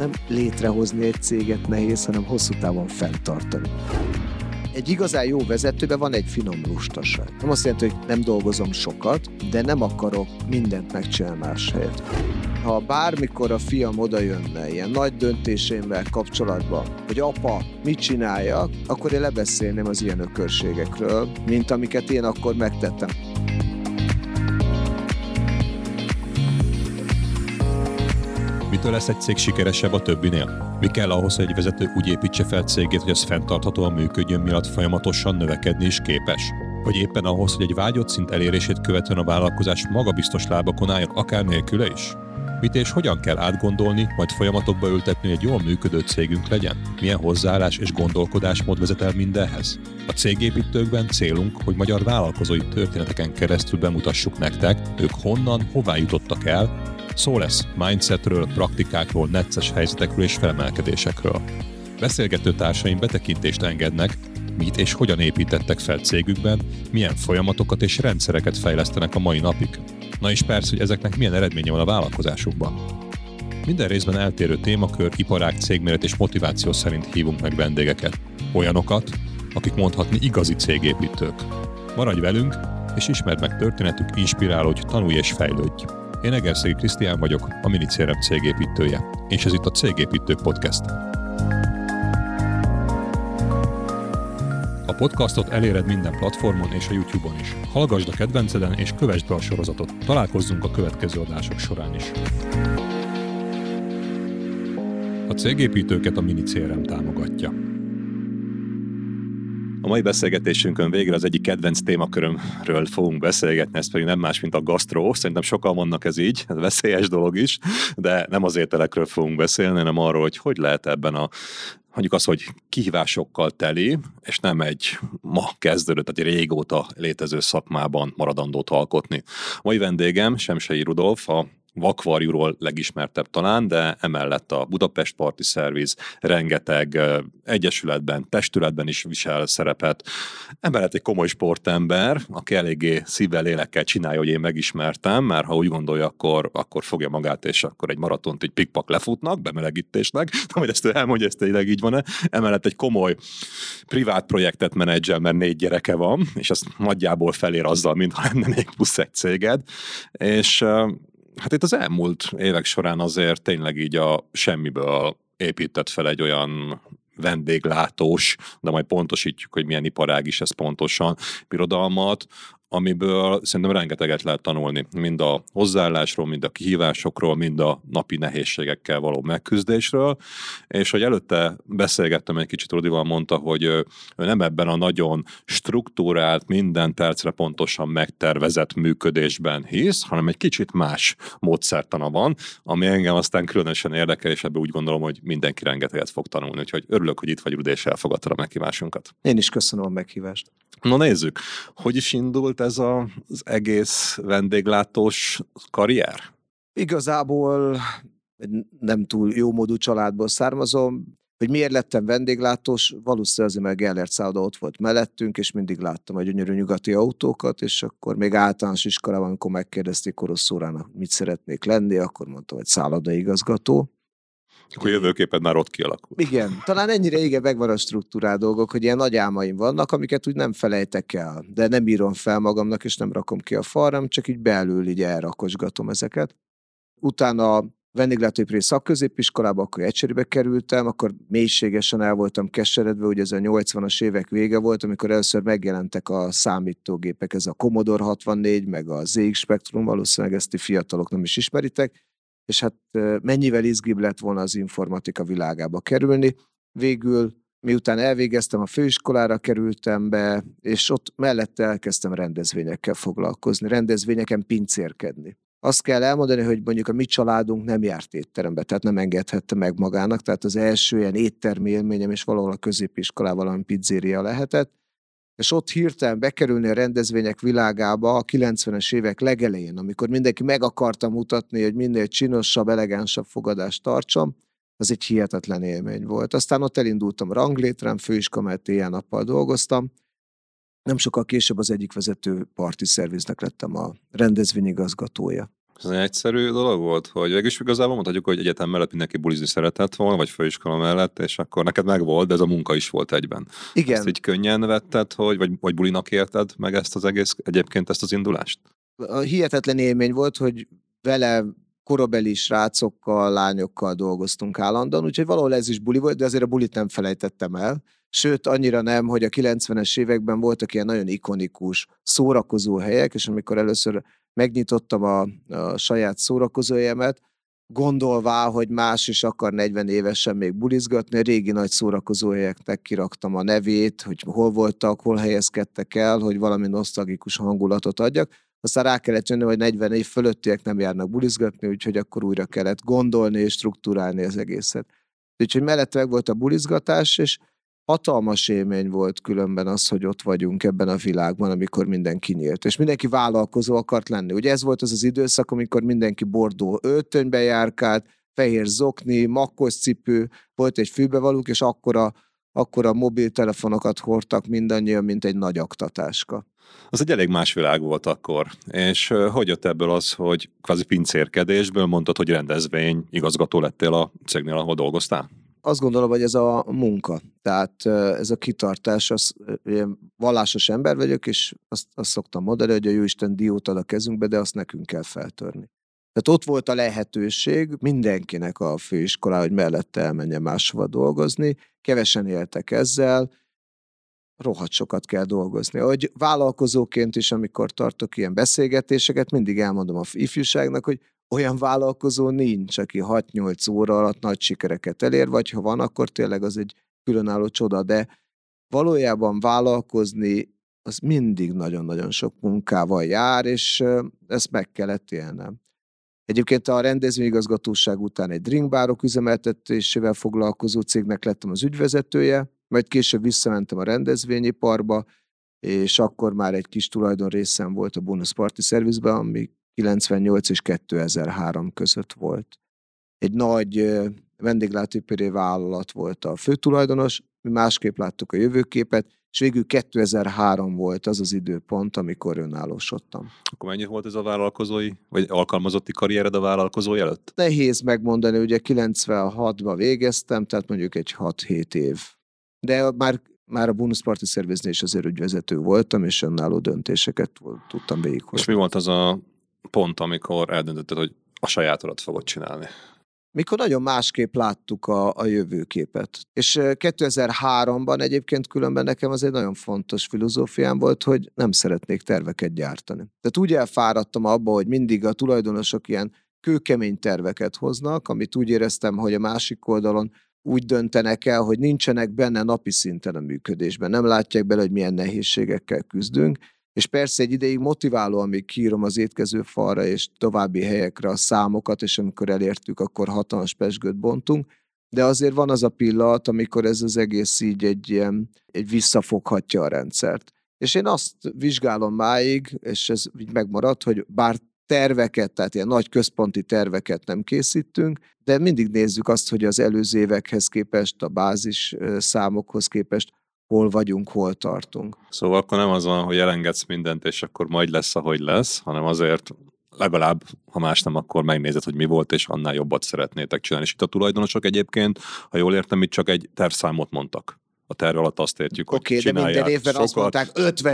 nem létrehozni egy céget nehéz, hanem hosszú távon fenntartani. Egy igazán jó vezetőben van egy finom lustaság. Nem azt jelenti, hogy nem dolgozom sokat, de nem akarok mindent megcsinálni más helyet. Ha bármikor a fiam oda jönne ilyen nagy döntésémmel kapcsolatban, hogy apa, mit csináljak, akkor én lebeszélném az ilyen ökörségekről, mint amiket én akkor megtettem. Mitől lesz egy cég sikeresebb a többinél? Mi kell ahhoz, hogy egy vezető úgy építse fel cégét, hogy az fenntarthatóan működjön, miatt folyamatosan növekedni is képes? Vagy éppen ahhoz, hogy egy vágyott szint elérését követően a vállalkozás magabiztos lábakon álljon, akár nélküle is? Mit és hogyan kell átgondolni, majd folyamatokba ültetni, hogy egy jól működő cégünk legyen? Milyen hozzáállás és gondolkodásmód vezet el mindenhez? A cégépítőkben célunk, hogy magyar vállalkozói történeteken keresztül bemutassuk nektek, ők honnan, hová jutottak el. Szó lesz mindsetről, praktikákról, necces helyzetekről és felemelkedésekről. Beszélgető társaim betekintést engednek, mit és hogyan építettek fel cégükben, milyen folyamatokat és rendszereket fejlesztenek a mai napig. Na és persze, hogy ezeknek milyen eredménye van a vállalkozásukban. Minden részben eltérő témakör, iparág, cégméret és motiváció szerint hívunk meg vendégeket. Olyanokat, akik mondhatni igazi cégépítők. Maradj velünk, és ismerd meg történetük, inspirálódj, tanulj és fejlődj. Én Egerszegi Krisztián vagyok, a Minicérem cégépítője, és ez itt a Cégépítők Podcast. A podcastot eléred minden platformon és a YouTube-on is. Hallgasd a kedvenceden és kövesd be a sorozatot. Találkozzunk a következő adások során is. A cégépítőket a Minicérem támogatja. A mai beszélgetésünkön végre az egyik kedvenc témakörömről fogunk beszélgetni, ez pedig nem más, mint a gasztró. Szerintem sokan vannak ez így, ez veszélyes dolog is, de nem az ételekről fogunk beszélni, hanem arról, hogy lehet ebben a mondjuk az, hogy kihívásokkal teli, és nem egy ma kezdődött, tehát egy régóta létező szakmában maradandót alkotni. A mai vendégem Semsei Rudolf, a Vakvarjúról legismertebb talán, de emellett a Budapest Party Service rengeteg egyesületben, testületben is visel szerepet. Emellett egy komoly sportember, aki eléggé szívvel, lélekkel csinálja, hogy én megismertem, mert ha úgy gondolja, akkor fogja magát, és akkor egy maratont egy pikpak lefutnak, bemelegítésnek, majd ezt ő elmondja, ezt tényleg így van-e. Emellett egy komoly privát projektet menedzsel, mert 4 gyereke van, és azt nagyjából felér azzal, mintha lenne még plusz egy céged, és hát itt az elmúlt évek során azért tényleg így a semmiből épített fel egy olyan vendéglátós, de majd pontosítjuk, hogy milyen iparág is ez pontosan, birodalmat, amiből szerintem rengeteget lehet tanulni, mind a hozzáállásról, mind a kihívásokról, mind a napi nehézségekkel való megküzdésről, és hogy előtte beszélgettem egy kicsit, Rudival mondta, hogy ő nem ebben a nagyon struktúrált, minden percre pontosan megtervezett működésben hisz, hanem egy kicsit más módszertana van, ami engem aztán különösen érdekel, és ebben úgy gondolom, hogy mindenki rengeteget fog tanulni, úgyhogy örülök, hogy itt vagy, Rudi, és elfogadtad a meghívásunkat. Én is köszönöm a meghívást. Na nézzük, hogy is indult ez az egész vendéglátós karrier? Igazából nem túl jómódú családból származom. Hogy miért lettem vendéglátós, valószínűleg azért, mert Gellert szálloda ott volt mellettünk, és mindig láttam a gyönyörű nyugati autókat, és akkor még általános iskolában, amikor megkérdezték Koroszórának, mit szeretnék lenni, akkor mondtam, hogy szállodaigazgató. Akkor jövőképed már ott kialakul. Igen, talán ennyire igen, megvan a struktúrál dolgok, hogy ilyen nagy álmaim vannak, amiket úgy nem felejtek el, de nem írom fel magamnak, és nem rakom ki a falra, csak így belül így elrakosgatom ezeket. Utána a vendéglátóipari szakközépiskolába, akkor Ecseribe kerültem, akkor mélységesen el voltam keseredve, ugye ez a 80-as évek vége volt, amikor először megjelentek a számítógépek, ez a Commodore 64, meg a ZX Spectrum, valószínűleg ezt ti fiatalok nem is ismeritek, és hát mennyivel izgibb lett volna az informatika világába kerülni. Végül, miután elvégeztem, a főiskolára kerültem be, és ott mellette elkezdtem rendezvényekkel foglalkozni, rendezvényeken pincérkedni. Azt kell elmondani, hogy mondjuk a mi családunk nem járt étterembe, tehát nem engedhette meg magának, tehát az első ilyen éttermi élményem is valahol a középiskolában valami pizzéria lehetett, és ott hirtelen bekerülni a rendezvények világába a 90-es évek legelején, amikor mindenki meg akarta mutatni, hogy minél csinosabb, elegánsabb fogadást tartsam, az egy hihetetlen élmény volt. Aztán ott elindultam ranglétrán, főiskola, mert éjjel-nappal dolgoztam. Nem sokkal később az egyik vezető party service-nek lettem a rendezvényigazgatója. Ez egy egyszerű dolog volt, hogy végülis igazából mondhatjuk, hogy egyetem mellett mindenki bulizni szeretett volna, vagy főiskola mellett, és akkor neked meg volt, de ez a munka is volt egyben. Igen. Ezt így könnyen vetted, vagy bulinak érted meg ezt az egész, egyébként ezt az indulást? A hihetetlen élmény volt, hogy vele korabeli srácokkal, lányokkal dolgoztunk állandóan, úgyhogy valahol ez is buli volt, de azért a bulit nem felejtettem el. Sőt, annyira nem, hogy a 90-es években voltak ilyen nagyon ikonikus szórakozó helyek, és amikor először megnyitottam a saját szórakozóhelyemet, gondolvá, hogy más is akar 40 évesen még bulizgatni, a régi nagy szórakozóhelyeknek kiraktam a nevét, hogy hol voltak, hol helyezkedtek el, hogy valami nosztalgikus hangulatot adjak. Aztán rá kellett jönni, hogy 40 év fölöttiek nem járnak bulizgatni, úgyhogy akkor újra kellett gondolni és struktúrálni az egészet. Úgyhogy mellett meg volt a bulizgatás, és hatalmas élmény volt különben az, hogy ott vagyunk ebben a világban, amikor mindenki nyílt. És mindenki vállalkozó akart lenni. Ugye ez volt az az időszak, amikor mindenki bordó öltönybe járkált, fehér zokni, makkos cipő, volt egy fülbevalók, és akkora mobiltelefonokat hordtak mindannyian, mint egy nagy aktatáska. Az egy elég más világ volt akkor. És hogy jött ebből az, hogy kvázi pincérkedésből mondtad, hogy rendezvény igazgató lettél a cégnél, ahol dolgoztál? Azt gondolom, hogy ez a munka. Tehát ez a kitartás, én vallásos ember vagyok, és azt szoktam mondani, hogy a Jóisten diót ad a kezünkbe, de azt nekünk kell feltörni. Tehát ott volt a lehetőség mindenkinek a főiskolá, hogy mellette elmenjen máshova dolgozni. Kevesen éltek ezzel, rohadt sokat kell dolgozni. Ahogy vállalkozóként is, amikor tartok ilyen beszélgetéseket, mindig elmondom a ifjúságnak, hogy olyan vállalkozó nincs, aki 6-8 óra alatt nagy sikereket elér, vagy ha van, akkor tényleg az egy különálló csoda, de valójában vállalkozni az mindig nagyon-nagyon sok munkával jár, és ezt meg kellett élnem. Egyébként a rendezvényigazgatóság után egy drinkbárok üzemeltetésével foglalkozó cégnek lettem az ügyvezetője, majd később visszamentem a rendezvényiparba, és akkor már egy kis tulajdonrészem volt a Bonus Party Service-ben, ami 98 és 2003 között volt. Egy nagy vendéglátóipari vállalat volt a főtulajdonos, mi másképp láttuk a jövőképet, és végül 2003 volt az az időpont, amikor önállósodtam. Akkor mennyi volt ez a vállalkozói, vagy alkalmazotti karriered a vállalkozó előtt? Nehéz megmondani, ugye 96-ban végeztem, tehát mondjuk egy 6-7 év. De már a Bonus Party Service-nél is azért ügyvezető voltam, és önálló döntéseket tudtam végighozni. És mi volt az a pont, amikor eldöntötted, hogy a sajátodat fogod csinálni? Mikor nagyon másképp láttuk a jövőképet. És 2003-ban egyébként különben nekem az egy nagyon fontos filozófiám volt, hogy nem szeretnék terveket gyártani. Tehát úgy elfáradtam abba, hogy mindig a tulajdonosok ilyen kőkemény terveket hoznak, amit úgy éreztem, hogy a másik oldalon úgy döntenek el, hogy nincsenek benne napi szinten a működésben. Nem látják bele, hogy milyen nehézségekkel küzdünk, és persze egy ideig motiváló, amíg kiírom az étkezőfalra és további helyekre a számokat, és amikor elértük, akkor hatalmas pezsgőt bontunk, de azért van az a pillanat, amikor ez az egész így egy visszafoghatja a rendszert. És én azt vizsgálom máig, és ez így megmaradt, hogy bár terveket, tehát ilyen nagy központi terveket nem készítünk, de mindig nézzük azt, hogy az előző évekhez képest, a bázis számokhoz képest hol vagyunk, hol tartunk. Szóval akkor nem az van, hogy elengedsz mindent, és akkor majd lesz, ahogy lesz, hanem azért legalább, ha más nem, akkor megnézed, hogy mi volt, és annál jobbat szeretnétek csinálni. És itt a tulajdonosok egyébként, ha jól értem, itt csak egy tervszámot mondtak. A terv alatt azt értjük, hogy csinálják de minden évben sokat. azt mondták,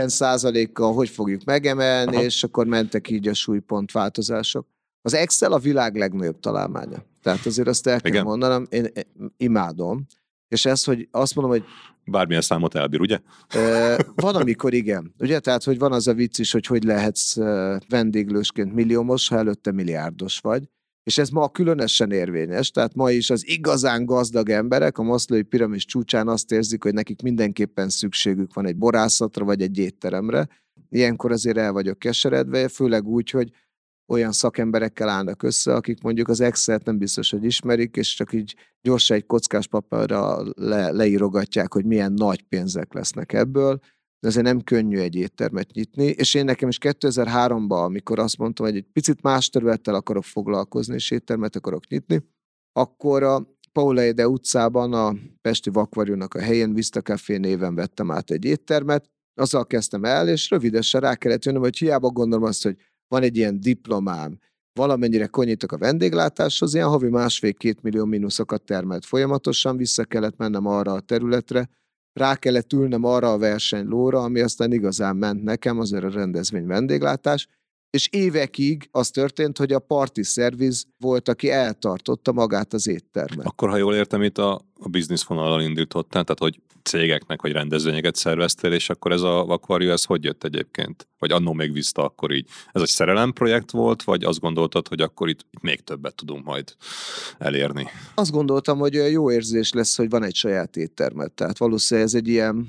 50%-kal hogy fogjuk megemelni, Aha. És akkor mentek így a súlypontváltozások. Az Excel a világ legnagyobb találmánya. Tehát azért azt el kell mondanom, én imádom. És ez, hogy azt mondom, hogy bármilyen számot elbír, ugye? Van, amikor igen. Ugye? Tehát, hogy van az a vicc is, hogy lehetsz vendéglősként milliómos, ha előtte milliárdos vagy. És ez ma különösen érvényes. Tehát ma is az igazán gazdag emberek a Maslow'i piramis csúcsán azt érzik, hogy nekik mindenképpen szükségük van egy borászatra vagy egy étteremre. Ilyenkor azért el vagyok keseredve, főleg úgy, hogy olyan szakemberekkel állnak össze, akik mondjuk az Excel-t nem biztos, hogy ismerik, és csak így gyorsan egy kockás papírra leírogatják, hogy milyen nagy pénzek lesznek ebből. De azért nem könnyű egy éttermet nyitni, és én nekem is 2003-ban, amikor azt mondtam, hogy egy picit más területtel akarok foglalkozni, és éttermet akarok nyitni, akkor a Paula Ede utcában a Pesti Vakvarjónak a helyén Vista Café néven vettem át egy éttermet, azzal kezdtem el, és rövidesen rá kellett jönnöm, hogy hiába gondolom azt, hogy van egy ilyen diplomám, valamennyire konyítok a vendéglátáshoz, ilyen havi 1,5-2 millió mínuszokat termelt folyamatosan, vissza kellett mennem arra a területre, rá kellett ülnem arra a versenylóra, ami aztán igazán ment nekem, azért a rendezvény vendéglátás, és évekig az történt, hogy a party service volt, aki eltartotta magát az éttermet. Akkor, ha jól értem, itt a bizniszvonallal indítottál, tehát hogy cégeknek, vagy rendezvényeket szerveztél, és akkor ez a Vakvarjú, ez hogy jött egyébként? Vagy annó még vissza akkor így? Ez egy szerelemprojekt volt, vagy azt gondoltad, hogy akkor itt még többet tudunk majd elérni? Azt gondoltam, hogy jó érzés lesz, hogy van egy saját éttermet. Tehát valószínűleg ez egy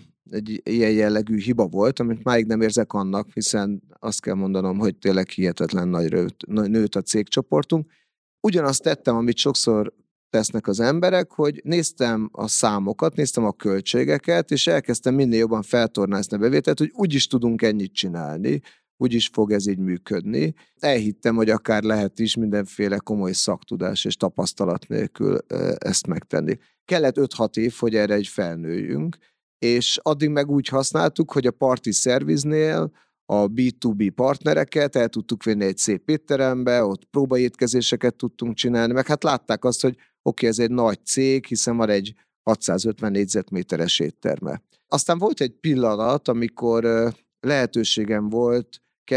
ilyen jellegű hiba volt, amit máig nem érzek annak, hiszen azt kell mondanom, hogy tényleg hihetetlen nagy nőtt a cégcsoportunk. Ugyanazt tettem, amit sokszor tesznek az emberek, hogy néztem a számokat, néztem a költségeket, és elkezdtem minél jobban feltornázni a bevételt, hogy úgyis tudunk ennyit csinálni, úgyis fog ez így működni. Elhittem, hogy akár lehet is mindenféle komoly szaktudás és tapasztalat nélkül ezt megtenni. Kellett 5-6 év, hogy erre egy felnőjünk, és addig meg úgy használtuk, hogy a party service-nél a B2B partnereket el tudtuk vinni egy szép étterembe, ott próbaétkezéseket tudtunk csinálni, meg hát látták azt, hogy oké, ez egy nagy cég, hiszen van egy 650 négyzetméteres étterme. Aztán volt egy pillanat, amikor lehetőségem volt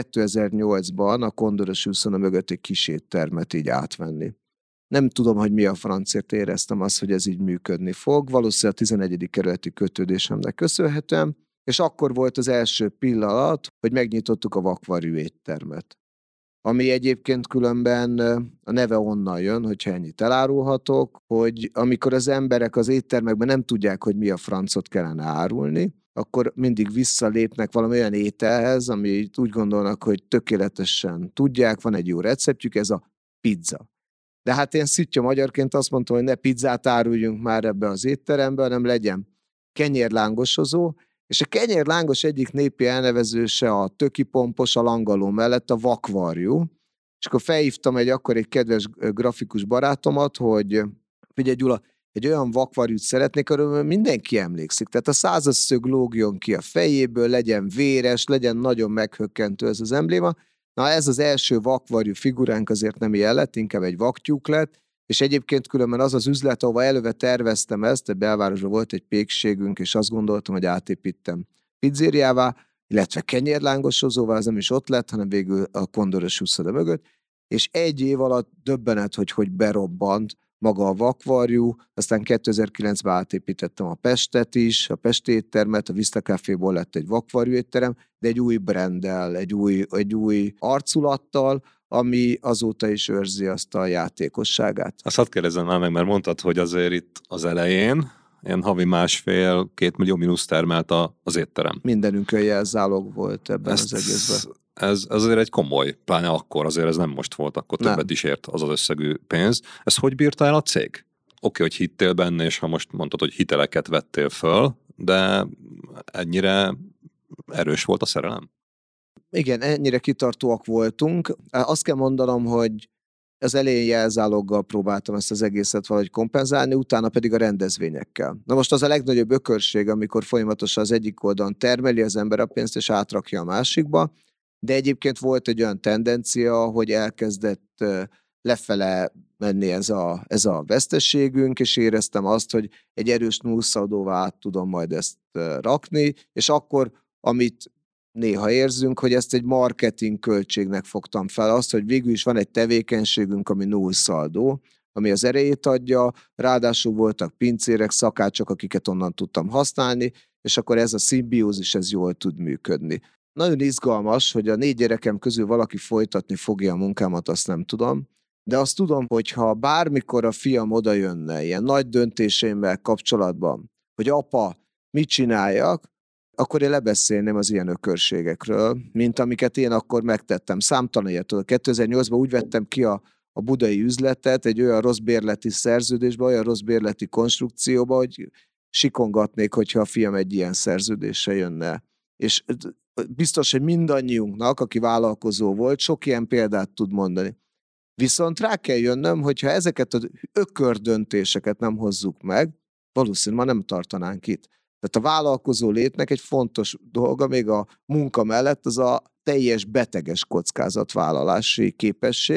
2008-ban a Kondoros úszona mögött egy kis éttermet így átvenni. Nem tudom, hogy mi a francért éreztem azt, hogy ez így működni fog. Valószínűleg a 11. kerületi kötődésemnek köszönhetően, és akkor volt az első pillanat, hogy megnyitottuk a Vakvarjú éttermet. Ami egyébként különben a neve onnan jön, hogyha ennyit elárulhatok, hogy amikor az emberek az éttermekben nem tudják, hogy mi a francot kellene árulni, akkor mindig visszalépnek valami olyan ételhez, amit úgy gondolnak, hogy tökéletesen tudják, van egy jó receptjük, ez a pizza. De hát én szitja magyarként azt mondtam, hogy ne pizzát áruljunk már ebbe az étterembe, hanem legyen kenyérlángosozó, és a kenyérlángos egyik népi elnevezőse a tökipompos, a langaló mellett a Vakvarjú, és akkor felhívtam egy kedves grafikus barátomat, hogy figyelj Gyula, egy olyan vakvarjút szeretnék, arról mindenki emlékszik. Tehát a századszög lógjon ki a fejéből, legyen véres, legyen nagyon meghökkentő ez az embléma. Na ez az első vakvarjú figuránk azért nem ilyen lett, inkább egy vaktyúk lett, és egyébként különben az az üzlet, ahova előve terveztem ezt, a belvárosban volt egy pékségünk, és azt gondoltam, hogy átépítem pizzériává, illetve kenyérlángosozóvá, az nem is ott lett, hanem végül a Kondoros úszoda mögött, és egy év alatt döbbenet, hogy berobbant maga a Vakvarjú, aztán 2009-ben átépítettem a Pestet is, a Pesti éttermet, a Vista Caféból lett egy Vakvarjú étterem, de egy új branddel, egy új arculattal, ami azóta is őrzi azt a játékosságát. Azt hadd kérdezzem már meg, mert mondtad, hogy azért itt az elején ilyen havi 1,5-2 millió mínusz termelt az étterem. Mindenünkön jelzálog volt ebben az egészben. Ez azért egy komoly, pláne akkor, azért ez nem most volt, akkor többet is ért az összegű pénz. Ezt hogy bírta el a cég? Oké, hogy hittél benne, és ha most mondtad, hogy hiteleket vettél föl, de ennyire erős volt a szerelem? Igen, ennyire kitartóak voltunk. Azt kell mondanom, hogy az elején jelzáloggal próbáltam ezt az egészet valahogy kompenzálni, utána pedig a rendezvényekkel. Na most az a legnagyobb ökörség, amikor folyamatosan az egyik oldalon termeli az ember a pénzt, és átrakja a másikba, de egyébként volt egy olyan tendencia, hogy elkezdett lefele menni ez a veszteségünk, és éreztem azt, hogy egy erős nullszaldóvá át tudom majd ezt rakni, és akkor, amit néha érzünk, hogy ezt egy marketing költségnek fogtam fel, azt, hogy végül is van egy tevékenységünk, ami nullszaldó, ami az erejét adja, ráadásul voltak pincérek, szakácsok, akiket onnan tudtam használni, és akkor ez a szimbiózis, ez jól tud működni. Nagyon izgalmas, hogy a 4 gyerekem közül valaki folytatni fogja a munkámat, azt nem tudom, de azt tudom, hogy ha bármikor a fiam oda jönne ilyen nagy döntéseimmel kapcsolatban, hogy apa, mit csináljak, akkor én lebeszélném az ilyen ökörségekről, mint amiket én akkor megtettem. Számtalan ilyet. 2008-ban úgy vettem ki a budai üzletet egy olyan rossz bérleti szerződésbe, olyan rossz bérleti konstrukcióba, hogy sikongatnék, hogyha a fiam egy ilyen szerződéssel jönne. És biztos, hogy mindannyiunknak, aki vállalkozó volt, sok ilyen példát tud mondani. Viszont rá kell jönnöm, hogyha ezeket az ökördöntéseket nem hozzuk meg, valószínűleg ma nem tartanánk itt. Tehát a vállalkozó létnek egy fontos dolga még a munka mellett az a teljes beteges kockázatvállalási képesség,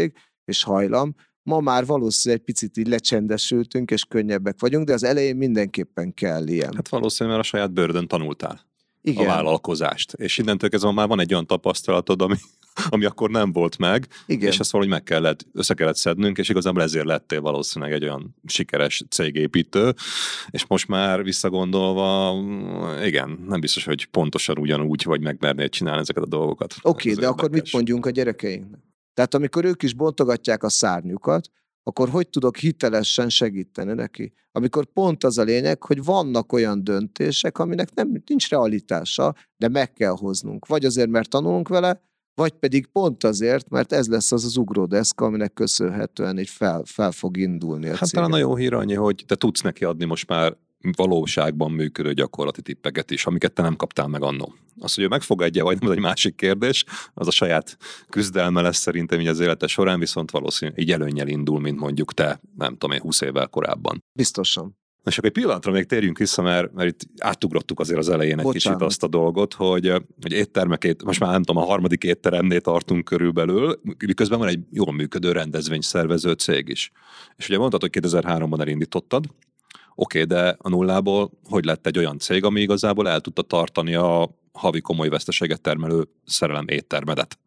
és hajlam. Ma már valószínűleg egy picit így lecsendesültünk, és könnyebbek vagyunk, de az elején mindenképpen kell ilyen. Hát valószínűleg mert a saját bőrödön tanultál. Igen. A vállalkozást. És innentől kezdve már van egy olyan tapasztalatod, ami akkor nem volt meg, Igen. és ezt valahogy össze kellett szednünk, és igazából ezért lettél valószínűleg egy olyan sikeres cégépítő, és most már visszagondolva, igen, nem biztos, hogy pontosan ugyanúgy vagy megmernéd csinálni ezeket a dolgokat. Oké, de akkor mit mondjunk a gyerekeinknek? Tehát amikor ők is bontogatják a szárnyukat, akkor hogy tudok hitelesen segíteni neki? Amikor pont az a lényeg, hogy vannak olyan döntések, aminek nincs realitása, de meg kell hoznunk. Vagy azért, mert tanulunk vele, vagy pedig pont azért, mert ez lesz az ugródeszka, aminek köszönhetően így fel fog indulni a Hát céget. talán a jó hír annyi, hogy te tudsz neki adni most már valóságban működő gyakorlati tippeket is, amiket te nem kaptál meg annó. Az, hogy ő megfogadja, vagy nem, az egy másik kérdés, az a saját küzdelme lesz szerintem így az élete során, viszont valószínűleg így előnnyel indul, mint mondjuk te, nem tudom én, 20 évvel korábban. Biztosan. És akkor egy pillanatra még térjünk vissza, mert itt átugrottuk azért az elején egy kicsit azt a dolgot, hogy éttermekét, most már nem tudom, a harmadik étteremnél tartunk körülbelül, miközben van egy jól működő rendezvényszervező cég is. És ugye mondtad, hogy 2003-ban elindítottad, oké, de a nullából hogy lett egy olyan cég, ami igazából el tudta tartani a havi komoly veszteséget termelő szerelem éttermedet.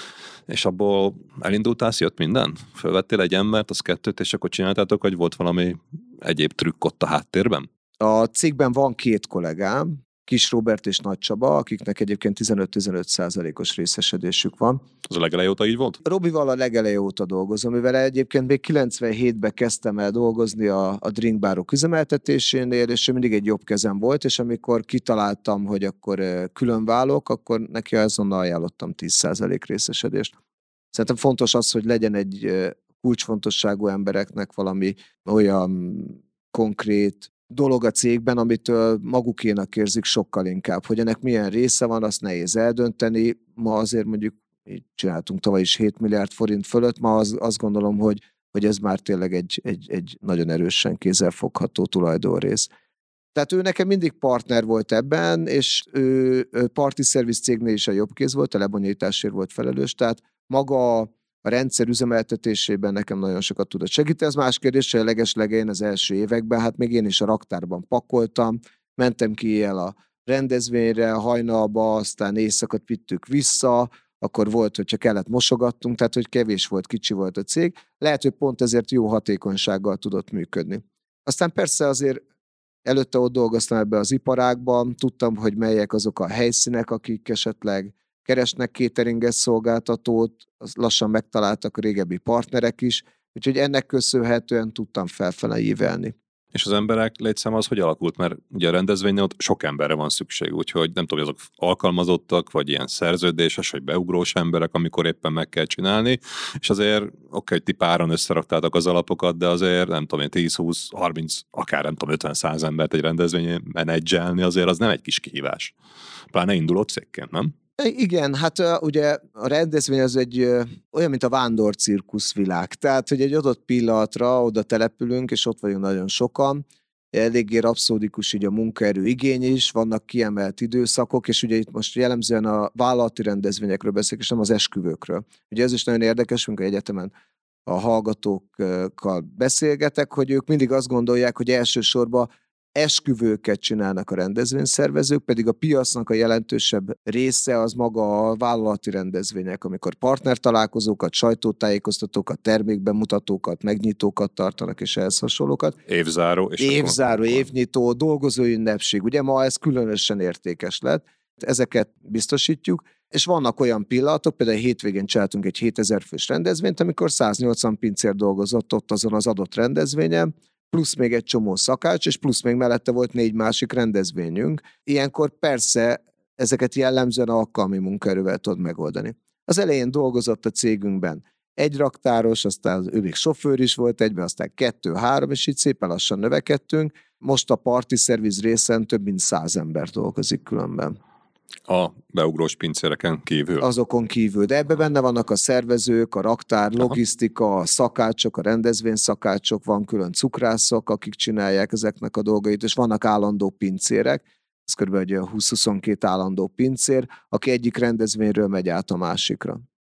És abból elindultál, jött minden? Fölvettél egy embert, az kettőt, és akkor csináltátok, hogy volt valami egyéb trükk ott a háttérben? A cégben van 2 kollégám, Kis Róbert és Nagy Csaba, akiknek egyébként 15-15%-os részesedésük van. Az a legelejé óta így volt? Robival a legelejé óta dolgozom, mivel egyébként még 97-ben kezdtem el dolgozni a drinkbárok üzemeltetésénél, és ő mindig egy jobb kezem volt, és amikor kitaláltam, hogy akkor külön válok, akkor neki azonnal ajánlottam 10% részesedést. Szerintem fontos az, hogy legyen egy kulcsfontosságú embereknek valami olyan konkrét dolog a cégben, amitől magukénak érzik sokkal inkább. Hogy ennek milyen része van, azt nehéz eldönteni. Ma azért mondjuk így csináltunk tavaly is 7 milliárd forint fölött, ma azt gondolom, hogy ez már tényleg egy nagyon erősen kézzelfogható tulajdonrész. Tehát ő nekem mindig partner volt ebben, és ő party service cégnél is a jobb kéz volt, a lebonyolításért volt felelős, tehát maga a rendszer üzemeltetésében nekem nagyon sokat tudott segíteni. Ez más kérdés, hogy a legeslegején az első években, hát még én is a raktárban pakoltam, mentem ki éjjel a rendezvényre, hajnalba, aztán éjszakat vittük vissza, akkor volt, hogyha kellett mosogattunk, tehát hogy kevés volt, kicsi volt a cég. Lehet, hogy pont ezért jó hatékonysággal tudott működni. Aztán persze azért előtte ott dolgoztam ebbe az iparágban, tudtam, hogy melyek azok a helyszínek, akik esetleg keresnek cateringes szolgáltatót, lassan megtaláltak a régebbi partnerek is, úgyhogy ennek köszönhetően tudtam felfele ívelni. És az emberek létszám az, hogy alakult, mert ugye a rendezvénynél ott sok emberre van szükség, úgyhogy nem tudom, hogy azok alkalmazottak, vagy ilyen szerződéses, vagy beugrós emberek, amikor éppen meg kell csinálni, és azért oké, hogy ti páran összeraktátok az alapokat, de azért nem tudom, 10, 20, 30, akár nem tudom, 50-100 embert egy rendezvényen menedzselni, azért az nem egy kis kihívás. Pláne induló cégként, nem? Igen, hát ugye a rendezvény az egy olyan, mint a vándorcirkusz világ. Tehát, hogy egy adott pillanatra oda települünk, és ott vagyunk nagyon sokan. Eléggé rapszódikus így a munkaerő igény is, vannak kiemelt időszakok, és ugye itt most jellemzően a vállalati rendezvényekről beszélek, és nem az esküvőkről. Ugye ez is nagyon érdekes, amikor egyetemen a hallgatókkal beszélgetek, hogy ők mindig azt gondolják, hogy elsősorban esküvőket csinálnak a rendezvényszervezők, pedig a piacnak a jelentősebb része az maga a vállalati rendezvények, amikor partnertalálkozókat, sajtótájékoztatókat, termékbemutatókat, megnyitókat tartanak, és ehhez hasonlókat. Évzáró, évnyitó, dolgozói ünnepség. Ugye ma ez különösen értékes lett. Ezeket biztosítjuk, és vannak olyan pillanatok, például hétvégén csináltunk egy 7000 fős rendezvényt, amikor 180 pincér dolgozott ott azon az adott rendezvényen, plusz még egy csomó szakács, és plusz még mellette volt 4 másik rendezvényünk. Ilyenkor persze ezeket jellemzően alkalmi munkaerővel tudod megoldani. Az elején dolgozott a cégünkben egy raktáros, aztán ő még sofőr is volt egyben, aztán 2-3, és így szépen lassan növekedtünk. Most a party service részen több mint 100 ember dolgozik különben. A beugrós pincéreken kívül. Azokon kívül, de ebben benne vannak a szervezők, a raktár, logisztika, a szakácsok, a rendezvényszakácsok, van külön cukrászok, akik csinálják ezeknek a dolgait, és vannak állandó pincérek, ez kb. 20-22 állandó pincér, aki egyik rendezvényről megy át a másikra.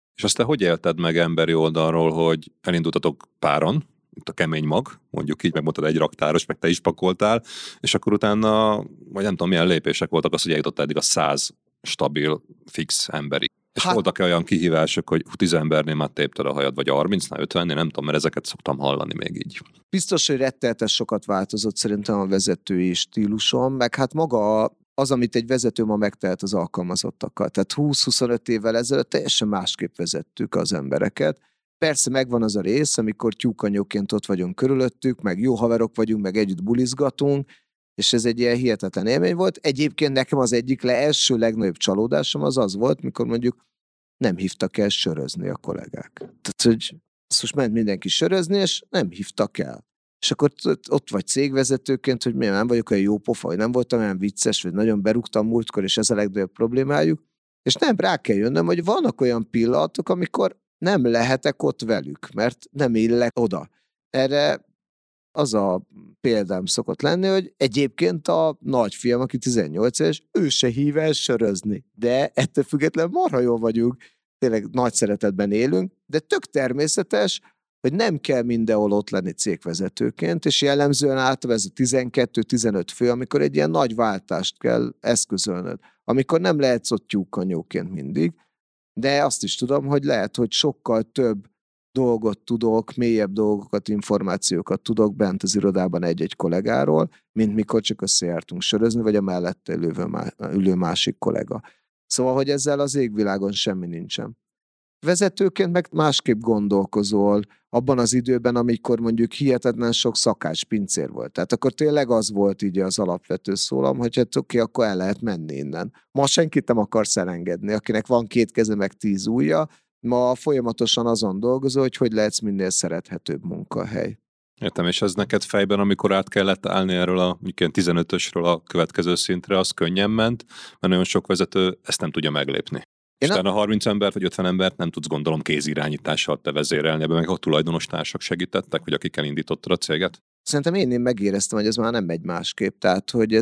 És azt te hogy élted meg emberi oldalról, hogy elindultatok páron, itt a kemény mag, mondjuk így, megmondtad egy raktáros, meg te is pakoltál, és akkor utána, vagy nem tudom, milyen lépések voltak az, hogy eljutottál eddig a 100 stabil, fix emberi. És voltak-e olyan kihívások, hogy 10 embernél már tépted a hajad, vagy 30-nál, 50-nél, nem tudom, mert ezeket szoktam hallani még így. Biztos, hogy retteltes sokat változott szerintem a vezetői stílusom, meg hát maga az, amit egy vezető ma megtehet az alkalmazottakkal. Tehát 20-25 évvel ezelőtt teljesen másképp vezettük az embereket. Persze megvan az a rész, amikor tyúkanyóként ott vagyunk körülöttük, meg jó haverok vagyunk, meg együtt bulizgatunk, és ez egy ilyen hihetetlen élmény volt. Egyébként nekem az egyik első legnagyobb csalódásom az volt, mikor mondjuk nem hívtak el sörözni a kollégák. Tehát, hogy most ment mindenki sörözni, és nem hívtak el. És akkor ott vagy cégvezetőként, hogy nem vagyok olyan jó pofa, vagy nem voltam olyan vicces, vagy nagyon berúgtam múltkor, és ez a legnagyobb problémájuk. És nem, rá kell jönnöm, hogy vannak olyan pillanatok, amikor nem lehetek ott velük, mert nem illek oda. Erre az a példám szokott lenni, hogy egyébként a nagyfiam, aki 18 éves, ő se hív el sörözni. De ettől függetlenül marha jól vagyunk, tényleg nagy szeretetben élünk, de tök természetes, hogy nem kell mindenhol ott lenni cégvezetőként, és jellemzően általában ez a 12-15 fő, amikor egy ilyen nagy váltást kell eszközölnöd, amikor nem lehetsz ott tyúkanyóként mindig, de azt is tudom, hogy lehet, hogy sokkal több dolgot tudok, mélyebb dolgokat, információkat tudok bent az irodában egy-egy kollégáról, mint mikor csak összejártunk sörözni, vagy a mellette ülő másik kollega. Szóval, hogy ezzel az égvilágon semmi nincsen. Vezetőként meg másképp gondolkozol abban az időben, amikor mondjuk hihetetlen sok szakács pincér volt. Tehát akkor tényleg az volt így az alapvető szólam, hogy hát oké, akkor el lehet menni innen. Ma senkit nem akarsz elengedni, akinek van 2 keze meg 10 ujja, ma folyamatosan azon dolgozol, hogy lehetsz minél szerethetőbb munkahely. Értem, és ez neked fejben, amikor át kellett állni erről a 15-ösről a következő szintre, az könnyen ment, mert nagyon sok vezető ezt nem tudja meglépni. És utána 30 embert vagy 50 embert nem tudsz, gondolom, kézirányítással te vezérelni, ebben meg a tulajdonos társak segítettek, hogy akikkel indítottad a céget? Szerintem én megéreztem, hogy ez már nem megy másképp, tehát hogy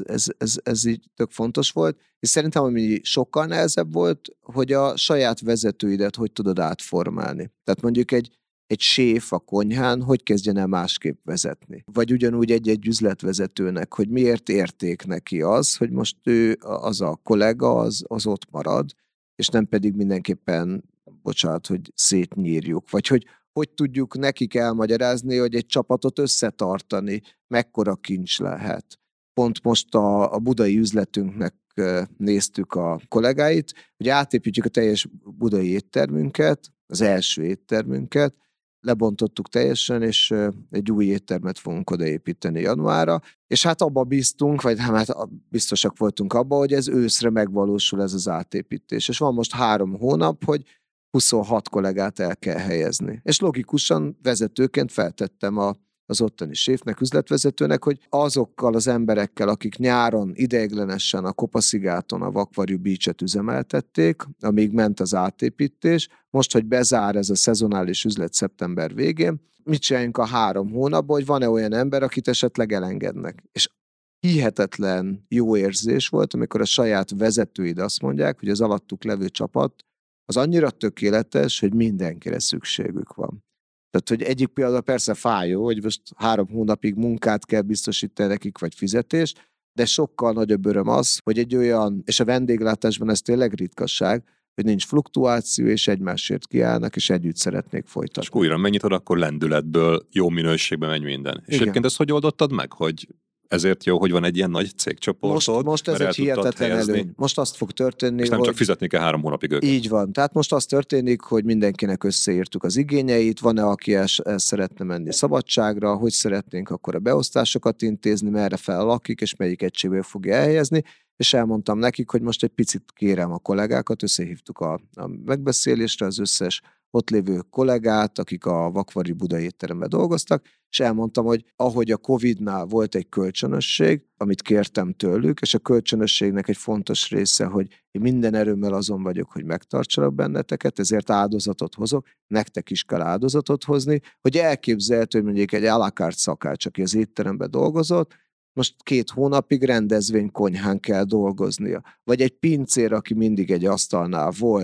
ez így tök fontos volt, és szerintem ami sokkal nehezebb volt, hogy a saját vezetőidet hogy tudod átformálni. Tehát mondjuk egy séf a konyhán hogy kezdjen el másképp vezetni. Vagy ugyanúgy egy üzletvezetőnek, hogy miért érték neki az, hogy most ő, az a kollega, az ott marad, és nem pedig mindenképpen, bocsánat, hogy szétnyírjuk. Vagy hogy tudjuk nekik elmagyarázni, hogy egy csapatot összetartani mekkora kincs lehet. Pont most a budai üzletünknek néztük a kollégáit, hogy átépítjük a teljes budai éttermünket, az első éttermünket, lebontottuk teljesen, és egy új éttermet fogunk odaépíteni januárra, és hát abba bíztunk, vagy hát biztosak voltunk abba, hogy ez őszre megvalósul ez az átépítés. És van most 3 hónap, hogy 26 kollégát el kell helyezni. És logikusan vezetőként feltettem az ottani séfnek, üzletvezetőnek, hogy azokkal az emberekkel, akik nyáron ideiglenesen a Kopaszigáton a Vakvarjú Beach-et üzemeltették, amíg ment az átépítés, most, hogy bezár ez a szezonális üzlet szeptember végén, mit csináljunk a 3 hónapban, hogy van-e olyan ember, akit esetleg elengednek. És hihetetlen jó érzés volt, amikor a saját vezetőid azt mondják, hogy az alattuk levő csapat az annyira tökéletes, hogy mindenkire szükségük van. Tehát, hogy egyik például persze fájó, hogy most 3 hónapig munkát kell biztosítani nekik, vagy fizetést, de sokkal nagyobb öröm az, hogy egy olyan, és a vendéglátásban ez tényleg ritkaság, hogy nincs fluktuáció, és egymásért kiállnak, és együtt szeretnék folytatni. És újra megnyitod, akkor lendületből jó minőségben megy minden. És igen. Egyébként ezt hogy oldottad meg, hogy ezért jó, hogy van egy ilyen nagy cégcsoportod? Most ez egy hihetetlen előny. Most azt fog történni, és nem csak fizetni kell 3 hónapig őket. Így van. Tehát most az történik, hogy mindenkinek összeírtuk az igényeit, van-e, aki el szeretne menni szabadságra, hogy szeretnénk akkor a beosztásokat intézni, merre fel lakik, és melyik egységből fogja elhelyezni, és elmondtam nekik, hogy most egy picit kérem a kollégákat, összehívtuk a megbeszélésre az összes ott lévő kollégát, akik a Vakvarjú budai étteremben dolgoztak, és elmondtam, hogy ahogy a Covid-nál volt egy kölcsönösség, amit kértem tőlük, és a kölcsönösségnek egy fontos része, hogy én minden erőmmel azon vagyok, hogy megtartsalak benneteket, ezért áldozatot hozok, nektek is kell áldozatot hozni, hogy elképzelhető, hogy mondjuk egy à la carte szakács, aki az étteremben dolgozott, most 2 hónapig rendezvénykonyhán kell dolgoznia. Vagy egy pincér, aki mindig egy asztalnál volt,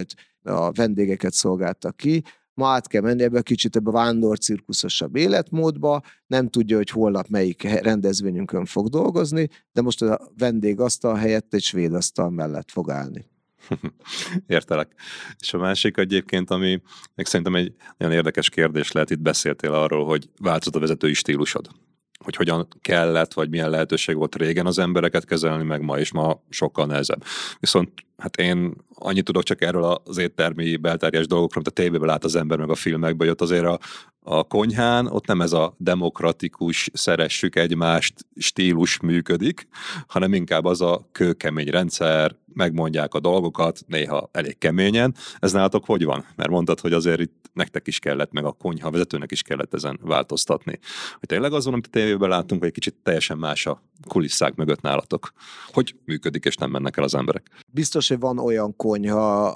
a vendégeket szolgáltak ki, ma át kell menni ebbe a vándorcirkuszosabb életmódba, nem tudja, hogy holnap melyik rendezvényünkön fog dolgozni, de most a vendégasztal helyett egy svéd asztal mellett fog állni. Értelek. És a másik egyébként, ami meg szerintem egy nagyon érdekes kérdés lehet, itt beszéltél arról, hogy változott a vezetői stílusod. Hogy hogyan kellett, vagy milyen lehetőség volt régen az embereket kezelni, meg ma is, ma sokkal nehezebb. Viszont hát én annyit tudok csak erről az éttermi belterjes dolgokról, amit a tévében lát az ember, meg a filmekben, hogy ott azért a konyhán, ott nem ez a demokratikus, szeressük egymást stílus működik, hanem inkább az a kőkemény rendszer, megmondják a dolgokat, néha elég keményen. Ez nálatok hogy van? Mert mondtad, hogy azért itt nektek is kellett, meg a konyha vezetőnek is kellett ezen változtatni. Hogy tényleg az van, amit a tévében látunk, hogy egy kicsit teljesen más a kulisszák mögött nálatok. Hogy működik, és nem mennek el az emberek? Biztos, hogy van olyan konyha,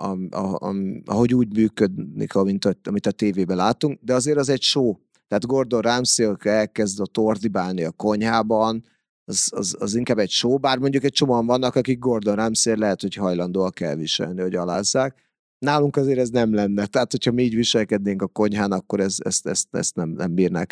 ahogy úgy működik, amit a tévében látunk, de azért az egy show. Tehát Gordon Ramsay, aki elkezd ott ordibálni a konyhában, az inkább egy show, bár mondjuk egy csomóan vannak, akik Gordon Ramsay lehet, hogy hajlandóak elviselni, hogy alázzák. Nálunk azért ez nem lenne. Tehát, hogyha mi így viselkednénk a konyhán, akkor ezt nem bírnák,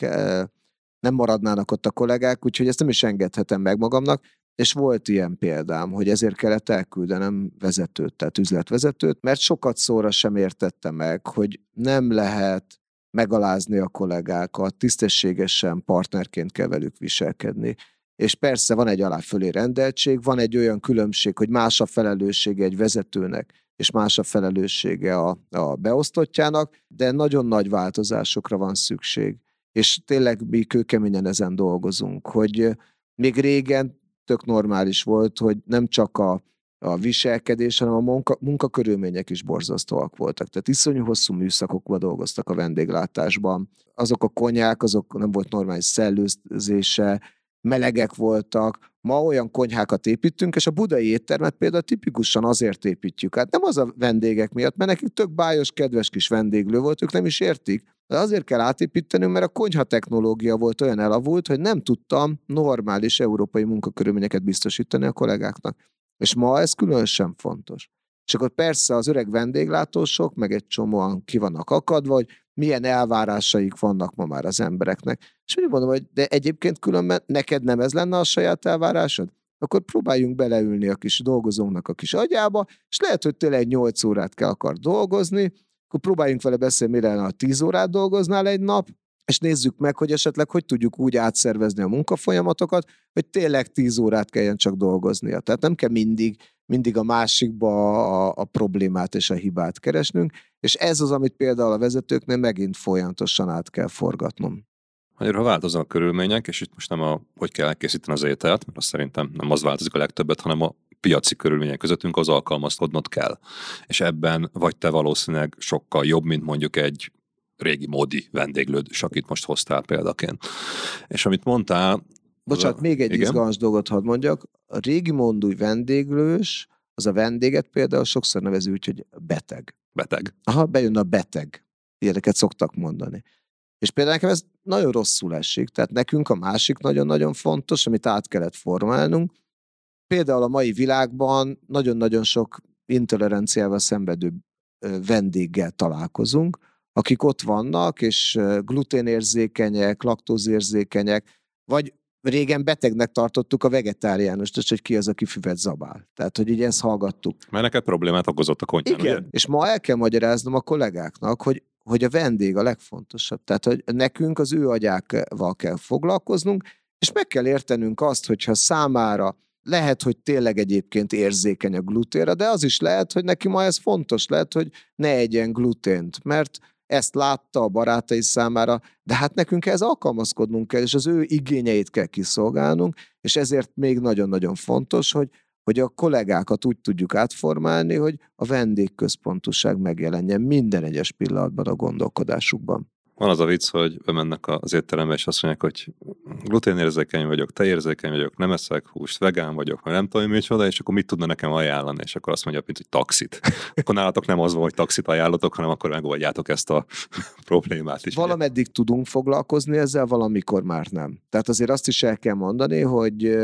nem maradnának ott a kollégák, úgyhogy ezt nem is engedhetem meg magamnak. És volt ilyen példám, hogy ezért kellett elküldenem vezetőt, tehát üzletvezetőt, mert sokat szóra sem értette meg, hogy nem lehet megalázni a kollégákat, tisztességesen partnerként kell velük viselkedni. És persze van egy alá-fölé rendeltség, van egy olyan különbség, hogy más a felelőssége egy vezetőnek, és más a felelőssége a beosztottjának, de nagyon nagy változásokra van szükség. És tényleg mi kőkeményen ezen dolgozunk, hogy még régen tök normális volt, hogy nem csak a viselkedés, hanem a munkakörülmények is borzasztóak voltak. Tehát iszonyú hosszú műszakokban dolgoztak a vendéglátásban. Azok a konyhák, azok nem volt normális szellőzése, melegek voltak. Ma olyan konyhákat építünk, és a budai éttermet például tipikusan azért építjük. Hát nem az a vendégek miatt, mert nekik tök bájos, kedves kis vendéglő volt, ők nem is értik. De azért kell átépítenünk, mert a konyha technológia volt olyan elavult, hogy nem tudtam normális európai munkakörülményeket biztosítani a kollégáknak. És ma ez különösen fontos. És akkor persze az öreg vendéglátósok, meg egy csomóan ki vannak akadva, hogy milyen elvárásaik vannak ma már az embereknek. És úgy mondom, hogy de egyébként különben neked nem ez lenne a saját elvárásod? Akkor próbáljunk beleülni a kis dolgozónknak a kis agyába, és lehet, hogy tényleg 8 órát kell akar dolgozni, akkor próbáljunk vele beszélni, mire lenne, ha 10 órát dolgoznál egy nap, és nézzük meg, hogy esetleg hogy tudjuk úgy átszervezni a munkafolyamatokat, hogy tényleg 10 órát kelljen csak dolgoznia. Tehát nem kell mindig a másikba a problémát és a hibát keresnünk, és ez az, amit például a vezetőknél megint folyamatosan át kell forgatnom. Magyarul, ha változnak a körülmények, és itt most nem hogy kell elkészíteni az ételt, mert azt szerintem nem az változik a legtöbbet, hanem a piaci körülmények közöttünk az alkalmazkodnod kell. És ebben vagy te valószínűleg sokkal jobb, mint mondjuk egy régi módi vendéglőd, és akit most hoztál példaként. És amit mondtál... Bocsánat, még egy izgalmas dolgot hadd mondjak. A régi módú vendéglős, az a vendéget például sokszor nevezi úgy, hogy beteg. Beteg. Aha, bejön a beteg. Ilyeneket szoktak mondani. És például nekem ez nagyon rosszul esik. Tehát nekünk a másik nagyon-nagyon fontos, amit át kellett formálnunk. Például a mai világban nagyon-nagyon sok intoleranciával szenvedő vendéggel találkozunk, akik ott vannak, és gluténérzékenyek, laktózérzékenyek, vagy régen betegnek tartottuk a vegetáriánust, hogy ki az, aki füvet zabál. Tehát, hogy így ezt hallgattuk. Mert neked problémát okozott a konyhán, igen, ugye? És ma el kell magyaráznom a kollégáknak, hogy a vendég a legfontosabb. Tehát, hogy nekünk az ő agyákkal kell foglalkoznunk, és meg kell értenünk azt, hogyha számára lehet, hogy tényleg egyébként érzékeny a gluténra, de az is lehet, hogy neki ma ez fontos, lehet, hogy ne egyen glutént, mert ezt látta a barátai számára, de hát nekünk ehhez alkalmazkodnunk kell, és az ő igényeit kell kiszolgálnunk, és ezért még nagyon-nagyon fontos, hogy a kollégákat úgy tudjuk átformálni, hogy a vendégközpontúság megjelenjen minden egyes pillanatban a gondolkodásukban. Van az a vicc, hogy bemennek az étterembe, és azt mondják, hogy gluténérzékeny vagyok, tejérzékeny vagyok, nem eszek húst, vegán vagyok, vagy nem tudom, micsoda, és akkor mit tudna nekem ajánlani, és akkor azt mondja, mint hogy taxit. Akkor nálatok nem az van, hogy taxit ajánlotok, hanem akkor megoldjátok ezt a problémát is. Valameddig tudunk foglalkozni ezzel, valamikor már nem. Tehát azért azt is el kell mondani, hogy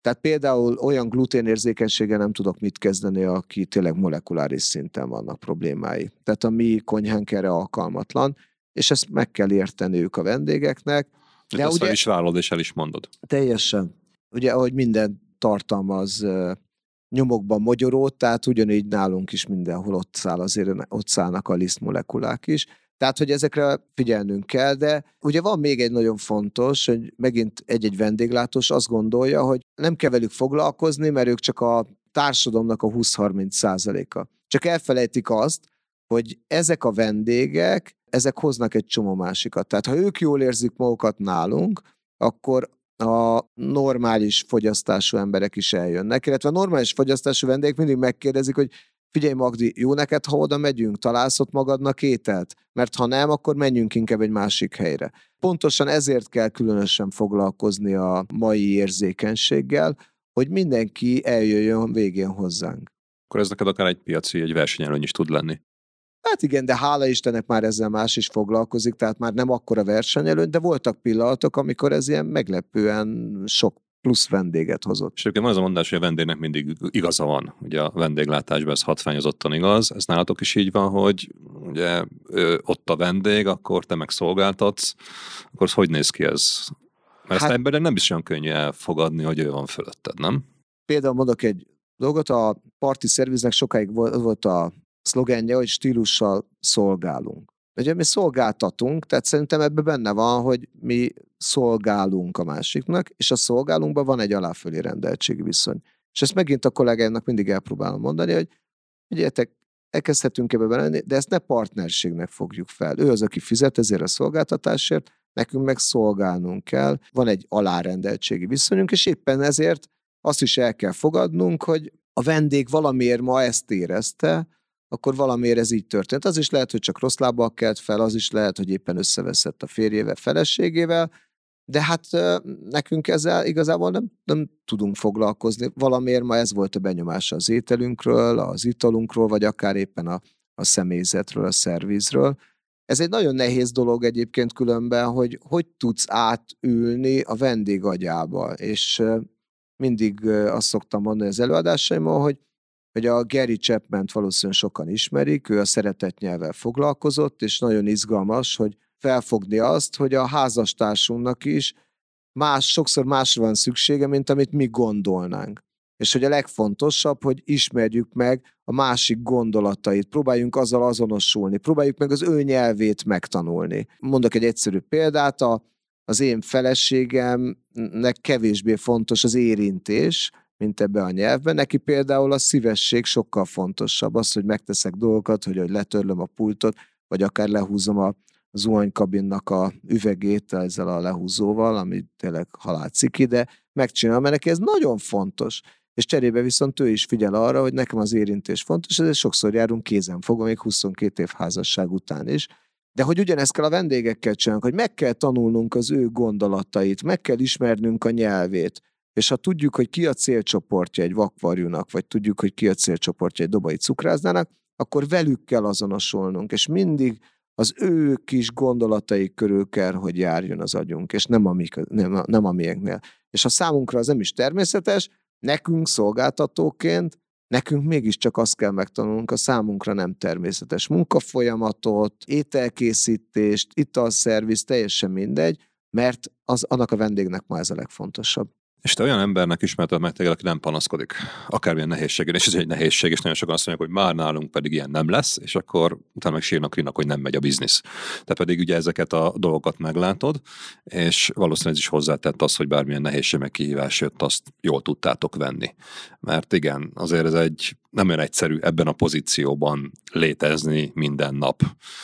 Tehát például olyan gluténérzékenységgel nem tudok mit kezdeni, aki tényleg molekuláris szinten vannak problémái. Tehát a mi konyhánk erre alkalmatlan, és ezt meg kell érteniük a vendégeknek. De ezt fel is vállalod, és el is mondod. Teljesen. Ugye, ahogy minden tartalmaz nyomokban mogyorót, tehát ugyanígy nálunk is mindenhol ott szállnak a lisztmolekulák is. Tehát, hogy ezekre figyelnünk kell, de ugye van még egy nagyon fontos, hogy megint egy-egy vendéglátós azt gondolja, hogy nem kell velük foglalkozni, mert ők csak a társadalomnak a 20-30%-a. Csak elfelejtik azt, hogy ezek a vendégek, ezek hoznak egy csomó másikat. Tehát, ha ők jól érzik magukat nálunk, akkor a normális fogyasztású emberek is eljönnek, illetve a normális fogyasztású vendégek mindig megkérdezik, hogy figyelj Magdi, jó neked, ha oda megyünk, találsz ott magadnak ételt? Mert ha nem, akkor menjünk inkább egy másik helyre. Pontosan ezért kell különösen foglalkozni a mai érzékenységgel, hogy mindenki eljöjjön végén hozzánk. Akkor ez neked akár egy versenyelőny is tud lenni. Hát igen, de hála Istennek már ezzel más is foglalkozik, tehát már nem akkora versenyelőny, de voltak pillanatok, amikor ez ilyen meglepően sok plusz vendéget hozott. És egyébként van az a mondás, hogy a vendégnek mindig igaza van. Ugye a vendéglátásban ez hatványozottan igaz. Ez nálatok is így van, hogy ugye ott a vendég, akkor te meg szolgáltatsz. Akkor hogy néz ki ez? Mert ezt emberen nem is olyan könnyű elfogadni, hogy ő van fölötted, nem? Például mondok egy dolgot, a parti szerviznek sokáig volt a szlogenje, hogy stílussal szolgálunk. Ugye mi szolgáltatunk, tehát szerintem ebben benne van, hogy mi szolgálunk a másiknak, és a szolgálunkban van egy aláfölé rendeltségi viszony. És ezt megint a kollégáimnak mindig elpróbálom mondani, hogy figyeljetek, elkezdhetünk ebbe belenni, de ezt ne partnerségnek fogjuk fel. Ő az, aki fizet ezért a szolgáltatásért, nekünk meg szolgálnunk kell, van egy alárendeltségi viszonyunk, és éppen ezért azt is el kell fogadnunk, hogy a vendég valamiért ma ezt érezte, akkor valamiért ez így történt. Az is lehet, hogy csak rossz lábbal kelt fel, az is lehet, hogy éppen összeveszett a férjével, feleségével, de hát nekünk ezzel igazából nem tudunk foglalkozni. Valamiért ma ez volt a benyomása az ételünkről, az italunkról, vagy akár éppen a személyzetről, a szervizről. Ez egy nagyon nehéz dolog egyébként különben, hogy tudsz átülni a vendég agyába, és mindig azt szoktam mondani az előadásaimon, hogy a Gary Chapman-t valószínűleg sokan ismerik, ő a szeretetnyelvvel foglalkozott, és nagyon izgalmas, hogy felfogni azt, hogy a házastársunknak is sokszor másra van szüksége, mint amit mi gondolnánk. És hogy a legfontosabb, hogy ismerjük meg a másik gondolatait, próbáljunk azzal azonosulni, próbáljuk meg az ő nyelvét megtanulni. Mondok egy egyszerű példát, az én feleségemnek kevésbé fontos az érintés, mint ebbe a nyelvben. Neki például a szívesség sokkal fontosabb. Az, hogy megteszek dolgokat, hogy letörlöm a pultot, vagy akár lehúzom a zuhanykabinnak a üvegét ezzel a lehúzóval, ami tényleg halálciki, de megcsinálom, mert neki ez nagyon fontos. És cserébe viszont ő is figyel arra, hogy nekem az érintés fontos, ezért sokszor járunk kézen fogva, még 22 év házasság után is. De hogy ugyanezt kell a vendégekkel csinálnunk, hogy meg kell tanulnunk az ő gondolatait, meg kell ismernünk a nyelvét. És ha tudjuk, hogy ki a célcsoportja egy vakvarjúnak, vagy tudjuk, hogy ki a célcsoportja egy dobai cukrászdának, akkor velük kell azonosulnunk, és mindig az ő kis gondolataik körül kell, hogy járjon az agyunk, és nem a miénknél. És ha számunkra az nem is természetes, nekünk szolgáltatóként, nekünk mégiscsak azt kell megtanulnunk a számunkra nem természetes munkafolyamatot, ételkészítést, italszerviz, teljesen mindegy, mert annak a vendégnek ma ez a legfontosabb. És te olyan embernek ismerted meg téged, aki nem panaszkodik, akármilyen nehézségén, és ez egy nehézség, és nagyon sokan azt mondják, hogy már nálunk pedig ilyen nem lesz, és akkor utána meg sírnak, hogy nem megy a biznisz. Te pedig ugye ezeket a dolgokat meglátod, és valószínűleg ez is hozzátett az, hogy bármilyen nehézség meg kihívás jött, azt jól tudtátok venni. Mert igen, azért ez nem olyan egyszerű ebben a pozícióban létezni minden nap.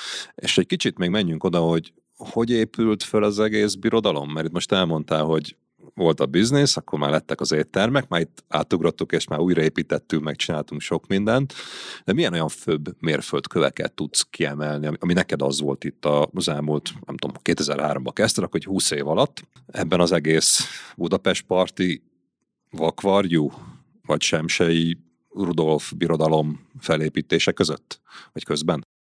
És egy kicsit még menjünk oda, hogy épült föl az egész birodalom, mert itt most elmondtál, hogy volt a biznisz, akkor már lettek az éttermek, már itt átugrottuk, és már újraépítettünk, megcsináltunk sok mindent, de milyen olyan főbb mérföldköveket tudsz kiemelni, ami neked az volt itt az elmúlt, nem tudom, 2003-ban kezdted, hogy 20 év alatt ebben az egész Budapest parti vakvarjú, vagy Semsei Rudolf birodalom felépítése között, vagy közben?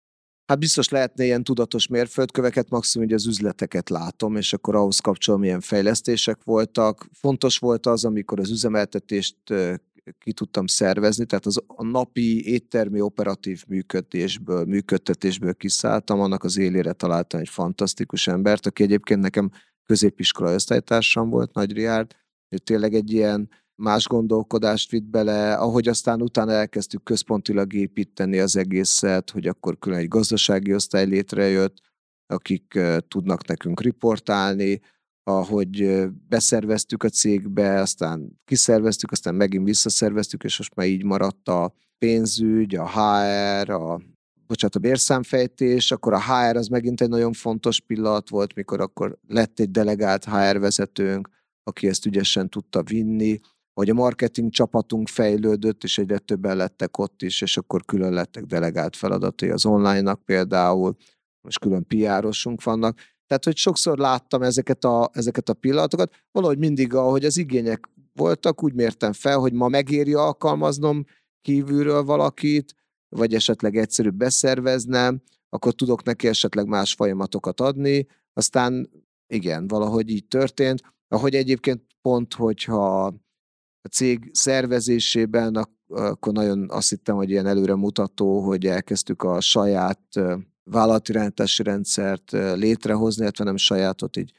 Hát biztos lehetne ilyen tudatos mérföldköveket, maximum ugye az üzleteket látom, és akkor ahhoz kapcsolom, milyen fejlesztések voltak. Fontos volt az, amikor az üzemeltetést ki tudtam szervezni, tehát a napi éttermi operatív működtetésből kiszálltam, annak az élére találtam egy fantasztikus embert, aki egyébként nekem középiskolai osztálytársam volt, Nagy Riárd, ő tényleg egy ilyen más gondolkodást vitt bele, ahogy aztán utána elkezdtük központilag építeni az egészet, hogy akkor külön egy gazdasági osztály létrejött, akik tudnak nekünk riportálni, ahogy beszerveztük a cégbe, aztán kiszerveztük, aztán megint visszaszerveztük, és most már így maradt a pénzügy, a HR, a bérszámfejtés, akkor a HR az megint egy nagyon fontos pillanat volt, mikor akkor lett egy delegált HR vezetőnk, aki ezt ügyesen tudta vinni, hogy a marketing csapatunk fejlődött, és egyre többen lettek ott is, és akkor külön lettek delegált feladatai az online-nak például, most külön PR-osunk vannak. Tehát, hogy sokszor láttam ezeket a pillanatokat, valahogy mindig, ahogy az igények voltak, úgy mértem fel, hogy ma megéri alkalmaznom kívülről valakit, vagy esetleg egyszerűbb beszerveznem, akkor tudok neki esetleg más folyamatokat adni, aztán igen, valahogy így történt. Ahogy egyébként pont, hogyha a cég szervezésében, akkor nagyon azt hittem, hogy ilyen előremutató, hogy elkezdtük a saját vállalatirányítási rendszert létrehozni, illetve nem sajátot, így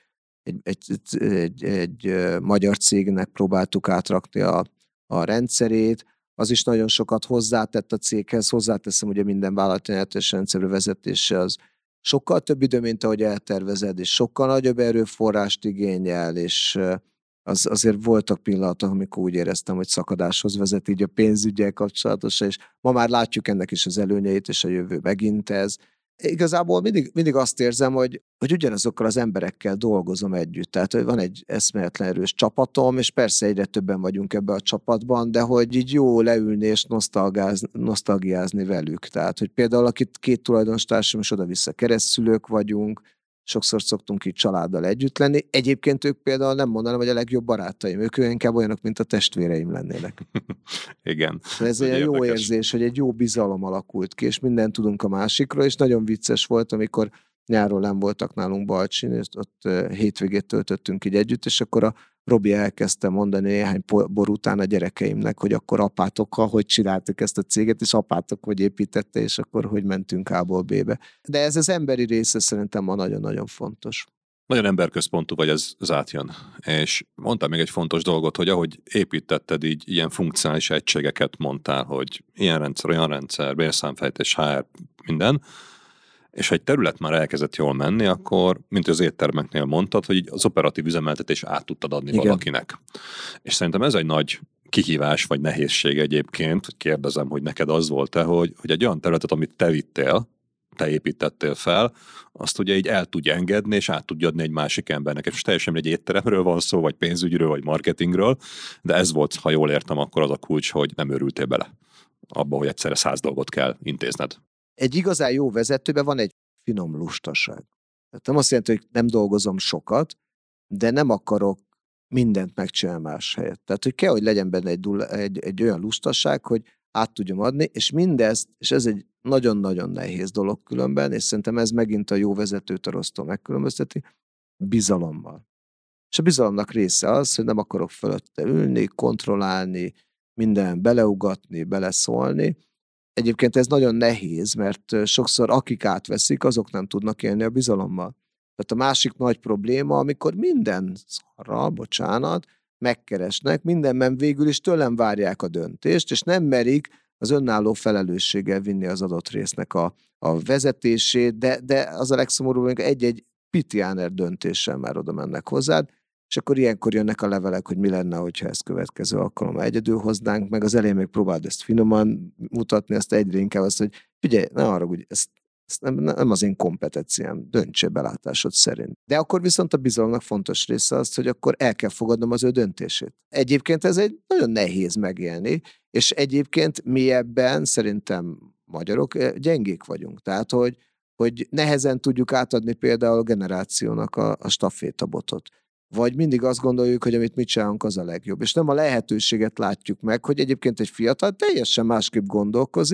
egy magyar cégnek próbáltuk átrakni a rendszerét. Az is nagyon sokat hozzátett a céghez, hozzáteszem, ugye minden vállalatirányítási rendszer vezetése az sokkal több idő, mint ahogy eltervezed, és sokkal nagyobb erőforrást igényel, és azért voltak pillanatok, amikor úgy éreztem, hogy szakadáshoz vezet így a pénzüggyel kapcsolatosan, és ma már látjuk ennek is az előnyeit, és a jövő megint ez. Igazából mindig azt érzem, hogy ugyanazokkal az emberekkel dolgozom együtt. Tehát, hogy van egy eszméletlen erős csapatom, és persze egyre többen vagyunk ebbe a csapatban, de hogy így jó leülni és nosztalgiázni velük. Tehát, hogy például akit két tulajdonostársam, és oda-vissza keresztszülők vagyunk, sokszor szoktunk így családdal együtt lenni. Egyébként ők például nem mondanám, hogy a legjobb barátaim. Ők inkább olyanok, mint a testvéreim lennének. Igen. Ez egy jó érzés, hogy egy jó bizalom alakult ki, és mindent tudunk a másikról, és nagyon vicces volt, amikor nyáron nem voltak nálunk Balcsin, és ott hétvégét töltöttünk így együtt, és akkor a Robi elkezdte mondani néhány bor után a gyerekeimnek, hogy akkor apátokkal hogy csináltuk ezt a céget, és apátok hogy építette, és akkor hogy mentünk A-ból B-be. De ez az emberi része szerintem ma nagyon-nagyon fontos. Nagyon emberközpontú vagy, ez átjön. És mondtál még egy fontos dolgot, hogy ahogy építetted, így ilyen funkcionális egységeket mondtál, hogy ilyen rendszer, olyan rendszer, bérszámfejtés, HR, minden, és ha egy terület már elkezdett jól menni, akkor, mint az éttermeknél mondtad, hogy az operatív üzemeltetés át tudtad adni valakinek. És szerintem ez egy nagy kihívás, vagy nehézség egyébként, hogy kérdezem, hogy neked az volt-e, hogy egy olyan területet, amit te vittél, te építettél fel, azt ugye így el tudja engedni, és át tudja adni egy másik embernek. És teljesen egy étteremről van szó, vagy pénzügyről, vagy marketingről, de ez volt, ha jól értem, akkor az a kulcs, hogy nem örültél bele abba, hogy egyszerre 100 dolgot kell intézned. Egy igazán jó vezetőben van egy finom lustaság. Tehát nem azt jelenti, hogy nem dolgozom sokat, de nem akarok mindent megcsinálni más helyett. Tehát, hogy kell, hogy legyen benne egy olyan lustaság, hogy át tudjam adni, és mindezt, és ez egy nagyon-nagyon nehéz dolog különben, és szerintem ez megint a jó vezetőt a rossztól megkülönbözteti, bizalommal. És a bizalomnak része az, hogy nem akarok fölötte ülni, kontrollálni, minden beleugatni, beleszólni. Egyébként ez nagyon nehéz, mert sokszor akik átveszik, azok nem tudnak élni a bizalommal. Tehát a másik nagy probléma, amikor minden szarral, bocsánat, megkeresnek, mindenben végül is tőlem várják a döntést, és nem merik az önálló felelősséggel vinni az adott résznek a vezetését, de az a legszomorúbb, hogy egy-egy pitiáner döntéssel már oda mennek hozzád, és akkor ilyenkor jönnek a levelek, hogy mi lenne, hogyha ezt következő alkalommal egyedül hoznánk, meg az elején még próbáld ezt finoman mutatni, azt egyre inkább azt, hogy figyelj, ne haragudj, ezt nem az én kompetenciám, döntsél belátásod szerint. De akkor viszont a bizalomnak fontos része az, hogy akkor el kell fogadnom az ő döntését. Egyébként ez egy nagyon nehéz megélni, és egyébként mi ebben szerintem magyarok gyengék vagyunk. Tehát, hogy nehezen tudjuk átadni például a generációnak a stafétabotot. Vagy mindig azt gondoljuk, hogy amit mi csinálunk, az a legjobb. És nem a lehetőséget látjuk meg, hogy egyébként egy fiatal teljesen másképp gondolkozik,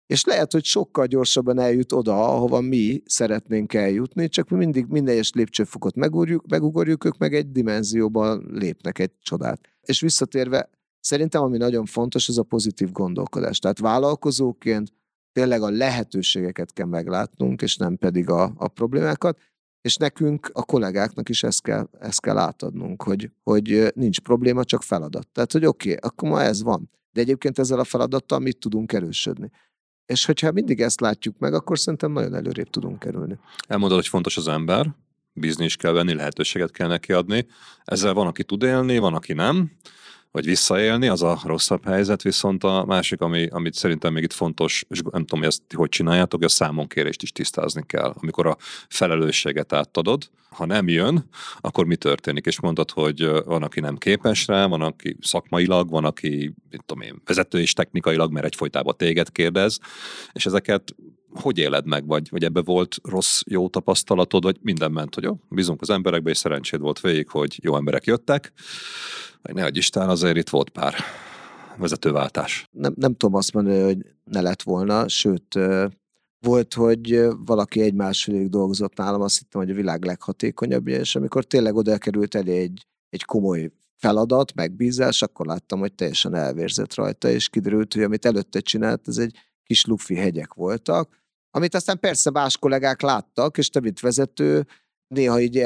És lehet, hogy sokkal gyorsabban eljut oda, ahova mi szeretnénk eljutni, csak mi mindig minden egyes lépcsőfokot megugorjuk, ők meg egy dimenzióban lépnek egy csodát. És visszatérve, szerintem ami nagyon fontos, az a pozitív gondolkodás. Tehát vállalkozóként tényleg a lehetőségeket kell meglátnunk, és nem pedig a problémákat, és nekünk, a kollégáknak is ezt kell átadnunk, hogy nincs probléma, csak feladat. Tehát, hogy oké, akkor ma ez van. De egyébként ezzel a feladattal mit tudunk erősödni? És hogyha mindig ezt látjuk meg, akkor szerintem nagyon előrébb tudunk kerülni. Elmondod, hogy fontos az ember, bízni is kell venni, lehetőséget kell neki adni. Ezzel van, aki tud élni, van, aki nem, vagy visszaélni, az a rosszabb helyzet, viszont a másik, amit szerintem még itt fontos, és nem tudom, hogy ezt hogy csináljátok, hogy a számonkérést is tisztázni kell. Amikor a felelősséget átadod, ha nem jön, akkor mi történik? És mondod, hogy van, aki nem képes rá, van, aki szakmailag, van, aki, mit tudom én, vezető és technikailag, mert egyfolytában téged kérdez, és ezeket hogy éled meg, vagy ebbe volt rossz, jó tapasztalatod, vagy minden ment, hogy jó, bízunk az emberekbe, és szerencséd volt végig, hogy jó emberek jöttek, vagy ne adj Isten, azért itt volt pár vezetőváltás. Nem tudom azt mondani, hogy ne lett volna, sőt, volt, hogy valaki egy-másfél évig dolgozott nálam, azt hittem, hogy a világ leghatékonyabbja, és amikor tényleg oda került elé egy komoly feladat, megbízás, akkor láttam, hogy teljesen elvérzett rajta, és kiderült, hogy amit előtte csinált, ez egy kis lufi hegyek voltak, amit aztán persze más kollégák láttak, és te, mint vezető, néha így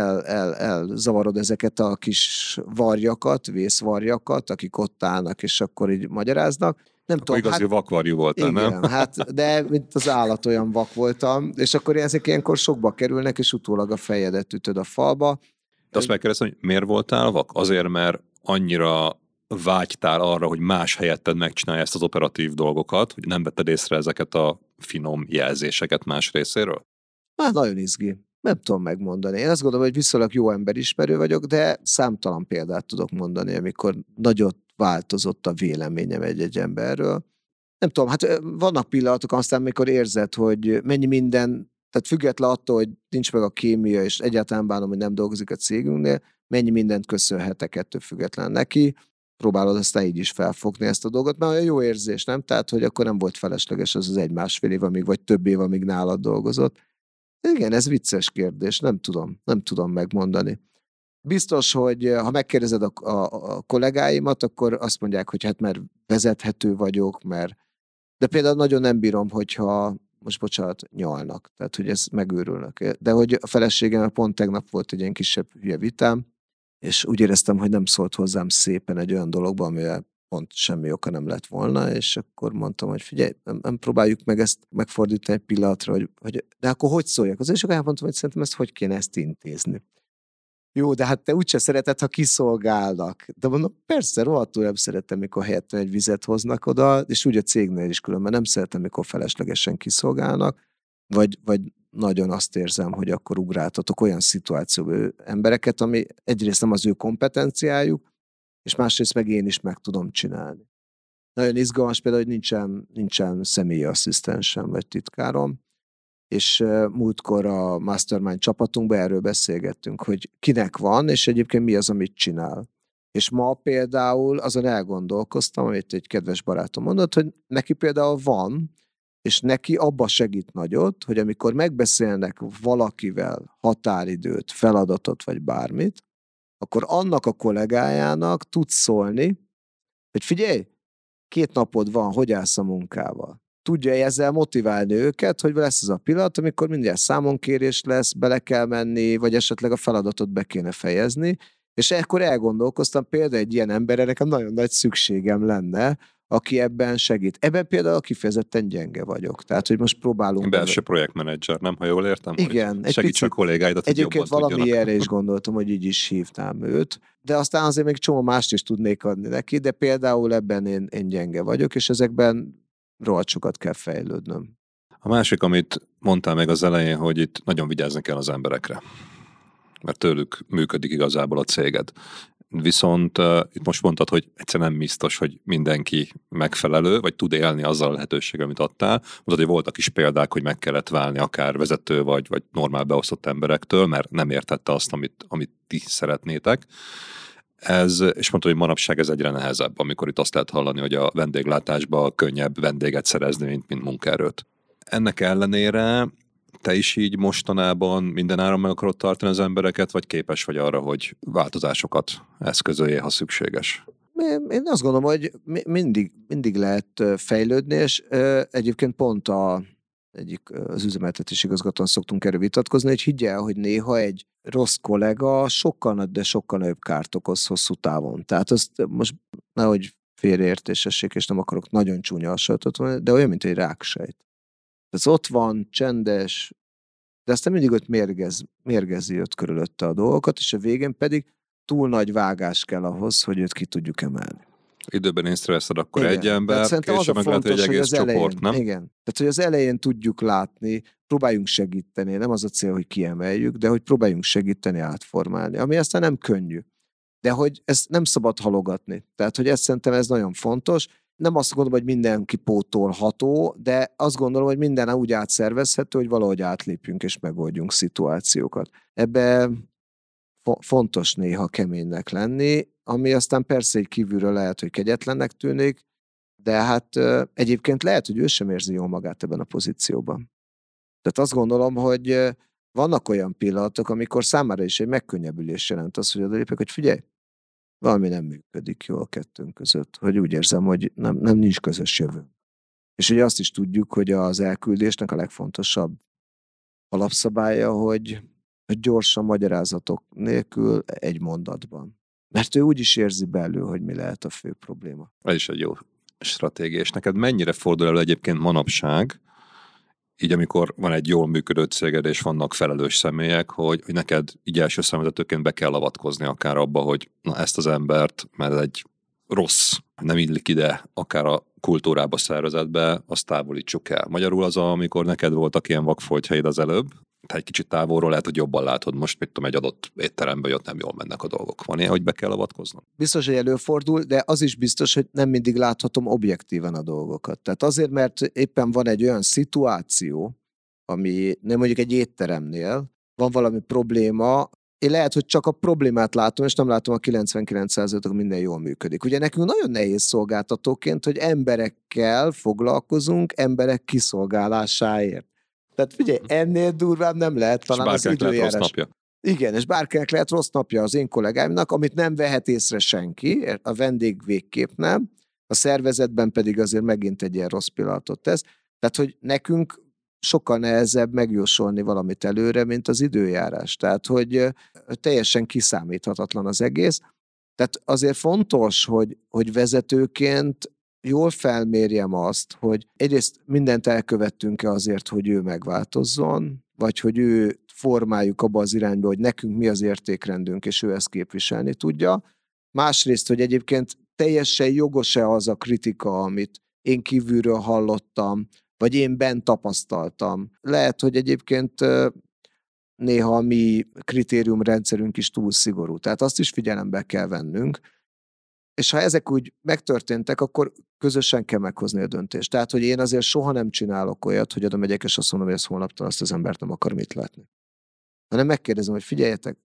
elzavarod ezeket a kis varjakat, vészvarjakat, akik ott állnak, és akkor így magyaráznak. Nem akkor tudom, igazi vakvarjú voltál, igen, nem? hát, de mint az állat olyan vak voltam, és akkor ezek ilyenkor sokba kerülnek, és utólag a fejedet ütöd a falba. De azt megkérdeztem, hogy miért voltál vak? Azért, mert annyira vágytál arra, hogy más helyetted megcsinálja ezt az operatív dolgokat, hogy nem vetted észre ezeket a finom jelzéseket más részéről? Hát nagyon izgi. Nem tudom megmondani. Én azt gondolom, hogy viszonylag jó emberismerő vagyok, de számtalan példát tudok mondani, amikor nagyot változott a véleményem egy emberről. Nem tudom, hát vannak pillanatok aztán, amikor érzed, hogy mennyi minden, tehát független attól, hogy nincs meg a kémia, és egyáltalán bánom, hogy nem dolgozik a cégünknél, mennyi mindent köszönhetek ettől független neki. Próbálod aztán így is felfogni ezt a dolgot, mert olyan jó érzés, nem? Tehát, hogy akkor nem volt felesleges az egy-másfél év, vagy több év, amíg nálad dolgozott. Igen, ez vicces kérdés, nem tudom megmondani. Biztos, hogy ha megkérdezed a kollégáimat, akkor azt mondják, hogy hát mert vezethető vagyok, de például nagyon nem bírom, hogyha most bocsánat, nyalnak, tehát hogy ez megőrülnek. De hogy a feleségem pont tegnap volt egy ilyen kisebb hülye vitám, és úgy éreztem, hogy nem szólt hozzám szépen egy olyan dologba, amivel pont semmi oka nem lett volna, és akkor mondtam, hogy figyelj, nem próbáljuk meg ezt megfordítani egy pillanatra, hogy de akkor hogy szóljak? És akkor elmondtam, hogy szerintem hogy kéne ezt intézni. Jó, de hát te úgyse szereted, ha kiszolgálnak. De mondom, persze, rohadtul nem szeretem, mikor helyettem egy vizet hoznak oda, és úgy a cégnél is különben nem szeretem, mikor feleslegesen kiszolgálnak, vagy nagyon azt érzem, hogy akkor ugráltatok olyan szituációban embereket, ami egyrészt nem az ő kompetenciájuk, és másrészt meg én is meg tudom csinálni. Nagyon izgalmas például, hogy nincsen személyi asszisztensem vagy titkárom, és múltkor a Mastermind csapatunkban erről beszélgettünk, hogy kinek van, és egyébként mi az, amit csinál. És ma például azon elgondolkoztam, amit egy kedves barátom mondott, hogy neki például van, és neki abba segít nagyot, hogy amikor megbeszélnek valakivel határidőt, feladatot vagy bármit, akkor annak a kollégájának tud szólni, hogy figyelj, 2 napod van, hogy állsz a munkával. Tudja ezzel motiválni őket, hogy lesz az a pillanat, amikor mindjárt számonkérés lesz, bele kell menni, vagy esetleg a feladatot be kéne fejezni, és ekkor elgondolkoztam, például egy ilyen emberre nekem nagyon nagy szükségem lenne, aki ebben segít. Ebben például kifejezetten gyenge vagyok. Tehát, hogy most próbálunk... Belső projektmenedzser, nem, ha jól értem? Igen. Hogy segíts a kollégáidat, hogy egyébként jobban valami tudjanak. erre is gondoltam, hogy így is hívnám őt. De aztán azért még csomó mást is tudnék adni neki, de például ebben én gyenge vagyok, és ezekben rohadt sokat kell fejlődnöm. A másik, amit mondtál meg az elején, hogy itt nagyon vigyázni kell az emberekre. Mert tőlük működik igazából a céged. Viszont itt most mondtad, hogy egyszerűen nem biztos, hogy mindenki megfelelő, vagy tud élni azzal a lehetőséggel, amit adtál. Mondtad, hogy voltak is példák, hogy meg kellett válni akár vezető, vagy normál beosztott emberektől, mert nem értette azt, amit ti szeretnétek. Ez, és mondta, hogy manapság ez egyre nehezebb, amikor itt azt lehet hallani, hogy a vendéglátásban könnyebb vendéget szerezni, mint munkaerőt. Ennek ellenére te is így mostanában mindenáron meg akarod tartani az embereket, vagy képes vagy arra, hogy változásokat eszközöljél, ha szükséges? Én azt gondolom, hogy mindig lehet fejlődni, és egyébként pont az üzemeltetési igazgatón szoktunk erről vitatkozni, hogy higgy el, hogy néha egy rossz kollega sokkal nagyobb kárt okoz hosszú távon. Tehát azt most nehogy félreértésessék, és nem akarok nagyon csúnya hasonlatot mondani, de olyan, mint egy ráksejt. Ez ott van, csendes, de aztán mindig ott mérgezi ott körülötte a dolgokat, és a végén pedig túl nagy vágás kell ahhoz, hogy őt ki tudjuk emelni. Időben észreveszed, akkor Igen. egy ember, később meg lehet, hogy egy egész csoport, nem? Igen. Tehát, hogy az elején tudjuk látni, próbáljunk segíteni, nem az a cél, hogy kiemeljük, de hogy próbáljunk segíteni, átformálni, ami aztán nem könnyű. De hogy ezt nem szabad halogatni. Tehát, hogy ezt szerintem ez nagyon fontos. Nem azt gondolom, hogy mindenki pótolható, de azt gondolom, hogy minden úgy átszervezhető, hogy valahogy átlépjünk és megoldjunk szituációkat. Ebbe fontos néha keménynek lenni, ami aztán persze egy kívülről lehet, hogy kegyetlennek tűnik, de hát egyébként lehet, hogy ő sem érzi jól magát ebben a pozícióban. Tehát azt gondolom, hogy vannak olyan pillanatok, amikor számára is egy megkönnyebbülés jelent az, hogy odalépek, hogy figyelj, valami nem működik jól a kettőnk között, hogy úgy érzem, hogy nem nincs közös jövő. És ugye azt is tudjuk, hogy az elküldésnek a legfontosabb alapszabálya, hogy gyorsan magyarázatok nélkül egy mondatban. Mert ő úgy is érzi belül, hogy mi lehet a fő probléma. Ez is egy jó stratégia. És neked mennyire fordul elő egyébként manapság, így amikor van egy jól működő céged, és vannak felelős személyek, hogy neked így első számvezetőként be kell avatkozni akár abba, hogy na ezt az embert, mert egy rossz, nem illik ide, akár a kultúrába, szervezetbe, azt távolítsuk el. Magyarul az, amikor neked voltak ilyen vakfoltjaid az előbb, egy kicsit távolról lehet, hogy jobban látod most, mit tudom, egy adott étteremben, hogy ott nem jól mennek a dolgok. Van ilyen, hogy be kell avatkoznom? Biztos, hogy előfordul, de az is biztos, hogy nem mindig láthatom objektíven a dolgokat. Tehát azért, mert éppen van egy olyan szituáció, ami nem mondjuk egy étteremnél, van valami probléma, én lehet, hogy csak a problémát látom, és nem látom a 99%-ot, minden jól működik. Ugye nekünk nagyon nehéz szolgáltatóként, hogy emberekkel foglalkozunk, emberek kiszolgálásáért. Tehát figyelj, ennél durvább nem lehet talán az időjárás. Rossz napja. Igen, és bárkinek lehet rossz napja az én kollégáimnak, amit nem vehet észre senki, a vendég végképp nem, a szervezetben pedig azért megint egy ilyen rossz pillanatot tesz. Tehát, hogy nekünk sokkal nehezebb megjósolni valamit előre, mint az időjárás. Tehát, hogy teljesen kiszámíthatatlan az egész. Tehát azért fontos, hogy vezetőként jól felmérjem azt, hogy egyrészt mindent elkövettünk-e azért, hogy ő megváltozzon, vagy hogy ő formáljuk abba az irányba, hogy nekünk mi az értékrendünk, és ő ezt képviselni tudja. Másrészt, hogy egyébként teljesen jogos-e az a kritika, amit én kívülről hallottam, vagy én bent tapasztaltam. Lehet, hogy egyébként néha a mi kritériumrendszerünk is túl szigorú. Tehát azt is figyelembe kell vennünk. És ha ezek úgy megtörténtek, akkor közösen kell meghozni a döntést. Tehát, hogy én azért soha nem csinálok olyat, hogy oda megyek, és azt mondom, hogy ezt holnaptól azt az embert nem akarom itt látni. Hanem megkérdezem, hogy figyeljetek,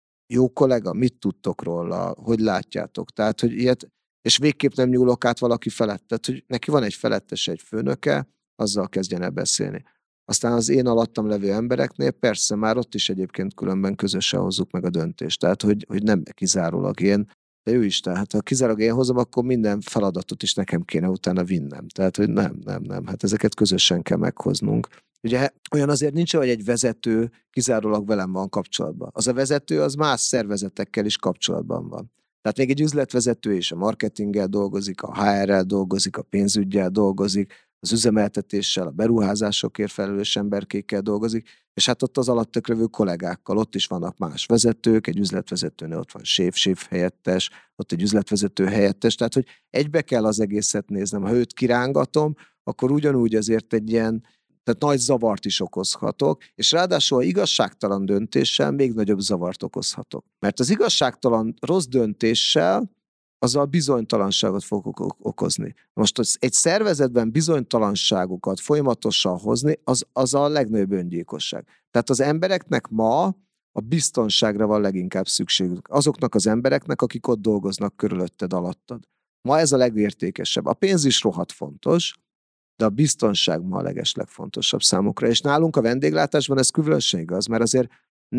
jó kollega, mit tudtok róla, hogy látjátok? Tehát, hogy ilyet, és végképp nem nyúlok át valaki felett. Tehát, hogy neki van egy felettes, egy főnöke, azzal kezdjen el beszélni. Aztán az én alattam levő embereknél persze már ott is egyébként különben közösen hozzuk meg a döntést. Tehát, hogy nem kizárólag én, de ő is. Tehát, ha kizárólag én hozom, akkor minden feladatot is nekem kéne utána vinnem. Tehát, hogy nem. Hát ezeket közösen kell meghoznunk. Ugye olyan azért nincs, hogy egy vezető kizárólag velem van kapcsolatban. Az a vezető az más szervezetekkel is kapcsolatban van. Tehát még egy üzletvezető is a marketinggel dolgozik, a HR-rel dolgozik, a pénzüggyel dolgozik, az üzemeltetéssel, a beruházásokért felelős emberkékkel dolgozik, és hát ott az alattak levő kollégákkal, ott is vannak más vezetők, egy üzletvezetőnél ott van séf helyettes, ott egy üzletvezető helyettes, tehát hogy egybe kell az egészet néznem. Ha őt kirángatom, akkor ugyanúgy azért egy ilyen, tehát nagy zavart is okozhatok, és ráadásul igazságtalan döntéssel még nagyobb zavart okozhatok. Mert az igazságtalan rossz döntéssel azzal bizonytalanságot fog okozni. Most egy szervezetben bizonytalanságokat folyamatosan hozni, az a legnagyobb öngyilkosság. Tehát az embereknek ma a biztonságra van leginkább szükségünk. Azoknak az embereknek, akik ott dolgoznak körülötted, alattad. Ma ez a legértékesebb. A pénz is rohadt fontos, de a biztonság ma a legeslegfontosabb számukra. És nálunk a vendéglátásban ez különösen igaz, mert azért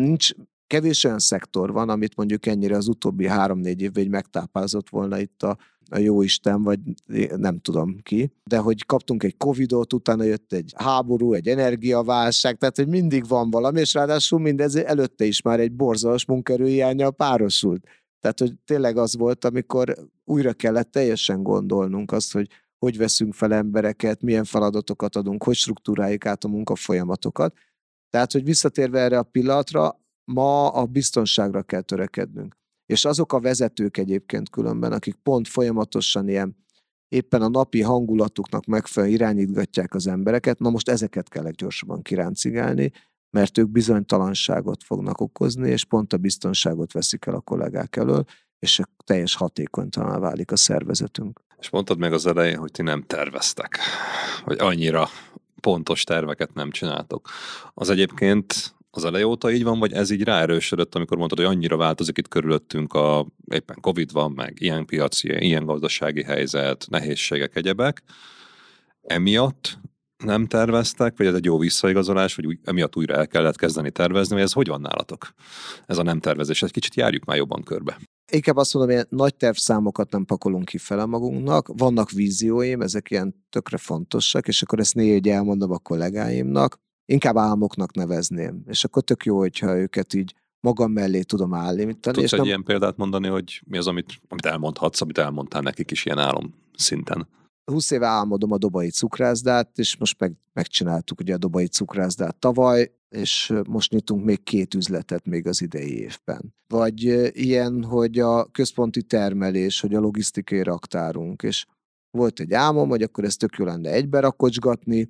kevés olyan szektor van, amit mondjuk ennyire az utóbbi 3-4 évben így megtápázott volna itt a jóisten, vagy nem tudom ki, de hogy kaptunk egy Covidot, utána jött egy háború, egy energiaválság, tehát hogy mindig van valami, és ráadásul mindez előtte is már egy borzalmas munkaerőhiánnyal párosult. Tehát, hogy tényleg az volt, amikor újra kellett teljesen gondolnunk azt, hogy veszünk fel embereket, milyen feladatokat adunk, hogy struktúráljuk át a munkafolyamatokat. Tehát, hogy visszatérve erre a pillanatra, ma a biztonságra kell törekednünk. És azok a vezetők egyébként különben, akik pont folyamatosan ilyen éppen a napi hangulatuknak megfelelően irányítgatják az embereket, na most ezeket kell leggyorsabban kiráncigálni, mert ők bizonytalanságot fognak okozni, és pont a biztonságot veszik el a kollégák elől, és teljes hatékonytalanná válik a szervezetünk. És mondtad meg az elején, hogy ti nem terveztek, hogy annyira pontos terveket nem csináltok. Az egyébként az eleje óta így van, vagy ez így ráerősödött, amikor mondtad, hogy annyira változik itt körülöttünk, éppen Covid van, meg ilyen piaci, ilyen gazdasági helyzet, nehézségek, egyebek. Emiatt nem terveztek, vagy ez egy jó visszaigazolás, hogy emiatt újra el kellett kezdeni tervezni, vagy ez hogy van nálatok? Ez a nem tervezés, egy kicsit járjuk már jobban körbe. Inkább azt mondom, hogy nagy tervszámokat nem pakolunk ki fele magunknak, vannak vízióim, ezek ilyen tökre fontosak, és akkor ezt néha így elmondom a kollégáimnak, inkább álmoknak nevezném, és akkor tök jó, hogyha őket így magam mellé tudom állítani. Tudsz egy ilyen példát mondani, hogy mi az, amit elmondhatsz, amit elmondtál nekik is ilyen álom szinten? 20 éve álmodom a Dobai cukrászdát, és most megcsináltuk ugye a Dobai cukrászdát tavaly, és most nyitunk még 2 üzletet még az idei évben. Vagy ilyen, hogy a központi termelés, hogy a logisztikai raktárunk, és volt egy álmom, hogy akkor ezt tök jó lenne egybe rakocsgatni,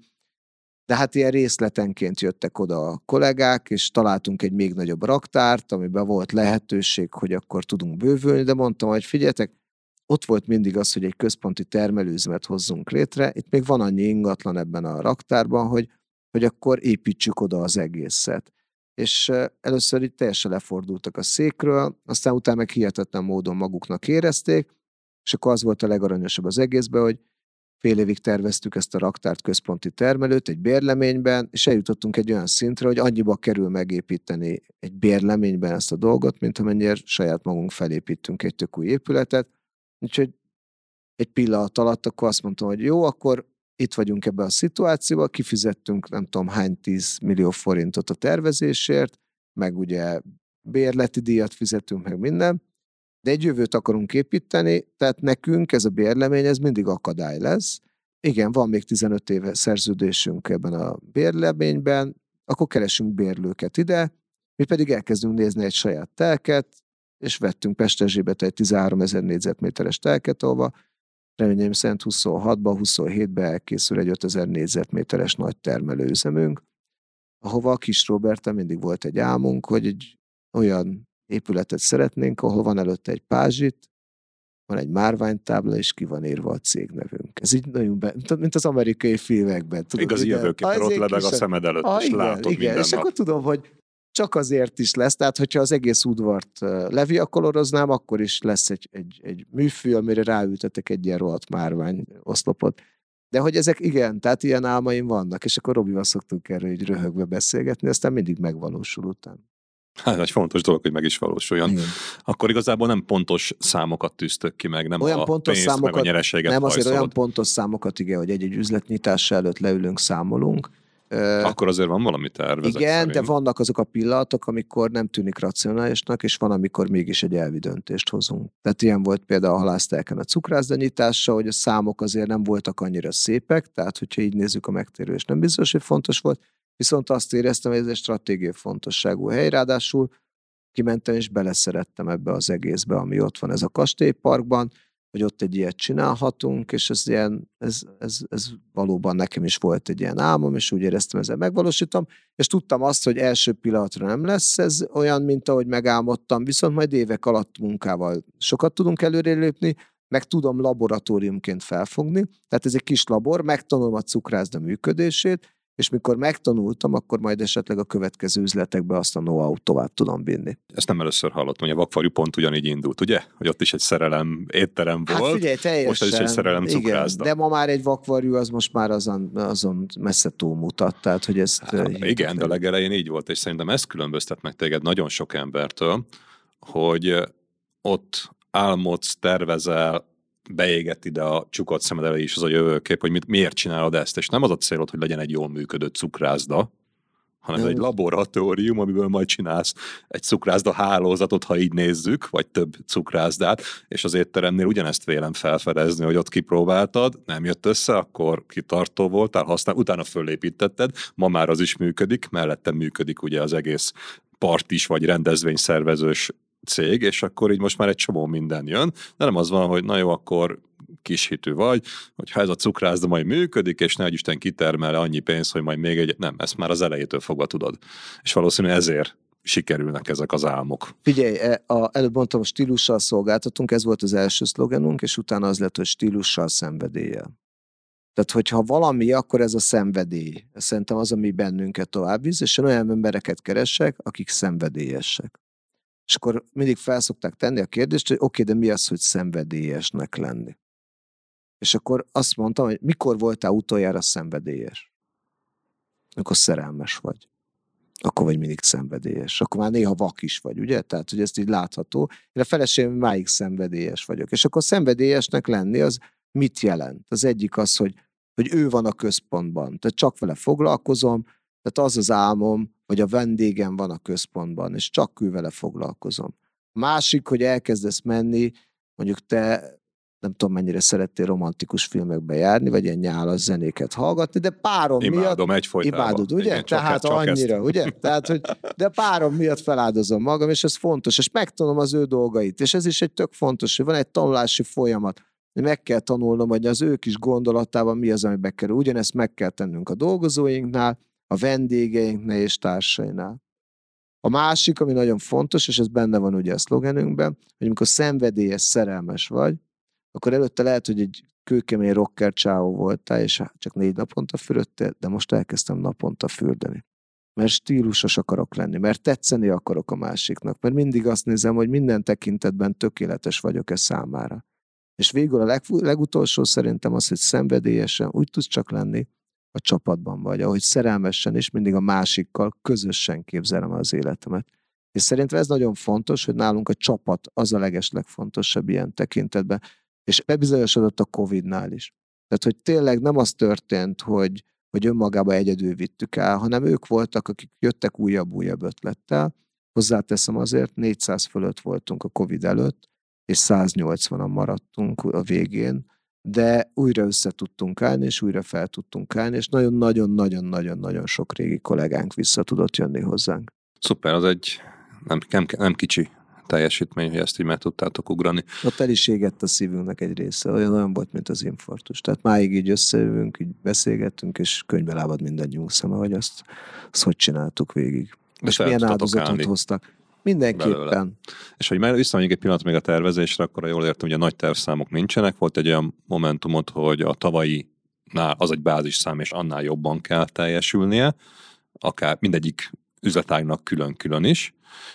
de hát ilyen részletenként jöttek oda a kollégák, és találtunk egy még nagyobb raktárt, amiben volt lehetőség, hogy akkor tudunk bővülni, de mondtam, hogy figyeljetek, ott volt mindig az, hogy egy központi termelőüzemet hozzunk létre, itt még van annyi ingatlan ebben a raktárban, hogy akkor építsük oda az egészet. És először itt teljesen lefordultak a székről, aztán utána meg hihetetlen módon maguknak érezték, és akkor az volt a legaranyosabb az egészben, hogy fél évig terveztük ezt a raktárt központi termelőt egy bérleményben, és eljutottunk egy olyan szintre, hogy annyiba kerül megépíteni egy bérleményben ezt a dolgot, mint amennyire saját magunk felépítünk egy tök új épületet. Úgyhogy egy pillanat alatt akkor azt mondtam, hogy jó, akkor itt vagyunk ebben a szituációban, kifizettünk nem tudom hány 10 millió forintot a tervezésért, meg ugye bérleti díjat fizetünk, meg minden, de egy jövőt akarunk építeni, tehát nekünk ez a bérlemény, ez mindig akadály lesz. Igen, van még 15 éve szerződésünk ebben a bérleményben, akkor keresünk bérlőket ide, mi pedig elkezdünk nézni egy saját telket, és vettünk Pesterzsébet egy 13 000 négyzetméteres telket, ahova reményeim szerint 26-ban, 27-ben elkészül egy 5000 négyzetméteres nagy termelőüzemünk, ahova a Kis Róberttel mindig volt egy álmunk, hogy egy olyan épületet szeretnénk, ahol van előtte egy pázsit, van egy márványtábla, és ki van írva a cégnevünk. Ez így nagyon mint az amerikai filmekben. Igazi jövőképben ott lebeg a szemed előtt, és igen, látod igen. minden És nap. akkor tudom, hogy csak azért is lesz, tehát hogyha az egész udvart leviakoloroznám, akkor is lesz egy műfű, amire ráültetek egy ilyen rohadt márvány oszlopot. De hogy ezek igen, tehát ilyen álmaim vannak, és akkor Robival szoktunk erről így röhögve beszélgetni, aztán mindig megvalósul után. Hát egy fontos dolog, hogy meg is valósuljon. Igen. Akkor igazából nem pontos számokat tűztök ki meg, nem olyan a pontos pénzt, számokat, meg a nyereséget nem hajszolod. Azért olyan pontos számokat, igen, hogy egy üzletnyitása előtt leülünk, számolunk. Akkor azért van valami terv. Igen, de vannak azok a pillanatok, amikor nem tűnik racionálisnak, és van, amikor mégis egy elvi döntést hozunk. Tehát ilyen volt például a halásztelken a cukrászda nyitása, hogy a számok azért nem voltak annyira szépek, tehát hogyha így nézzük a megtérülés, nem biztos, hogy fontos volt, viszont azt éreztem, hogy ez egy stratégiai fontosságú hely, ráadásul kimentem és beleszerettem ebbe az egészbe, ami ott van ez a kastélyparkban, hogy ott egy ilyet csinálhatunk, és ez valóban nekem is volt egy ilyen álmom, és úgy éreztem, ezzel megvalósítom, és tudtam azt, hogy első pillanatra nem lesz ez olyan, mint ahogy megálmodtam, viszont majd évek alatt munkával sokat tudunk előrelépni, meg tudom laboratóriumként felfogni, tehát ez egy kis labor, megtanulom a cukrászda működését, és mikor megtanultam, akkor majd esetleg a következő üzletekbe azt a know-how-t tovább tudom vinni. Ezt nem először hallottam, hogy a vakfarjú pont ugyanígy indult, ugye? Hogy ott is egy szerelem étterem volt. Hát figyelj, teljesen. Most ez is egy szerelem cukrászda. De ma már egy vakvarjú az most már azon messze túlmutat. Tehát, hogy ezt... Igen, de a legelején így volt, és szerintem ez különböztet meg téged nagyon sok embertől, hogy ott álmodsz, tervezel, beégett ide a csukott szemed elé is az a jövőkép, hogy miért csinálod ezt, és nem az a célod, hogy legyen egy jól működő cukrászda, hanem egy laboratórium, amiből majd csinálsz egy cukrászda hálózatot, ha így nézzük, vagy több cukrászdát, és az étteremnél ugyanezt vélem felfedezni, hogy ott kipróbáltad, nem jött össze, akkor kitartó voltál, utána fölépítetted, ma már az is működik, mellette működik ugye az egész partis vagy rendezvényszervezős cég, és akkor így most már egy csomó minden jön, de nem az van, hogy na jó, akkor kishitű vagy, hogyha ez a cukrászda majd működik, és nehogy Isten kitermel annyi pénzt, hogy majd még egy... Nem, ezt már az elejétől fogva tudod. És valószínűleg ezért sikerülnek ezek az álmok. Figyelj, előbb mondtam, stílussal szolgáltatunk, ez volt az első szlogenunk, és utána az lett, hogy stílussal, szenvedéllyel. Tehát, hogyha valami, akkor ez a szenvedély. Szerintem az, ami bennünket továbbvisz, és olyan embereket keresek, akik szenvedélyesek. És akkor mindig felszokták tenni a kérdést, hogy oké, de mi az, hogy szenvedélyesnek lenni? És akkor azt mondtam, hogy mikor voltál utoljára szenvedélyes? Akkor szerelmes vagy. Akkor vagy mindig szenvedélyes. Akkor már néha vak is vagy, ugye? Tehát, hogy ezt így látható. Én a feleségem máig szenvedélyes vagyok. És akkor szenvedélyesnek lenni az mit jelent? Az egyik az, hogy ő van a központban. Tehát csak vele foglalkozom, tehát az az álmom, hogy a vendégem van a központban, és csak ő vele foglalkozom. A másik, hogy elkezdesz menni, mondjuk te nem tudom, mennyire szerettél romantikus filmekbe járni, vagy ilyen nyálas zenéket hallgatni, de párom Imádom miatt... egyfolytában. Imádod, ugye? Igen, Tehát annyira, ezt. Ugye? Tehát, hogy de párom miatt feláldozom magam, és ez fontos, és megtanulom az ő dolgait, és ez is egy tök fontos, hogy van egy tanulási folyamat, hogy meg kell tanulnom, hogy az ő kis gondolatában mi az, ami bekerül. Ugyanezt meg kell tennünk a dolgozóinknál, a vendégeinknél és társainál. A másik, ami nagyon fontos, és ez benne van ugye a szlogenünkben, hogy amikor szenvedélyes, szerelmes vagy, akkor előtte lehet, hogy egy kőkemény rocker csáó voltál, és csak 4 naponta fürödtél, de most elkezdtem naponta fürdeni. Mert stílusos akarok lenni, mert tetszeni akarok a másiknak, mert mindig azt nézem, hogy minden tekintetben tökéletes vagyok-e számára. És végül a legutolsó szerintem az, hogy szenvedélyesen úgy tudsz csak lenni, a csapatban vagy, ahogy szerelmesen és mindig a másikkal közösen képzelem az életemet. És szerintem ez nagyon fontos, hogy nálunk a csapat az a legeslegfontosabb ilyen tekintetben, és bebizonyosodott a Covid-nál is. Tehát, hogy tényleg nem az történt, hogy önmagában egyedül vittük el, hanem ők voltak, akik jöttek újabb ötlettel. Hozzáteszem azért, 400 fölött voltunk a Covid előtt, és 180-an maradtunk a végén, de újra össze tudtunk állni, és újra fel tudtunk állni, és nagyon-nagyon-nagyon-nagyon sok régi kollégánk vissza tudott jönni hozzánk. Szuper, az egy nem kicsi teljesítmény, hogy ezt így meg tudtátok ugrani. Ott el is égett a szívünknek egy része, olyan volt, mint az infarktus. Tehát máig így összejövünk, így beszélgettünk, és könyvbe lábad mindannyiunk szeme, hogy azt hogy csináltuk végig. És milyen áldozatot hoztak. Mindenképpen. Belőle. És hogy már visszamegyünk egy pillanat még a tervezésre, akkor jól értem, hogy a nagy tervszámok nincsenek. Volt egy olyan momentumot, hogy a tavalyinál az egy bázisszám, és annál jobban kell teljesülnie, akár mindegyik üzletágnak külön-külön is,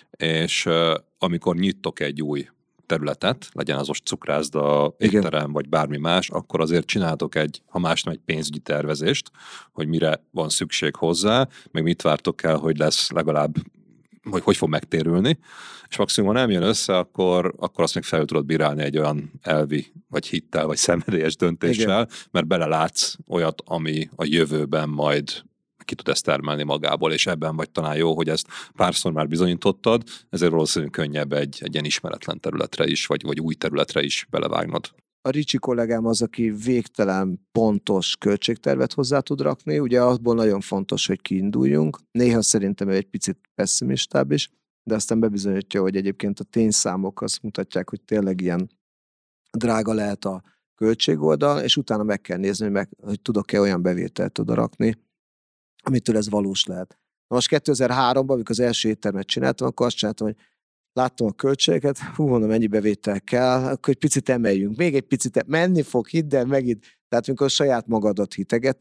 és amikor nyitok egy új területet, legyen az most cukrászda, étterem, vagy bármi más, akkor azért csináltok ha más nem egy pénzügyi tervezést, hogy mire van szükség hozzá, meg mit vártok el, hogy lesz legalább hogy fog megtérülni, és maximum, ha nem jön össze, akkor azt még fel tudod bírálni egy olyan elvi, vagy hittel, vagy szenvedélyes döntéssel, igen, mert belelátsz olyat, ami a jövőben majd ki tud ezt termelni magából, és ebben vagy talán jó, hogy ezt párszor már bizonyítottad, ezért valószínűleg könnyebb egy ilyen ismeretlen területre is, vagy új területre is belevágnod. A Ricsi kollégám az, aki végtelen pontos költségtervet hozzá tud rakni, ugye abból nagyon fontos, hogy kiinduljunk. Néha szerintem egy picit pessimistább is, de aztán bebizonyítja, hogy egyébként a tényszámok azt mutatják, hogy tényleg ilyen drága lehet a költségoldal, és utána meg kell nézni, hogy tudok-e olyan bevételt oda rakni, amitől ez valós lehet. Na most 2003-ban, amikor az első éttermet csináltam, akkor azt csináltam, hogy láttam a költségeket, mondom, mennyi bevétel kell, akkor egy picit emeljünk, még egy picit, menni fog, hidd el, megint. Tehát amikor saját magadat hitegeted,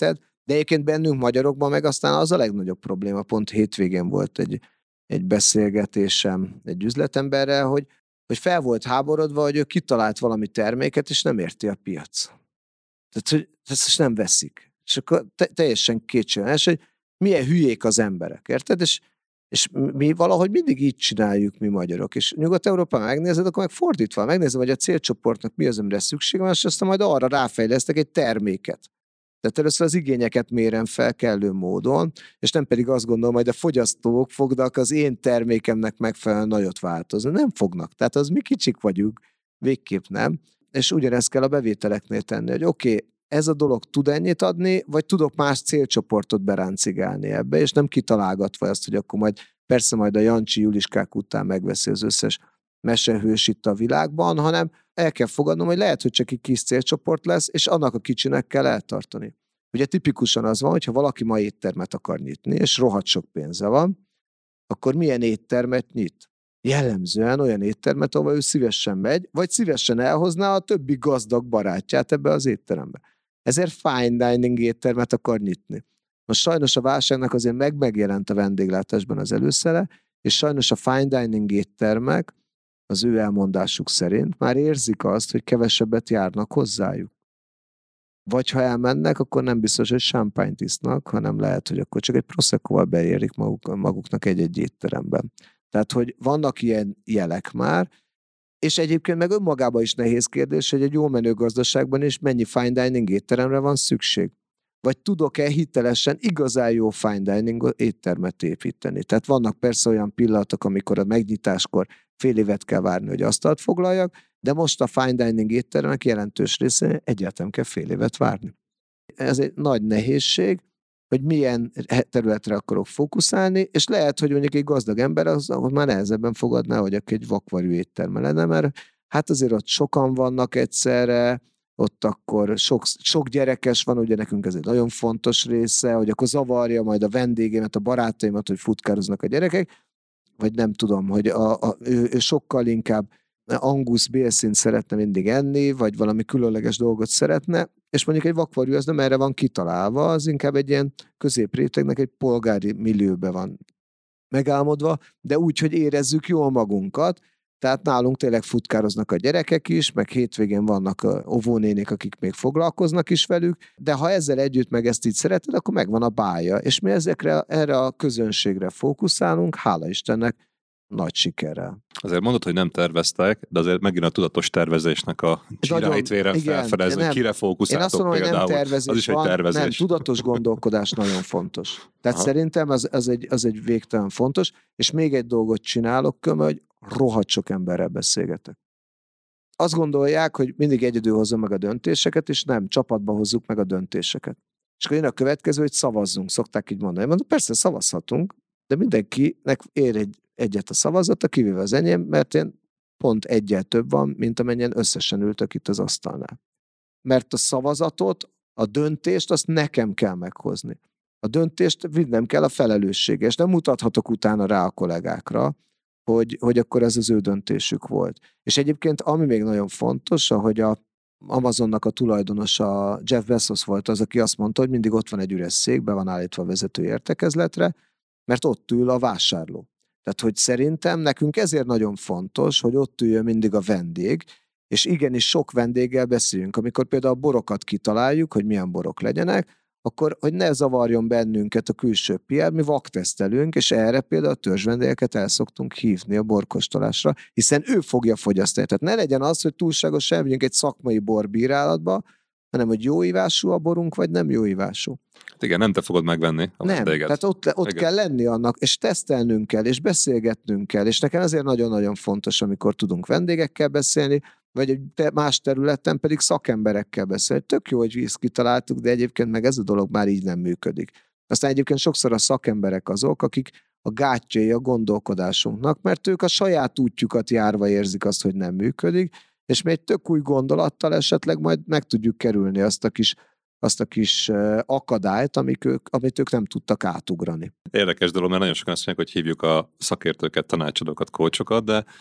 De egyébként bennünk magyarokban meg aztán az a legnagyobb probléma. Pont hétvégén volt egy beszélgetésem egy üzletemberrel, hogy fel volt háborodva, hogy ő kitalált valami terméket, és nem érti a piac. Tehát, hogy ezt nem veszik. És akkor teljesen kétségbeesett, hogy milyen hülyék az emberek, érted? És mi valahogy mindig így csináljuk, mi magyarok. És Nyugat-Európában megnézed, akkor meg fordítva, megnézem, hogy a célcsoportnak mi az, amire szükség van, és aztán majd arra ráfejlesztek egy terméket. Tehát először az igényeket mérem fel kellő módon, és nem pedig azt gondolom, hogy a fogyasztók fognak az én termékemnek megfelelően nagyot változni. Nem fognak. Tehát az mi kicsik vagyunk, végképp nem. És ugyanezt kell a bevételeknél tenni, hogy oké, ez a dolog tud ennyit adni, vagy tudok más célcsoportot beráncigálni ebbe, és nem kitalálgatva azt, hogy akkor majd a Jancsi Juliskák után megveszi az összes mesehős itt a világban, hanem el kell fogadnom, hogy lehet, hogy csak egy kis célcsoport lesz, és annak a kicsinek kell eltartani. Ugye tipikusan az van, hogyha valaki ma éttermet akar nyitni, és rohadt sok pénze van, akkor milyen éttermet nyit? Jellemzően olyan éttermet, ahol ő szívesen megy, vagy szívesen elhozná a többi gazdag barátját ebbe az étterembe. Ezért fine dining éttermet akar nyitni. Most sajnos a válságnak azért megjelent a vendéglátásban az előszele, és sajnos a fine dining éttermek az ő elmondásuk szerint már érzik azt, hogy kevesebbet járnak hozzájuk. Vagy ha elmennek, akkor nem biztos, hogy champagne isznak, hanem lehet, hogy akkor csak egy proseccoval beérik maguknak egy étteremben. Tehát, hogy vannak ilyen jelek már, és egyébként meg önmagában is nehéz kérdés, hogy egy jó menő gazdaságban is mennyi fine dining étteremre van szükség. Vagy tudok-e hitelesen igazán jó fine dining éttermet építeni. Tehát vannak persze olyan pillanatok, amikor a megnyitáskor fél évet kell várni, hogy asztalt foglaljak, de most a fine dining éttermek jelentős részén egyáltalán kell fél évet várni. Ez egy nagy nehézség, hogy milyen területre akarok fókuszálni, és lehet, hogy mondjuk egy gazdag ember az már nehezebben fogadná, hogy egy vakvarjú étterme lenne, mert hát azért ott sokan vannak egyszerre, ott akkor sok gyerekes van, ugye nekünk ez egy nagyon fontos része, hogy akkor zavarja majd a vendégeimet, a barátaimat, hogy futkároznak a gyerekek, vagy nem tudom, hogy ő sokkal inkább angusz bélszínt szeretne mindig enni, vagy valami különleges dolgot szeretne, és mondjuk egy vakvarjú az nem erre van kitalálva, az inkább egy ilyen középrétegnek egy polgári millióbe van megálmodva, de úgy, hogy érezzük jól magunkat, tehát nálunk tényleg futkároznak a gyerekek is, meg hétvégén vannak óvónénik, akik még foglalkoznak is velük, de ha ezzel együtt meg ezt így szereted, akkor megvan a bája, és mi erre a közönségre fókuszálunk, hála Istennek, nagy sikerrel. Azért mondod, hogy nem terveztek, de azért megint a tudatos tervezésnek a csiráit vérem felfedezni, hogy kire fókuszáltok például. Én azt mondom, hogy nem tervezés az is egy tervezés. Nem, tudatos gondolkodás nagyon fontos. Tehát szerintem az egy végtelen fontos, és még egy dolgot csinálok, hogy rohadt sok emberrel beszélgetek. Azt gondolják, hogy mindig egyedül hozom meg a döntéseket, és nem, csapatba hozzuk meg a döntéseket. És akkor jön a következő, hogy szavazzunk, szokták így mondani. Mondom, persze szavazhatunk, de mindenkinek ér egyet a szavazata, kivéve az enyém, mert én pont egyel több van, mint amennyien összesen ültök itt az asztalnál. Mert a szavazatot, a döntést, azt nekem kell meghozni. A döntést vinnem kell a felelőssége, és nem mutathatok utána rá a kollégákra, hogy akkor ez az ő döntésük volt. És egyébként, ami még nagyon fontos, ahogy a Amazonnak a tulajdonosa Jeff Bezos volt az, aki azt mondta, hogy mindig ott van egy üres szék, be van állítva a vezetői értekezletre, mert ott ül a vásárló. Tehát, hogy szerintem nekünk ezért nagyon fontos, hogy ott üljön mindig a vendég, és igenis sok vendéggel beszéljünk. Amikor például a borokat kitaláljuk, hogy milyen borok legyenek, akkor, hogy ne zavarjon bennünket a külső PR, mi vaktesztelünk, és erre például a törzsvendégeket el szoktunk hívni a borkóstolásra, hiszen ő fogja fogyasztani. Tehát ne legyen az, hogy túlságosan elmegyünk egy szakmai borbírálatba, hanem hogy jó ívású a borunk, vagy nem jó ívású. Igen, nem te fogod megvenni a vendéget. Tehát ott kell lenni annak, és tesztelnünk kell, és beszélgetnünk kell, és nekem ezért nagyon-nagyon fontos, amikor tudunk vendégekkel beszélni, vagy egy más területen pedig szakemberekkel beszélni. Tök jó, hogy ezt kitaláltuk, de egyébként meg ez a dolog már így nem működik. Aztán egyébként sokszor a szakemberek azok, akik a gátjai a gondolkodásunknak, mert ők a saját útjukat járva érzik azt, hogy nem működik, és mi egy tök új gondolattal esetleg majd meg tudjuk kerülni azt a kis akadályt, amit ők nem tudtak átugrani. Érdekes dolog, mert nagyon sokan azt mondják, hogy hívjuk a szakértőket, tanácsadókat, kócsokat, de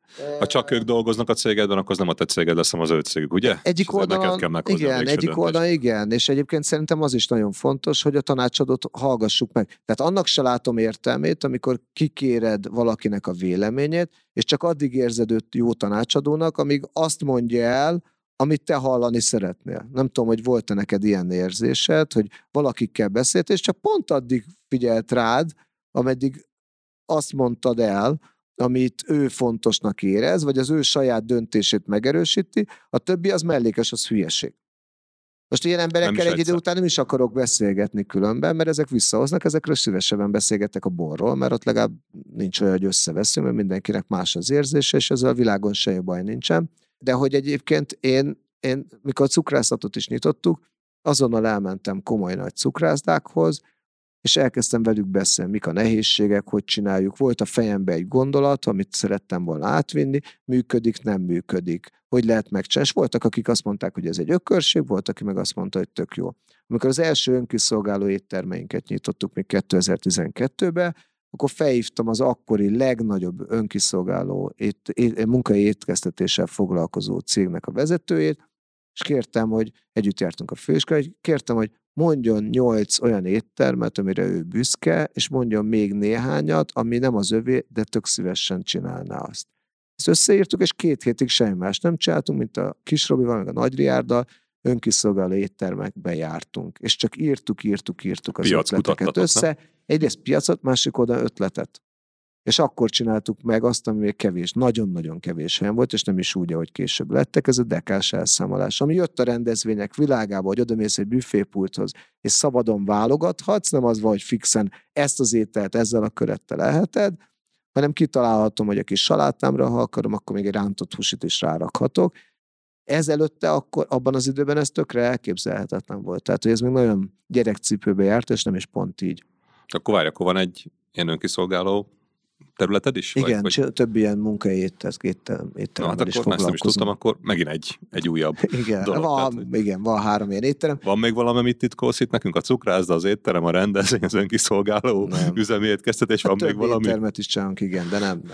Ha csak ők dolgoznak a cégedben, akkor az nem a te céged lesz, hanem az ő cégük, ugye? Egyik oldalon, igen, igen, és egyébként szerintem az is nagyon fontos, hogy a tanácsadót hallgassuk meg. Tehát annak se látom értelmét, amikor kikéred valakinek a véleményét, és csak addig érzed őt jó tanácsadónak, amíg azt mondja el, amit te hallani szeretnél. Nem tudom, hogy volt-e neked ilyen érzésed, hogy valakikkel beszélt, és csak pont addig figyelt rád, ameddig azt mondtad el, amit ő fontosnak érez, vagy az ő saját döntését megerősíti, a többi az mellékes, az hülyeség. Most ilyen emberekkel egy idő után nem is akarok beszélgetni különben, mert ezek visszahoznak, ezekről szívesebben beszélgetek a borról, mert ott legalább nincs olyan, hogy összeveszünk, mert mindenkinek más az érzése, és ezzel a világon semmi baj nincsen. De hogy egyébként én mikor a cukrászatot is nyitottuk, azonnal elmentem komoly nagy cukrászdákhoz, és elkezdtem velük beszélni, mik a nehézségek, hogy csináljuk. Volt a fejemben egy gondolat, amit szerettem volna átvinni, működik, nem működik, hogy lehet megcsinálni. És voltak, akik azt mondták, hogy ez egy ökörség, volt, aki meg azt mondta, hogy tök jó. Amikor az első önkiszolgáló éttermeinket nyitottuk még 2012-ben, akkor felhívtam az akkori legnagyobb önkiszolgáló munkai étkeztetéssel foglalkozó cégnek a vezetőjét, és kértem, hogy együtt jártunk a főiskolában, kértem, hogy mondjon 8 olyan éttermet, amire ő büszke, és mondjon még néhányat, ami nem az övé, de tök szívesen csinálná azt. Ezt összeírtuk, és 2 hétig semmi más nem csináltunk, mint a Kis Robival, meg a Nagy Riárddal, önkiszolgáló éttermekbe jártunk. És csak írtuk az ötleteket össze. Nem? Egyrészt piacot, másik oldalon ötletet. És akkor csináltuk meg azt, ami még kevés, nagyon-nagyon kevés helyen volt, és nem is úgy, ahogy később lettek, ez a dekás elszámolás. Ami jött a rendezvények világába, hogy odamész egy büfépulthoz, és szabadon válogathatsz, nem az van, hogy fixen ezt az ételt ezzel a körettel elheted, hanem kitalálhatom, hogy a kis salátámra, ha akarom, akkor még egy rántott húsit is rárakhatok. Ezelőtte akkor, abban az időben ez tökre elképzelhetetlen volt. Tehát, hogy ez még nagyon gyerekcipőbe járt, és nem is pont így. Akkor várj, akkor van egy ilyen önkiszolgáló területed is? Igen, vagy? Több ilyen munkai étteremmel is foglalkozom. Ezt nem is tudtam, akkor megint egy újabb igen, dolog. Van 3 ilyen étterem. Van még valami, amit titkolsz itt nekünk? A cukrászda, az étterem, a rendezvény, az önkiszolgáló üzemi étkeztetés, van még valami? Több éttermet is csinálunk, igen, de nem.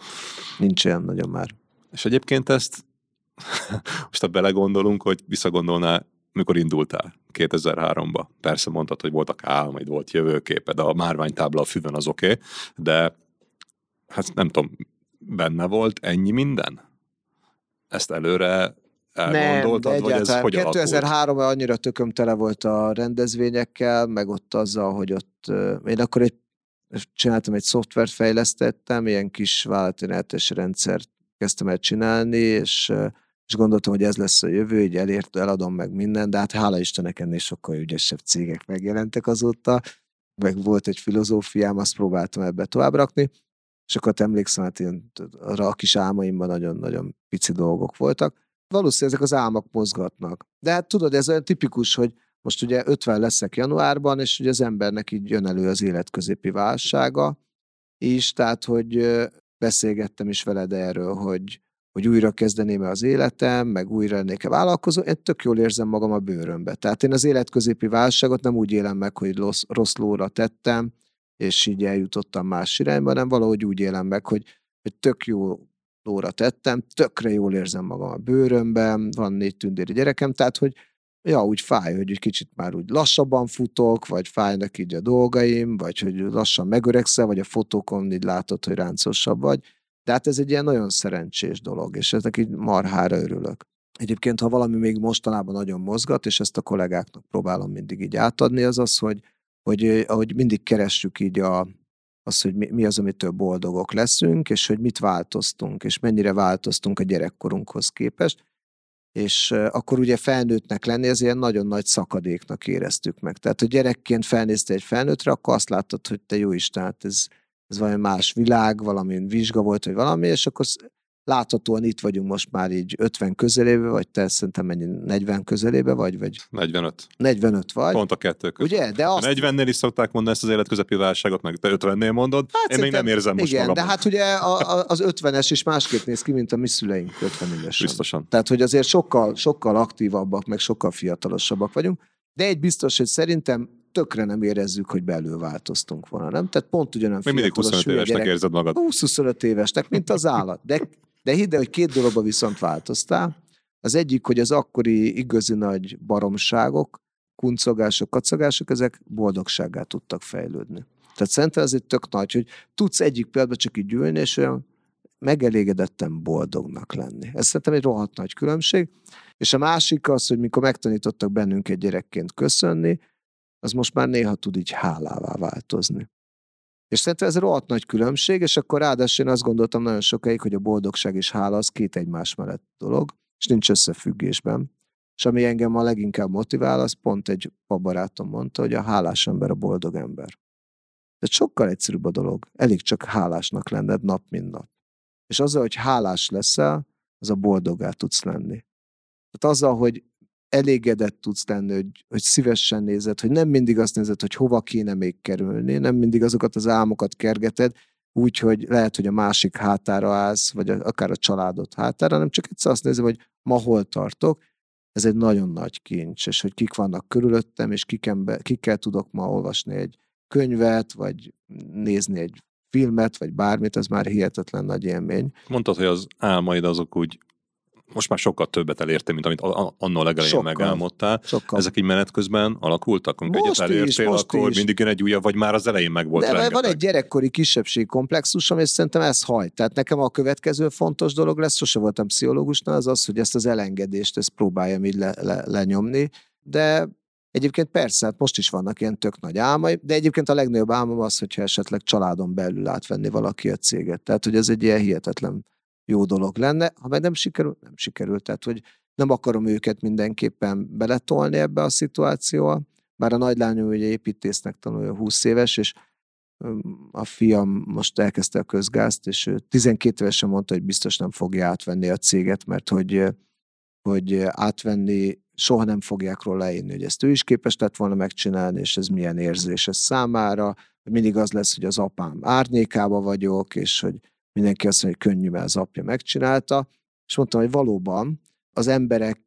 Nincs olyan nagyon már. És egyébként ezt, most ha belegondolunk, hogy visszagondolnál, mikor indultál 2003-ba. Persze mondtad, hogy voltak álmaid, volt jövőképed, a márványtábla a füvön az oké, de hát nem tudom, benne volt ennyi minden? Ezt előre elgondoltad, vagy ez hogy alakult? 2003-ban annyira tököm tele volt a rendezvényekkel, meg ott azzal, hogy ott én akkor csináltam egy szoftvert, fejlesztettem, ilyen kis vállalatirányítási rendszert kezdtem el csinálni, és gondoltam, hogy ez lesz a jövő, így eladom meg minden, de hát hála Istennek ennél sokkal ügyesebb cégek megjelentek azóta, meg volt egy filozófiám, azt próbáltam ebbe tovább rakni, és akkor emlékszem, hát ilyen a kis álmaimban nagyon-nagyon pici dolgok voltak. Valószínűleg ezek az álmak mozgatnak. De hát tudod, ez olyan tipikus, hogy most ugye 50 leszek januárban, és ugye az embernek így jön elő az életközépi válsága is, tehát hogy beszélgettem is veled erről, hogy újra kezdeném az életem, meg újra lennék-e vállalkozó, én tök jól érzem magam a bőrömbe. Tehát én az életközépi válságot nem úgy élem meg, hogy rossz lóra tettem, és így eljutottam más irányba, hanem valahogy úgy élem meg, hogy tök jó lóra tettem, tökre jól érzem magam a bőrömben, van 4 tündéri gyerekem, tehát hogy úgy fáj, hogy egy kicsit már úgy lassabban futok, vagy fájnak így a dolgaim, vagy hogy lassan megöregszel, vagy a fotókon így látod, hogy ráncosabb vagy. De hát ez egy ilyen nagyon szerencsés dolog, és eznek így marhára örülök. Egyébként, ha valami még mostanában nagyon mozgat, és ezt a kollégáknak próbálom mindig így átadni, az az, hogy ahogy mindig keressük így azt, hogy mi az, amitől boldogok leszünk, és hogy mit változtunk, és mennyire változtunk a gyerekkorunkhoz képest, és akkor ugye felnőttnek lenni, ez ilyen nagyon nagy szakadéknak éreztük meg. Tehát, hogy gyerekként felnéztél egy felnőttre, akkor azt láttad, hogy te jó Isten, hát ez valami más világ, valami vizsga volt, vagy valami, és akkor láthatóan itt vagyunk most már így 50 közelébe, vagy te szerintem mennyi 40 közelébe vagy? 45. 45 vagy. Pont a 2 között. Ugye? De azt... 40-nél is szokták mondani ezt az életközepi válságot, meg te 50-nél mondod. Hát én még nem érzem most igen, magam. de hát ugye az 50-es is másképp néz ki, mint a mi szüleink 50 évesen. Biztosan. Tehát, hogy azért sokkal aktívabbak, meg sokkal fiatalosabbak vagyunk. De egy biztos, hogy szerintem tökre nem érezzük, hogy belül változtunk volna, nem? Tehát pont ugyanolyan még mindig 25 évesnek érzed magad. 20-25 évesnek, mint az állat. De De hidd el, hogy 2 dologba viszont változtál. Az egyik, hogy az akkori igazi nagy baromságok, kuncogások, kacagások, ezek boldogsággá tudtak fejlődni. Tehát szerintem ez egy tök nagy, hogy tudsz egyik pillanatban csak így ülni, és olyan megelégedetten boldognak lenni. Ez szerintem egy rohadt nagy különbség. És a másik az, hogy mikor megtanítottak bennünket gyerekként köszönni, az most már néha tud így hálává változni. És szerintem ez rohadt nagy különbség, és akkor ráadásul én azt gondoltam nagyon sokáig, hogy a boldogság és hála az 2 egymás mellett dolog, és nincs összefüggésben. És ami engem a leginkább motivál, az pont egy barátom mondta, hogy a hálás ember a boldog ember. De sokkal egyszerűbb a dolog. Elég csak hálásnak lenned nap, mint nap. És azzal, hogy hálás leszel, az a boldoggá tudsz lenni. Tehát azzal, hogy elégedett tudsz lenni, hogy szívesen nézed, hogy nem mindig azt nézed, hogy hova kéne még kerülni, nem mindig azokat az álmokat kergeted, úgy, hogy lehet, hogy a másik hátára állsz, vagy akár a családod hátára, hanem csak egyszer azt nézem, hogy ma hol tartok. Ez egy nagyon nagy kincs, és hogy kik vannak körülöttem, és kikkel tudok ma olvasni egy könyvet, vagy nézni egy filmet, vagy bármit, az már hihetetlen nagy élmény. Mondtad, hogy az álmaid azok úgy most már sokkal többet elértél, mint amit annól legelején megálmodtál. Sokkal. Ezek így menet közben alakultak? Amikor egyet elértél, akkor is. Mindig jön egy újabb, vagy már az elején meg volt rengeteg? Van egy gyerekkori kisebbségkomplexusom, és szerintem ez hajt. Tehát nekem a következő fontos dolog lesz, sose voltam pszichológusnál, az, hogy ezt az elengedést, ezt próbáljam így lenyomni. De egyébként persze, hát most is vannak ilyen tök nagy álmai, de egyébként a legnagyobb álmom az, hogyha esetleg családon belül átvenni valaki a céget. Tehát, hogy ez egy ilyen hihetetlen jó dolog lenne. Ha meg nem sikerül, nem sikerül. Tehát, hogy nem akarom őket mindenképpen beletolni ebbe a szituációba. Bár a nagylányom ugye építésznek tanulja, 20 éves, és a fiam most elkezdte a közgázt, és 12 évesen mondta, hogy biztos nem fogja átvenni a céget, mert hogy átvenni soha nem fogják róla leírni, hogy ezt ő is képes lett volna megcsinálni, és ez milyen érzés ez számára. Mindig az lesz, hogy az apám árnyékába vagyok, és hogy mindenki azt mondja, hogy könnyű, mert az apja megcsinálta. És mondtam, hogy valóban az emberek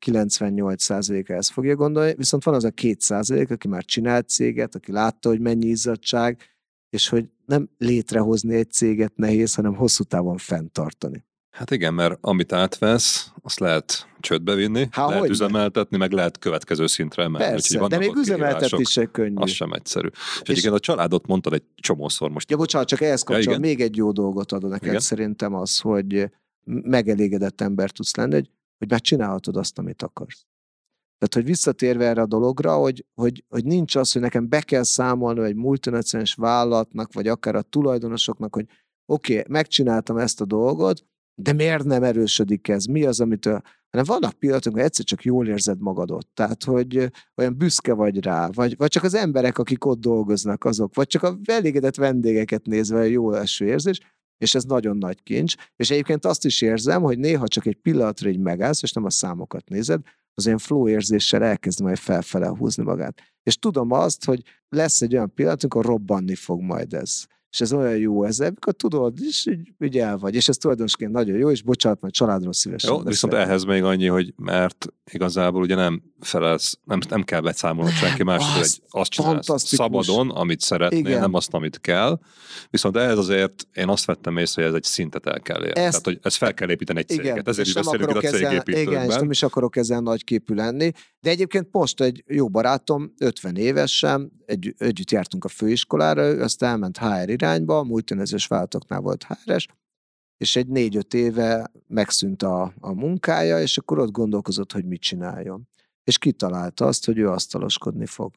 98%-a ezt fogja gondolni, viszont van az a 2%, aki már csinált céget, aki látta, hogy mennyi izzadság, és hogy nem létrehozni egy céget nehéz, hanem hosszú távon fenntartani. Hát igen, mert amit átvesz, azt lehet csődbe vinni, lehet üzemeltetni, meg lehet következő szintre emelni. Persze, de még üzemeltetni se könnyű. Az sem egyszerű. És egyébként a családot mondtad egy csomószor most. Ja, bocsánat, csak ehhez kapcsolatban még egy jó dolgot adok neked, igen? Szerintem az, hogy megelégedett ember tudsz lenni, hogy már csinálhatod azt, amit akarsz. Tehát, hogy visszatérve erre a dologra, hogy nincs az, hogy nekem be kell számolni egy multinacionális vállalatnak, vagy akár a tulajdonosoknak, hogy oké, megcsináltam ezt a dolgot, de miért nem erősödik ez? Mi az, amitől... Hanem vannak pillanatok, hogy egyszer csak jól érzed magadot. Tehát, hogy olyan büszke vagy rá, vagy csak az emberek, akik ott dolgoznak, azok, vagy csak a elégedett vendégeket nézve a jó eső érzés, és ez nagyon nagy kincs. És egyébként azt is érzem, hogy néha csak egy pillanatra így megállsz, és nem a számokat nézed, az olyan flow érzéssel elkezd majd felfele húzni magát. És tudom azt, hogy lesz egy olyan pillanat, amikor robbanni fog majd ez. És ez olyan jó ezzel, amikor tudod, és így el vagy. És ez tulajdonosként nagyon jó, és bocsánat, majd családról szívesen. Jó, viszont ehhez még annyi, hogy mert igazából ugye nem felelsz, nem kell beszámolnod senki máshoz, hogy azt csinálsz szabadon, amit szeretnél, igen. Nem azt, amit kell. Viszont ehhez azért én azt vettem észre, hogy ez egy szintet el kell érni. Tehát, hogy ezt fel kell építeni egy céget. Igen. Ezért is beszélünk itt a cégépítőkben. Igen, és nem is akarok ezzel nagyképű lenni. De egyébként most egy jó barátom, 50 évesen, együtt jártunk a főiskolára, ő azt elment HR irányba, multinacionális vállalatoknál volt HR-es, és egy 4-5 éve megszűnt a munkája, és akkor ott gondolkozott, hogy mit csináljon. És kitalálta azt, hogy ő asztaloskodni fog.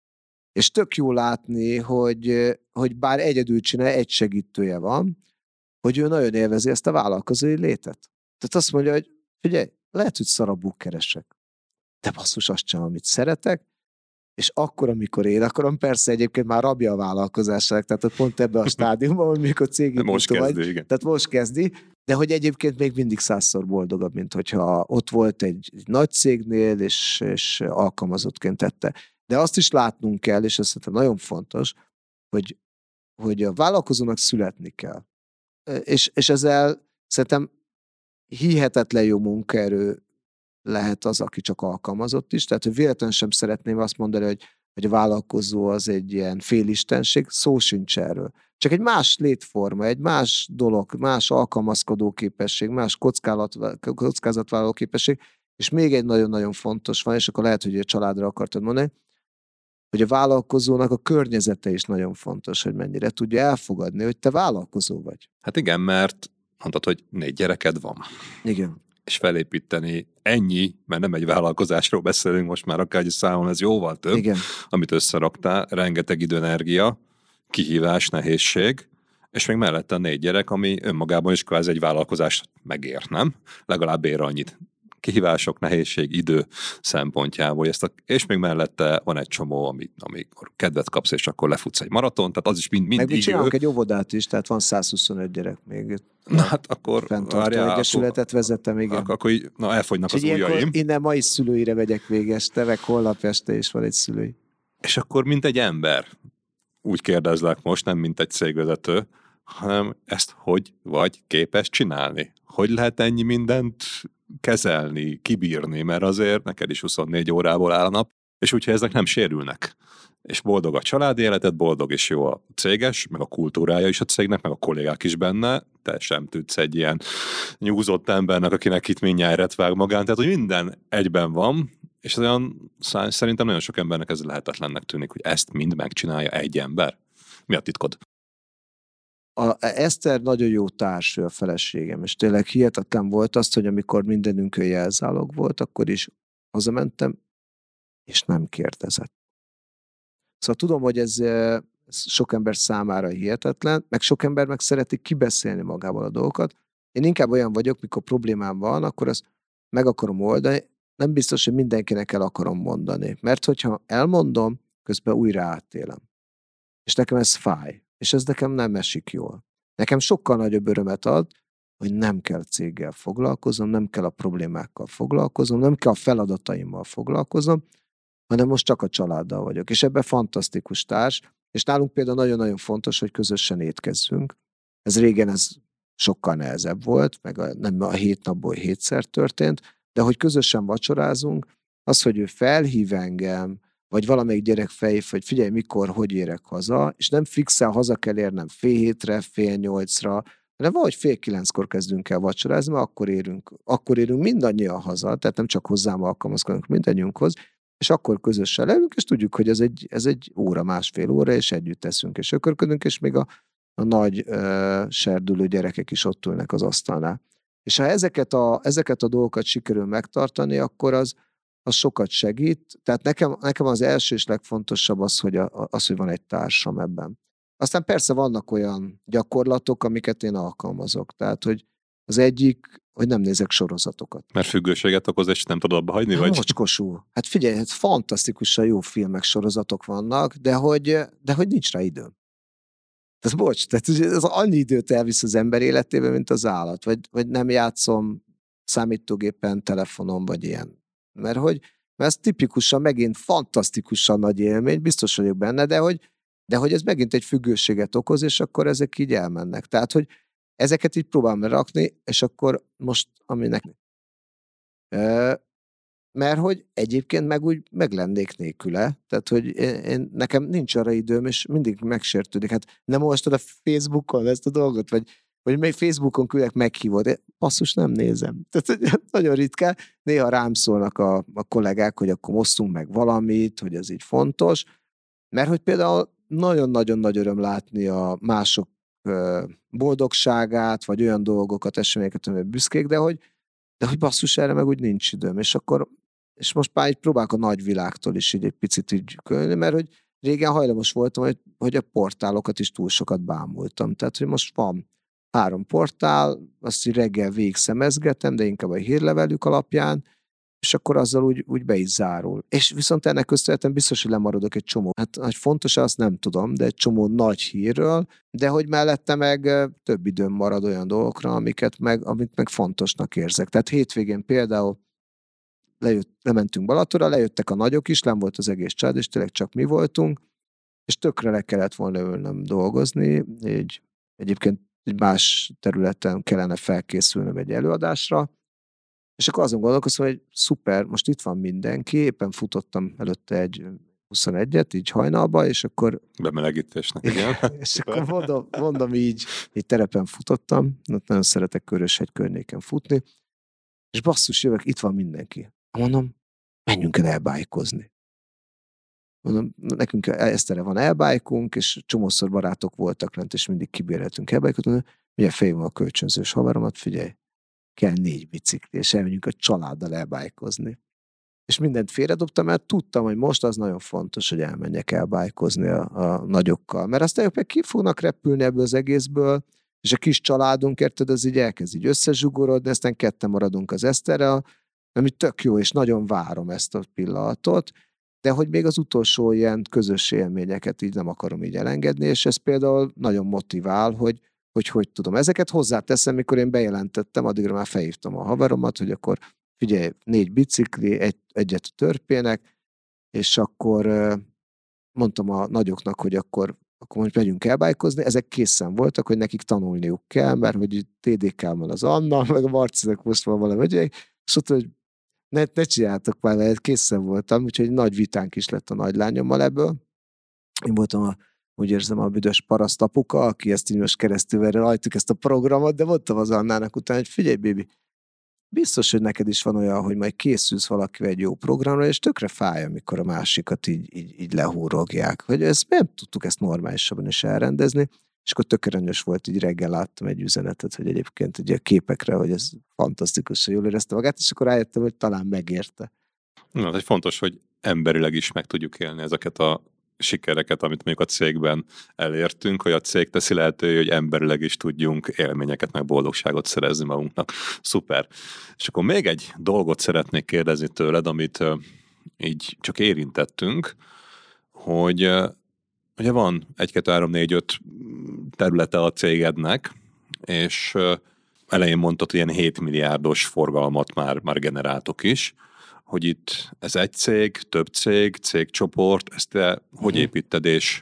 És tök jó látni, hogy bár egyedül csinál, egy segítője van, hogy ő nagyon élvezi ezt a vállalkozói létet. Tehát azt mondja, hogy figyelj, lehet, hogy szarabul keresek, de basszus, azt csinálom, amit szeretek, és akkor, amikor én akarom, persze egyébként már rabja a vállalkozásának, tehát ott pont ebben a stádiumban, hogy mikor cégépítő vagy. Igen. Tehát most kezdi, de hogy egyébként még mindig 100-szor boldogabb, mint hogyha ott volt egy nagy cégnél, és alkalmazottként tette. De azt is látnunk kell, és ez szerintem nagyon fontos, hogy a vállalkozónak születni kell. És ezzel szerintem hihetetlen jó munkaerő lehet az, aki csak alkalmazott is. Tehát, hogy véletlenül sem szeretném azt mondani, hogy hogy a vállalkozó az egy ilyen félistenség, szó sincs erről. Csak egy más létforma, egy más dolog, más alkalmazkodó képesség, más kockázatvállaló képesség, és még egy nagyon-nagyon fontos van, és akkor lehet, hogy a családra akartad mondani, hogy a vállalkozónak a környezete is nagyon fontos, hogy mennyire tudja elfogadni, hogy te vállalkozó vagy. Hát igen, mert mondtad, hogy 4 gyereked van. Igen. És felépíteni ennyi, mert nem egy vállalkozásról beszélünk most már, akár egy számon ez jóval több, Igen. amit összeraktál, rengeteg idő, energia, kihívás, nehézség, és még mellette 4 gyerek, ami önmagában is kvázi egy vállalkozást megér, nem? Legalább ér annyit. Kihívások, nehézség, idő szempontjából. És még mellette van egy csomó, amikor kedvet kapsz, és akkor lefutsz egy maraton, tehát az is mind meg idő. Csinálunk egy óvodát is, tehát van 125 gyerek még. Na hát akkor fenntartó egyesületet vezettem, igen. Akkor elfogynak az ujjaim. Innen mai szülőire vegyek még este, meg holnap este is van egy szülői. És akkor mint egy ember, úgy kérdezlek most, nem mint egy cégvezető, hanem ezt hogy vagy képes csinálni? Hogy lehet ennyi mindent kezelni, kibírni, mert azért neked is 24 órából áll a nap, és úgyhogy ezek nem sérülnek. És boldog a családi életed, boldog és jó a céges, meg a kultúrája is a cégnek, meg a kollégák is benne, te sem tudsz egy ilyen nyúzott embernek, akinek itt mindjárt retvág magán, tehát hogy minden egyben van, és ez olyan, szerintem nagyon sok embernek ez lehetetlennek tűnik, hogy ezt mind megcsinálja egy ember. Mi a titkod? Eszter nagyon jó társ, ő a feleségem, és tényleg hihetetlen volt azt, hogy amikor mindenünkön jelzálog volt, akkor is hazamentem, és nem kérdezett. Szóval tudom, hogy ez sok ember számára hihetetlen, meg sok ember meg szereti kibeszélni magával a dolgokat. Én inkább olyan vagyok, mikor problémám van, akkor azt meg akarom oldani, nem biztos, hogy mindenkinek el akarom mondani. Mert hogyha elmondom, közben újra átélem. És nekem ez fáj. És ez nekem nem esik jól. Nekem sokkal nagyobb örömet ad, hogy nem kell céggel foglalkoznom, nem kell a problémákkal foglalkoznom, nem kell a feladataimmal foglalkoznom, hanem most csak a családdal vagyok. És ebben fantasztikus társ, és nálunk például nagyon-nagyon fontos, hogy közösen étkezzünk. Ez régen sokkal nehezebb volt, meg nem a 7 napból 7-szer történt, de hogy közösen vacsorázunk, az, hogy ő felhív engem, vagy valamelyik gyerek felhív, hogy figyelj, mikor, hogy érek haza, és nem fixen haza kell érnem 7:30, 7:30, hanem valahogy 8:30 kezdünk el vacsorázni, mert akkor érünk mindannyian haza, tehát nem csak hozzám alkalmazkodunk mindannyiunkhoz, és akkor közösen leülünk, és tudjuk, hogy ez egy óra, másfél óra, és együtt teszünk, és ökörködünk, és még a nagy serdülő gyerekek is ott ülnek az asztalnál. És ha ezeket a dolgokat sikerül megtartani, akkor az sokat segít. Tehát nekem az első és legfontosabb az, hogy van egy társam ebben. Aztán persze vannak olyan gyakorlatok, amiket én alkalmazok. Tehát, hogy az egyik, hogy nem nézek sorozatokat. Mert függőséget okoz, és nem tudod abba hagyni, vagy? Mocskosul. Hát figyelj, hát fantasztikusan jó filmek, sorozatok vannak, de hogy nincs rá időm. Ez bocs, tehát ez annyi időt elvisz az ember életében, mint az állat. Vagy nem játszom számítógépen, telefonon, vagy ilyen. Mert ez tipikusan megint fantasztikusan nagy élmény, biztos vagyok benne, de hogy ez megint egy függőséget okoz, és akkor ezek így elmennek. Tehát, hogy ezeket így próbálom rakni, és akkor most, aminek... Mert hogy egyébként meg úgy meglennék nélküle, tehát, hogy nekem nincs arra időm, és mindig megsértődik. Hát nem olvastad a Facebookon ezt a dolgot, vagy még Facebookon küldek meghívod, passzus nem nézem. Tehát nagyon ritkán, néha rám szólnak a kollégák, hogy akkor osszunk meg valamit, hogy ez így fontos, mert hogy például nagyon-nagyon nagy öröm látni a mások boldogságát, vagy olyan dolgokat, eseményeket, amelyek büszkék, de hogy basszus, erre meg úgy nincs időm, és most már így próbálok a nagyvilágtól is így egy picit így kölni, mert hogy régen hajlamos voltam, hogy a portálokat is túl sokat bámultam. Tehát, hogy most van 3 portál, azt így reggel végig szemezgetem, de inkább a hírlevelük alapján, és akkor azzal úgy be is zárul. És viszont ennek köszönhetően biztos, hogy lemaradok egy csomó. Hát, hogy fontos-e, azt nem tudom, de egy csomó nagy hírről, de hogy mellette meg több időm marad olyan dolgokra, amit meg fontosnak érzek. Tehát hétvégén például lementünk Balatonra, lejöttek a nagyok is, nem volt az egész család, és tényleg csak mi voltunk, és tökre le kellett volna ülnöm dolgozni, így egyébként egy más területen kellene felkészülnöm egy előadásra, és akkor azon gondolkoztam, hogy szuper, most itt van mindenki, éppen futottam előtte egy 21-et, így hajnalba, és akkor... Bemelegítésnek, igen. És akkor mondom így terepen futottam, nagyon szeretek Köröshegy környéken futni, és basszus, jövök, itt van mindenki. Mondom, menjünk el elbájkozni. Mondom, nekünk Eszterre van elbájkunk, és csomószor barátok voltak lent, és mindig kibéreltünk elbájkot. Mondom, ugye fejében a kölcsönzős haveromat, figyelj, kell 4 bicikli, és elmegyünk a családdal elbájkozni. És mindent félredobtam, mert tudtam, hogy most az nagyon fontos, hogy elmenjek elbájkozni a nagyokkal. Mert aztán ők ki fognak repülni ebből az egészből, és a kis családunk, érted, az így elkezd így összezsugorodni, aztán ketten maradunk az Eszterrel, ami tök jó, és nagyon várom ezt a pillanatot, de hogy még az utolsó ilyen közös élményeket így nem akarom így elengedni, és ez például nagyon motivál, hogy tudom. Ezeket hozzáteszem, mikor én bejelentettem, addigra már felhívtam a haveromat, hogy akkor figyelj, 4 bicikli, egyet a törpének, és akkor mondtam a nagyoknak, hogy akkor most megyünk elbájkozni, ezek készen voltak, hogy nekik tanulniuk kell, mert hogy TDK-ban az Anna, meg a Marcinak most van valami, és ott, hogy ne csináltok már, mert készen voltam, úgyhogy nagy vitánk is lett a nagylányommal ebből. Én voltam úgy érzem, a büdös parasztapuka, aki ezt így most keresztül rajtuk ezt a programot, de mondtam az Annának utána, hogy figyelj, bébi, biztos, hogy neked is van olyan, hogy majd készülsz valakivel egy jó programra, és tökre fáj, amikor a másikat így lehúrogják. Hogy nem tudtuk ezt normálisabban is elrendezni, és akkor tökéletes volt, így reggel láttam egy üzenetet, hogy egyébként ugye a képekre, hogy ez fantasztikus, hogy jól érezte magát, és akkor rájöttem, hogy talán megérte. Na, egy fontos, hogy emberileg is meg tudjuk élni ezeket a sikereket, amit mondjuk a cégben elértünk, hogy a cég teszi lehetővé, hogy emberileg is tudjunk élményeket, meg boldogságot szerezni magunknak. Szuper. És akkor még egy dolgot szeretnék kérdezni tőled, amit így csak érintettünk, hogy ugye van 1, 2, 3, 4, 5 területe a cégednek, és elején mondtad, hogy ilyen 7 milliárdos forgalmat már generáltok is, hogy itt ez egy cég, több cég, cégcsoport, ezt te hogy építed,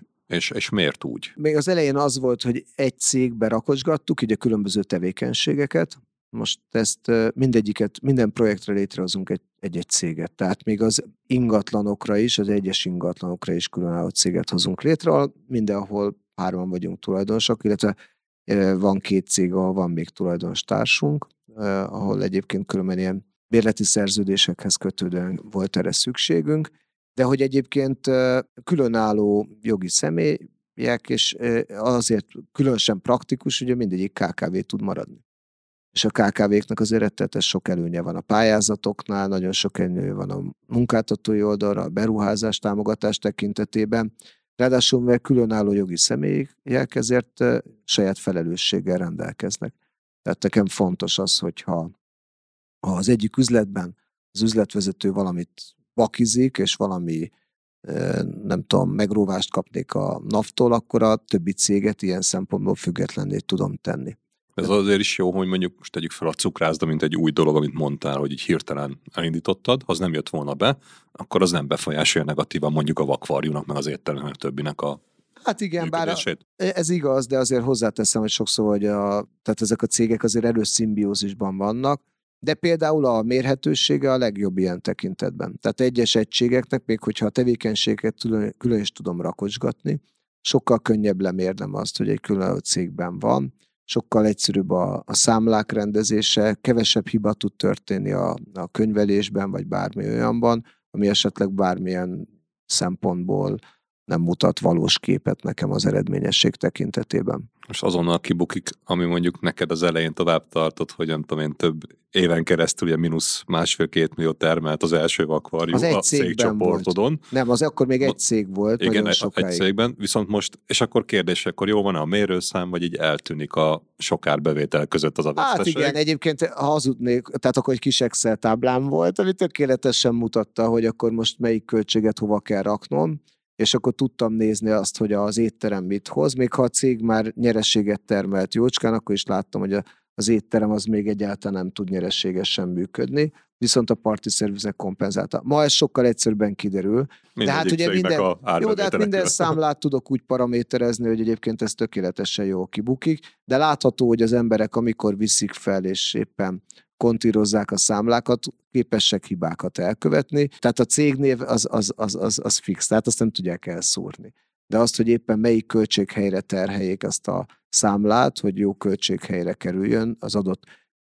és miért úgy? Még az elején az volt, hogy egy cégbe rakosgattuk, így a különböző tevékenységeket. Most ezt minden projektre létrehozunk egy céget. Tehát még az ingatlanokra is, az egyes ingatlanokra is különálló céget hozunk létre, mindenhol 3 vagyunk tulajdonosok, illetve van 2 cég, ahol van még tulajdonostársunk, ahol egyébként különben ilyen bérleti szerződésekhez kötődően volt erre szükségünk, de hogy egyébként különálló jogi személyek, és azért különösen praktikus, hogy mindegyik KKV tud maradni. És a KKV-knak azért rettenetes sok előnye van a pályázatoknál, nagyon sok előnye van a munkáltatói oldalra, a beruházás támogatás tekintetében. Ráadásul, mert különálló jogi személyek, ezért saját felelősséggel rendelkeznek. Tehát nekem fontos az, hogyha az egyik üzletben az üzletvezető valamit bakizik, és valami, nem tudom, megróvást kapnék a NAV-tól, akkor a többi céget ilyen szempontból függetlenné tudom tenni. Ez azért is jó, hogy mondjuk most tegyük fel a cukrászda, mint egy új dolog, amit mondtál, hogy így hirtelen elindítottad, ha az nem jött volna be, akkor az nem befolyásolja negatívan mondjuk a vakvarjúnak, meg az étteremnek többinek a hát igen, bár ez igaz, de azért hozzáteszem, hogy sokszor, hogy tehát ezek a cégek azért előszimbiózisban vannak, de például a mérhetősége a legjobb ilyen tekintetben. Tehát egyes egységeknek, még hogyha a tevékenységet külön is tudom rakosgatni, sokkal könnyebb lemérnem azt, hogy egy különálló cégben van, sokkal egyszerűbb a számlák rendezése, kevesebb hiba tud történni a könyvelésben, vagy bármi olyanban, ami esetleg bármilyen szempontból nem mutat valós képet nekem az eredményesség tekintetében. És azonnal kibukik, ami mondjuk neked az elején tovább tartott, hogy nem tudom én, több éven keresztül ugye mínusz 1,5-2 millió termelt az első vakvarjú a cégcsoportodon. Nem, az akkor még egy cég volt. Igen, egy cégben, viszont most, és akkor kérdés, akkor jó van a mérőszám, vagy így eltűnik a sok árbevétel között az a veszteség? Hát igen, egyébként hazudnék, tehát akkor egy kis Excel táblám volt, ami tökéletesen mutatta, hogy akkor most melyik költséget hova kell raknom, és akkor tudtam nézni azt, hogy az étterem mit hoz. Még ha a cég már nyereséget termelt jócskán, akkor is láttam, hogy az étterem az még egyáltalán nem tud nyereségesen működni, viszont a parti szervizek kompenzálta. Ma ez sokkal egyszerűbben kiderül. De hát ugye minden számlát tudok úgy paraméterezni, hogy egyébként ez tökéletesen jól kibukik, de látható, hogy az emberek amikor viszik fel, és éppen kontírozzák a számlákat, képesek hibákat elkövetni. Tehát a cégnév az fix, tehát azt nem tudják elszúrni. De azt, hogy éppen melyik költséghelyre terheljék azt a számlát, hogy jó költséghelyre kerüljön az adott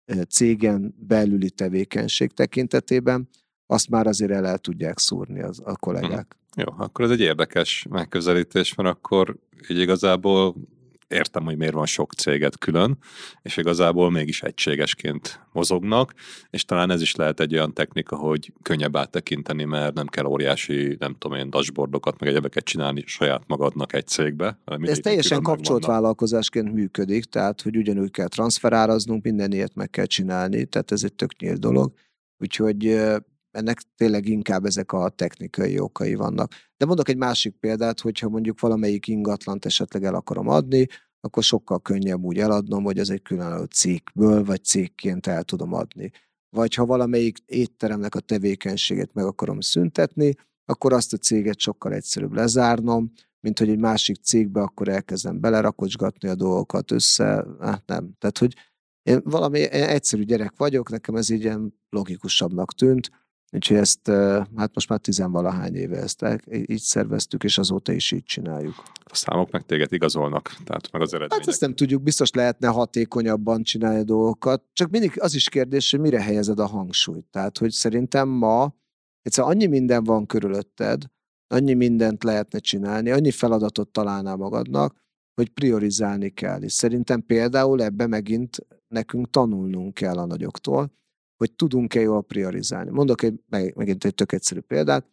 cégen belüli tevékenység tekintetében, azt már azért el tudják szúrni a kollégák. Jó, akkor ez egy érdekes megközelítés, mert akkor így igazából értem, hogy miért van sok céget külön, és igazából mégis egységesként mozognak, és talán ez is lehet egy olyan technika, hogy könnyebb áttekinteni, mert nem kell óriási, nem tudom én, dashboardokat, meg egyebeket csinálni saját magadnak egy cégbe. Ez teljesen kapcsolt vállalkozásként működik, tehát hogy ugyanúgy kell transferáraznunk, minden ilyet meg kell csinálni, tehát ez egy tök nyílt dolog. Úgyhogy ennek tényleg inkább ezek a technikai okai vannak. De mondok egy másik példát, hogyha mondjuk valamelyik ingatlant esetleg el akarom adni, akkor sokkal könnyebb úgy eladnom, hogy az egy különálló cégből, vagy cégként el tudom adni. Vagy ha valamelyik étteremnek a tevékenységét meg akarom szüntetni, akkor azt a céget sokkal egyszerűbb lezárnom, mint hogy egy másik cégbe akkor elkezdem belerakocsgatni a dolgokat össze. Nem. Tehát, hogy én valami egyszerű gyerek vagyok, nekem ez így ilyen logikusabbnak tűnt, úgyhogy ezt hát most már 10-valahány éve ezt így szerveztük, és azóta is így csináljuk. A számok meg téged igazolnak, tehát meg az eredmények. Hát ezt nem tudjuk, biztos lehetne hatékonyabban csinálni a dolgokat, csak mindig az is kérdés, hogy mire helyezed a hangsúlyt. Tehát, hogy szerintem ma egyszerűen annyi minden van körülötted, annyi mindent lehetne csinálni, annyi feladatot találnál magadnak, hogy priorizálni kell. És szerintem például ebbe megint nekünk tanulnunk kell a nagyoktól, hogy tudunk-e jól priorizálni. Mondok megint egy tök egyszerű példát.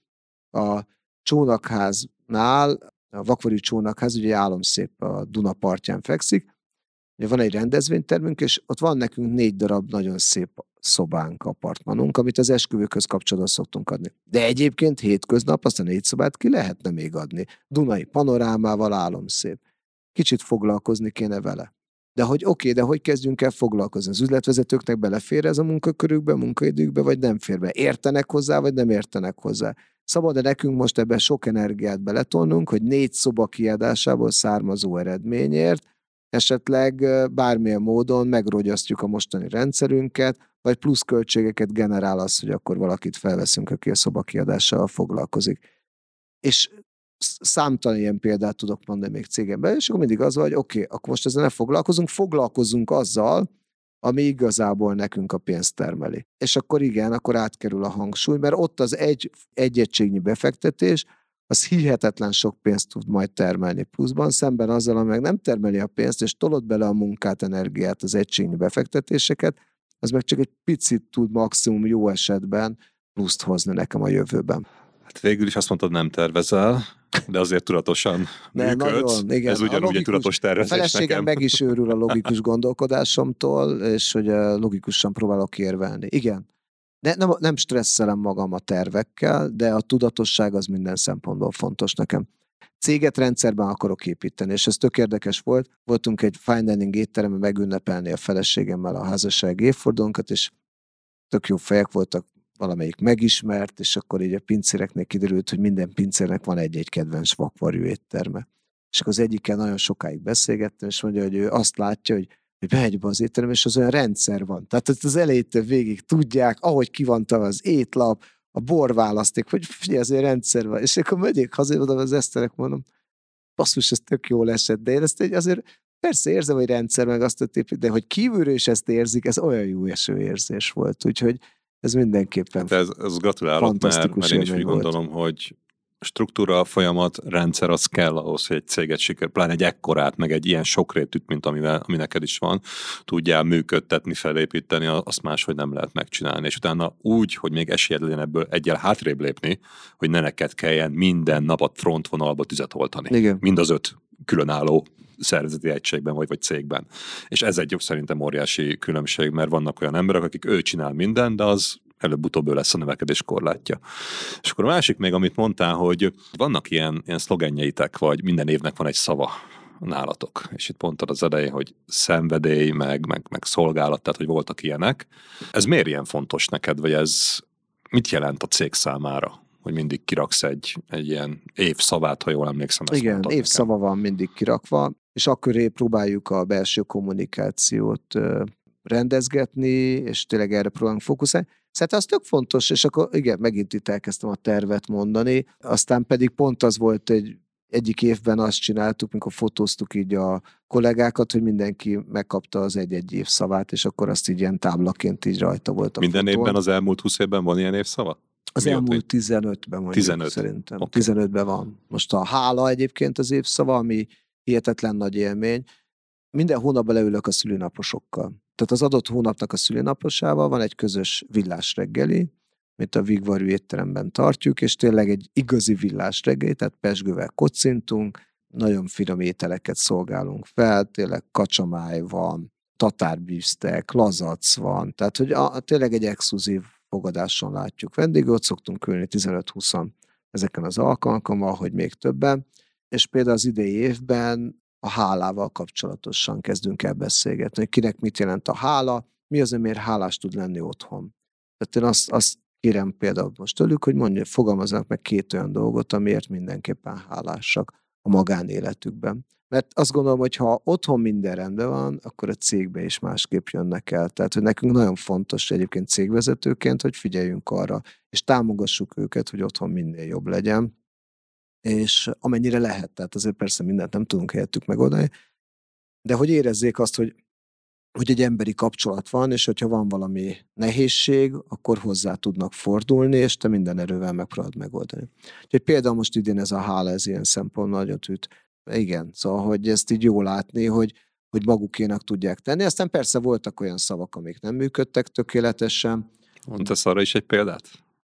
A csónakháznál, a Vakvarjú csónakház, ugye álomszép a Duna partján fekszik, ugye van egy rendezvénytermünk, és ott van nekünk 4 darab nagyon szép szobánk, apartmanunk, amit az esküvőkhöz kapcsolatban szoktunk adni. De egyébként hétköznap azt a 4 szobát ki lehetne még adni. Dunai panorámával, álomszép. Kicsit foglalkozni kéne vele. De hogy de hogy kezdjünk el foglalkozni? Az üzletvezetőknek belefér ez a munkakörükbe, munkaidőkbe, vagy nem fér be? Értenek hozzá, vagy nem értenek hozzá? Szabad-e nekünk most ebben sok energiát beletolnunk, hogy 4 szoba kiadásából származó eredményért esetleg bármilyen módon megrogyasztjuk a mostani rendszerünket, vagy plusz költségeket generál az, hogy akkor valakit felveszünk, aki a szoba kiadással foglalkozik. És számtalan ilyen példát tudok mondani még cégemben, és akkor mindig az van, hogy akkor most ezzel ne foglalkozunk azzal, ami igazából nekünk a pénzt termeli. És akkor igen, akkor átkerül a hangsúly, mert ott az egy egységnyi befektetés, az hihetetlen sok pénzt tud majd termelni pluszban, szemben azzal, ami meg nem termeli a pénzt, és tolod bele a munkát, energiát, az egységnyi befektetéseket, az meg csak egy picit tud maximum jó esetben pluszt hozni nekem a jövőben. Hát végül is azt mondtad, nem tervezel, de azért tudatosan működsz. Nagyon, igen. Ez ugyanúgy egy tudatos tervezés nekem. A feleségem meg is őrül a logikus gondolkodásomtól, és hogy logikusan próbálok érvelni. Igen. De nem stresszelem magam a tervekkel, de a tudatosság az minden szempontból fontos nekem. Céget rendszerben akarok építeni, és ez tök érdekes volt. Voltunk egy fine dining étteremben megünnepelni a feleségemmel a házasság évfordulónkat, és tök jó fejek voltak, valamelyik megismert, és akkor így a pincéreknek kiderült, hogy minden pincérnek van egy-egy kedvenc vakvarjú étterme. És akkor az egyikkel nagyon sokáig beszélgettem, és mondja, hogy ő azt látja, hogy bemegy be az étterembe, és az olyan rendszer van. Tehát az elejétől végig tudják, ahogy ki van az étlap, a borválaszték, hogy figyelj, azért rendszer van. És akkor megyek haza, oda az Eszternek mondom, basszus, ez tök jól esett, de én ezt azért persze érzem, hogy rendszer, meg azt a de hogy kívülről is ezt érzik, ez olyan jó eső érzés volt. Úgyhogy ez mindenképpen hát ez gratulálok, mert én is úgy gondolom, hogy struktúra, folyamat, rendszer az kell ahhoz, hogy egy céget pláne egy ekkorát, meg egy ilyen sokrétűt, mint ami neked is van, tudjál működtetni, felépíteni, azt máshogy nem lehet megcsinálni. És utána úgy, hogy még esélyed legyen ebből egyel hátrébb lépni, hogy ne neked kelljen minden nap a frontvonalba tüzet oltani. Igen. Mind az 5 különálló szervezeti egységben vagy cégben. És ez egy szerintem óriási különbség, mert vannak olyan emberek, akik ő csinál mindent, de az előbb-utóbb ő lesz a növekedés korlátja. És akkor a másik még, amit mondtál, hogy vannak ilyen szlogenjeitek, vagy minden évnek van egy szava nálatok. És itt mondtad az elején, hogy szenvedély, meg szolgálat, tehát hogy voltak ilyenek. Ez miért ilyen fontos neked, vagy ez mit jelent a cég számára? Hogy mindig kiraksz egy ilyen évszavát, ha jól emlékszem. Igen, évszava van mindig kirakva, és akkor próbáljuk a belső kommunikációt rendezgetni, és tényleg erre próbálunk fókuszálni. Szerintem az tök fontos, és akkor igen, megint itt elkezdtem a tervet mondani, aztán pedig pont az volt egyik évben azt csináltuk, mikor fotóztuk így a kollégákat, hogy mindenki megkapta az egy-egy évszavát, és akkor azt így ilyen táblaként így rajta volt a Minden fotón. évben az elmúlt 20 évben van ilyen évszava? Az elmúlt 15-ben mondjuk 15. szerintem. Okay. 15-ben van. Most a hála egyébként az évszava, ami hihetetlen nagy élmény. Minden hónapban leülök a szülinaposokkal. Tehát az adott hónapnak a szülinaposával van egy közös villás reggeli, mint a Vigvarjú étteremben tartjuk, és tényleg egy igazi villás reggeli, tehát pezsgővel kocintunk, nagyon finom ételeket szolgálunk fel, tényleg kacsamáj van, tatárbíztek, lazac van, tehát hogy tényleg egy exkluzív fogadáson látjuk vendégül, ott szoktunk ülni 15-20 ezeken az alkalmakon, hogy még többen, és például az idei évben a hálával kapcsolatosan kezdünk el beszélgetni, hogy kinek mit jelent a hála, mi az, amiért hálás tud lenni otthon. Tehát én azt kérem például most tőlük, hogy fogalmazzanak meg 2 olyan dolgot, amiért mindenképpen hálásak a magánéletükben. Mert azt gondolom, hogy ha otthon minden rendben van, akkor a cégbe is másképp jönnek el. Tehát, hogy nekünk nagyon fontos egyébként cégvezetőként, hogy figyeljünk arra, és támogassuk őket, hogy otthon minél jobb legyen, és amennyire lehet, tehát azért persze mindent nem tudunk helyettük megoldani, de hogy érezzék azt, hogy egy emberi kapcsolat van, és hogyha van valami nehézség, akkor hozzá tudnak fordulni, és te minden erővel megpróbálod megoldani. Úgyhogy például most idén ez a hála, ez ilyen szempont nagyon üt. Igen, szóval, hogy ezt így jól látni, hogy magukénak tudják tenni. Aztán persze voltak olyan szavak, amik nem működtek tökéletesen. Mondasz arra is egy példát?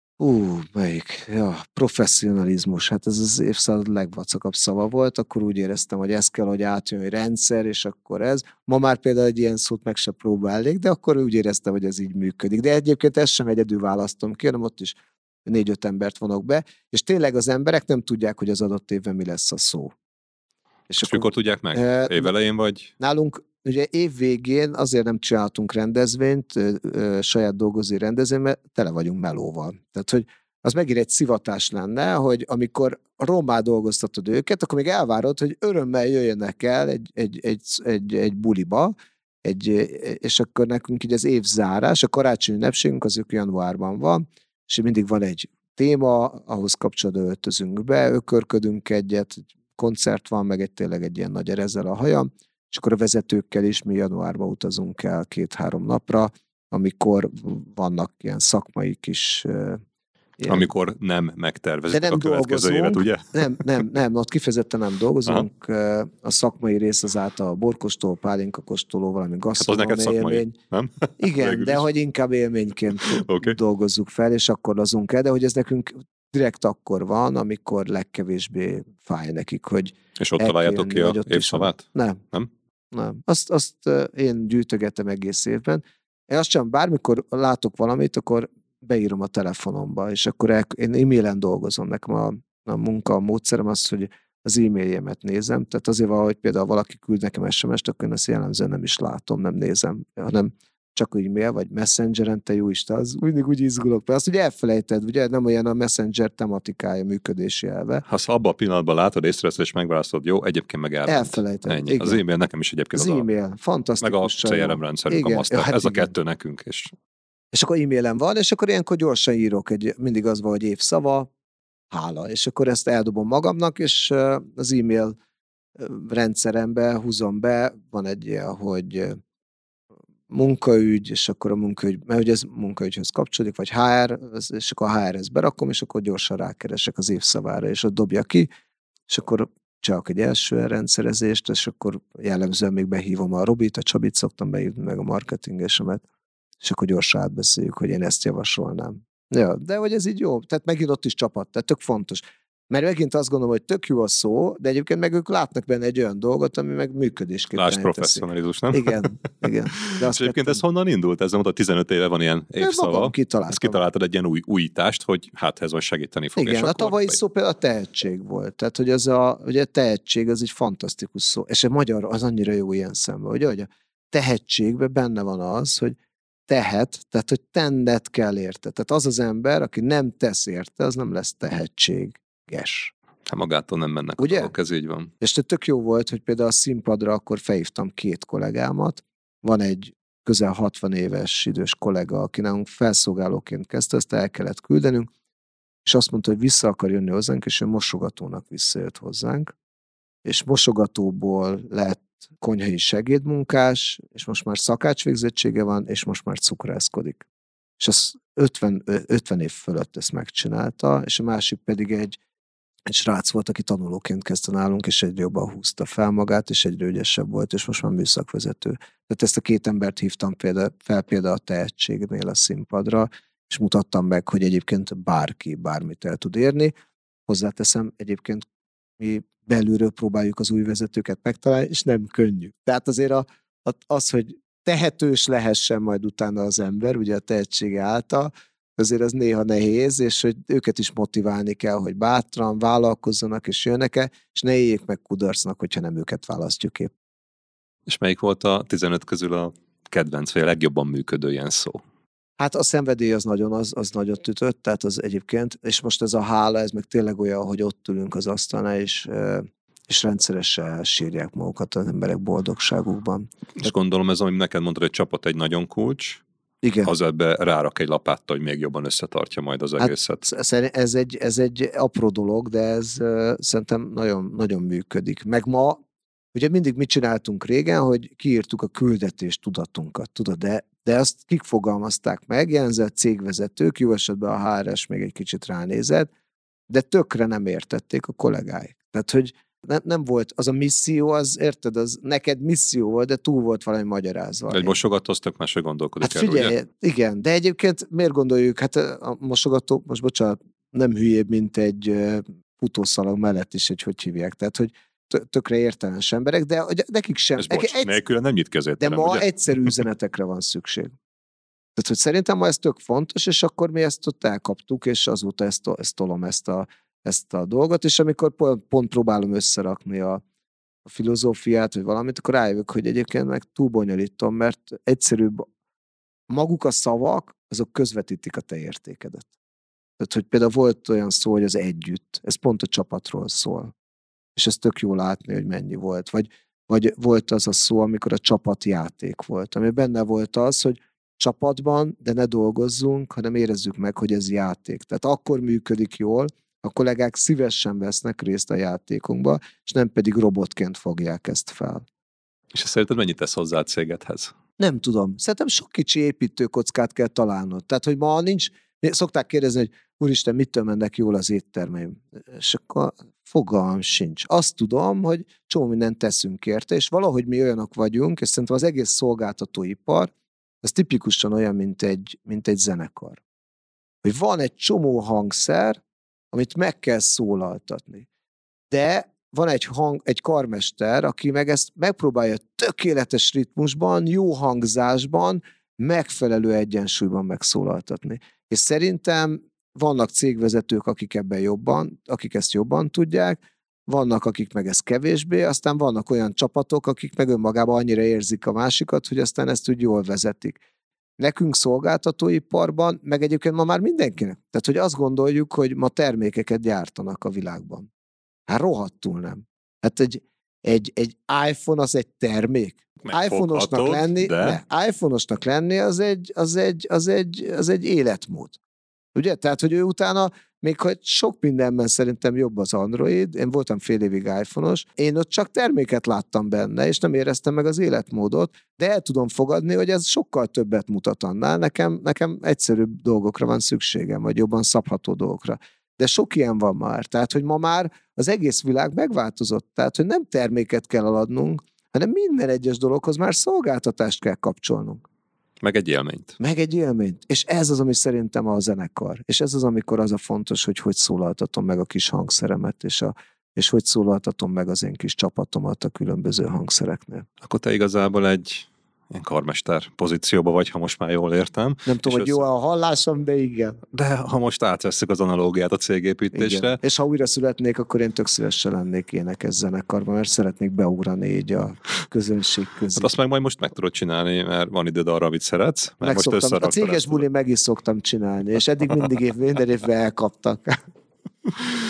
Melyik? Ja, professzionalizmus. Hát ez az évszázad legvacakabb szava volt, akkor úgy éreztem, hogy ez kell, hogy átjön egy rendszer, és akkor ez. Ma már például egy ilyen szót meg se próbálnék, de akkor úgy éreztem, hogy ez így működik. De egyébként ezt sem egyedül választom ki, hanem ott is 4-5 embert vonok be, és tényleg az emberek nem tudják, hogy az adott évben mi lesz a szó. És mikor tudják meg? Évelején vagy? Nálunk ugye év végén azért nem csináltunk rendezvényt, saját dolgozói rendezvényt, mert tele vagyunk melóval. Tehát, hogy az megint egy szivatás lenne, hogy amikor rommá dolgoztatod őket, akkor még elvárod, hogy örömmel jöjjenek el egy buliba, és akkor nekünk így az évzárás, a karácsonyi ünnepségünk az januárban van, és mindig van egy téma, ahhoz kapcsolatban öltözünk be, ökörködünk egyet, koncert van, meg tényleg egy ilyen nagy erezzel a hajam, és akkor a vezetőkkel is mi januárban utazunk el 2-3 napra, amikor vannak ilyen szakmai kis... Amikor nem megtervezik a következő évet, ugye? Nem, ott kifejezetten nem dolgozunk. Aha. A szakmai rész az által a borkostoló, pálinkakostoló, valami gasztronómia élmény. Nem? Igen, de hogy inkább élményként dolgozzuk fel, és akkor azunk el, de hogy ez nekünk direkt akkor van, amikor legkevésbé fáj nekik, hogy... És ott találjátok ki a évszavát? Nem. Azt én gyűjtögetem egész évben. Én azt sem, bármikor látok valamit, akkor beírom a telefonomba, és akkor én e-mailen dolgozom. Nekem a munka, a módszerem az, hogy az e-mailjemet nézem. Tehát azért van, hogy például valaki küld nekem SMS-t, akkor én azt jellemzően nem is látom, nem nézem, hanem csak e-mail, vagy messengeren, te jó Isten, az mindig úgy izgulok. Mert azt ugye elfelejted, ugye nem olyan a messenger tematikája, működési elve. Ha abban a pillanatban látod, észreveszed és megválasztod, jó, egyébként meg elfelejted. Ennyi. Az e-mail nekem is egyébként az e-mail, fantasztikus. Meg a CRM rendszerünk, a master. Hát ez a 2 nekünk. És akkor e-mailem van, és akkor ilyenkor gyorsan írok, mindig az van, hogy évszava, hála. És akkor ezt eldobom magamnak, és az e-mail rendszerembe húzom be, van egy ilyen, hogy munkaügy, és akkor a munkaügy, mert ugye ez munkaügyhöz kapcsolódik, vagy HR, és akkor a HR-hez berakom, és akkor gyorsan rákeresek az évszavára, és ott dobja ki, és akkor csak egy első rendszerezést, és akkor jellemzően még behívom a Robit, a Csabit szoktam behívni, meg a marketingesemet, és akkor gyorsan átbeszéljük, hogy én ezt javasolnám. Ja, de hogy ez így jó, tehát megint ott is csapat, tehát tök fontos. Mert megint azt gondolom, hogy tök jó a szó, de egyébként meg ők látnak benne egy olyan dolgot, ami meg működésképpen teszi. Lásd professzionalizmus, nem? Igen. De és egyébként ez honnan indult? Ez mondta, 15 éve van ilyen évszava. Ezt kitaláltad egy ilyen újítást, hogy hát ez most segíteni fog. Igen, a tavalyi szó például a tehetség volt. Tehát, hogy ugye a tehetség az egy fantasztikus szó. És a magyar az annyira jó ilyen szemben, ugye, hogy a tehetségben benne van az, hogy tehát, hogy tenned kell érte. Tehát az az ember, aki nem tesz érte, az nem lesz tehetséges. Hát magától nem mennek ugye? A dolgok, ez így van. És tök jó volt, hogy például a színpadra akkor felhívtam 2 kollégámat. Van egy közel 60 éves idős kollega, aki nálunk felszolgálóként kezdte, ezt el kellett küldenünk, és azt mondta, hogy vissza akar jönni hozzánk, és ő mosogatónak visszajött hozzánk, és mosogatóból lett konyhai segédmunkás, és most már szakácsvégzettsége van, és most már cukrászkodik. És az 50 év fölött ezt megcsinálta, és a másik pedig egy srác volt, aki tanulóként kezdte nálunk, és egyre jobban húzta fel magát, és egyre ügyesebb volt, és most már műszakvezető. Tehát ezt a két embert hívtam fel például a tehetségnél a színpadra, és mutattam meg, hogy egyébként bárki bármit el tud érni. Hozzáteszem, egyébként mi belülről próbáljuk az új vezetőket megtalálni, és nem könnyű. Tehát azért az, hogy tehetős lehessen majd utána az ember, ugye a tehetsége által, azért az néha nehéz, és hogy őket is motiválni kell, hogy bátran vállalkozzanak, és jönnek-e, és ne éljék meg kudarcnak, hogyha nem őket választjuk épp. És melyik volt a 15 közül a kedvenc, vagy a legjobban működő ilyen szó? Hát a szenvedély az nagyot ütött, tehát az egyébként, és most ez a hála, ez meg tényleg olyan, hogy ott ülünk az asztalnál, és rendszeresen sírják magukat az emberek boldogságukban. És gondolom ez, amit neked mondtad, hogy csapat egy nagyon kulcs, igen. Az ebbe rárak egy lapáttal, hogy még jobban összetartja majd az egészet. Ez egy apró dolog, de ez szerintem nagyon, nagyon működik. Meg ma, ugye mindig mit csináltunk régen, hogy kiírtuk a küldetés tudatunkat, tudod, de azt kik fogalmazták meg, jelenzett cégvezetők, jó esetben a HRS még egy kicsit ránézett, de tökre nem értették a kollégáik. Tehát, hogy nem volt az a misszió, az érted, az neked misszió volt, de túl volt valami magyarázva. Egy mosogatóztak, máshogy gondolkodik hát figyelj, ugye? Igen, de egyébként miért gondoljuk, hát a mosogató, most bocsánat, nem hülyébb, mint egy futószalag mellett is, hogy hívják, tehát, hogy tökre értelmes emberek, de nekik sem. Nélküle nem nyit kezét. De ma egyszerű üzenetekre van szükség. Tehát, hogy szerintem ma ez tök fontos, és akkor mi ezt ott elkaptuk, és azóta ezt tolom ezt a dolgot, és amikor pont próbálom összerakni a filozófiát, vagy valamit, akkor rájövök, hogy egyébként meg túl bonyolítom, mert egyszerűbb maguk a szavak, azok közvetítik a te értékedet. Tehát, hogy például volt olyan szó, hogy az együtt, ez pont a csapatról szól. És ez tök jó látni, hogy mennyi volt. Vagy volt az a szó, amikor a csapatjáték volt, ami benne volt az, hogy csapatban, de ne dolgozzunk, hanem érezzük meg, hogy ez játék. Tehát akkor működik jól, a kollégák szívesen vesznek részt a játékunkba, és nem pedig robotként fogják ezt fel. És szerinted mennyit tesz hozzá a cégedhez? Nem tudom. Szerintem sok kicsi építőkockát kell találnod. Tehát, hogy ma nincs, szokták kérdezni, hogy úristen, mitől mennek jól az éttermeim? És akkor fogalmam sincs. Azt tudom, hogy csomó mindent teszünk érte, és valahogy mi olyanok vagyunk, és szerintem az egész szolgáltatóipar, az tipikusan olyan, mint egy zenekar. Hogy van egy csomó hangszer, amit meg kell szólaltatni. De van egy karmester, aki meg ezt megpróbálja tökéletes ritmusban, jó hangzásban, megfelelő egyensúlyban megszólaltatni. És szerintem vannak cégvezetők, akik ezt jobban tudják, vannak, akik meg ezt kevésbé, aztán vannak olyan csapatok, akik meg önmagában annyira érzik a másikat, hogy aztán ezt úgy jól vezetik. Nekünk szolgáltatóiparban, meg egyébként ma már mindenkinek. Tehát, hogy azt gondoljuk, hogy ma termékeket gyártanak a világban. Hát rohadtul nem. Hát egy iPhone az egy termék. iPhone-osnak lenni az egy életmód. Ugye? Tehát, hogy ő utána, még hogy sok mindenben szerintem jobb az Android, én voltam fél évig iPhone-os, én ott csak terméket láttam benne, és nem éreztem meg az életmódot, de el tudom fogadni, hogy ez sokkal többet mutat annál, nekem egyszerűbb dolgokra van szükségem, vagy jobban szabható dolgokra. De sok ilyen van már, tehát, hogy ma már az egész világ megváltozott, tehát, hogy nem terméket kell eladnunk, hanem minden egyes dologhoz már szolgáltatást kell kapcsolnunk. Meg egy élményt. És ez az, ami szerintem a zenekar. És ez az, amikor az a fontos, hogy szólaltatom meg a kis hangszeremet, és hogy szólaltatom meg az én kis csapatomat a különböző hangszereknél. Akkor te igazából egy ilyen karmester pozícióba vagy, ha most már jól értem. Nem tudom, hogy jó a hallásom, de igen. De ha most átvesszük az analógiát a cégépítésre. Igen. És ha újra születnék, akkor én tök szívesen lennék énekes zenekarban, mert szeretnék beugrani így a közönség közé. Hát azt meg most meg tudod csinálni, mert van időd arra, amit szeretsz. Mert most a céges bulin meg is szoktam csinálni, és eddig minden évben elkaptak.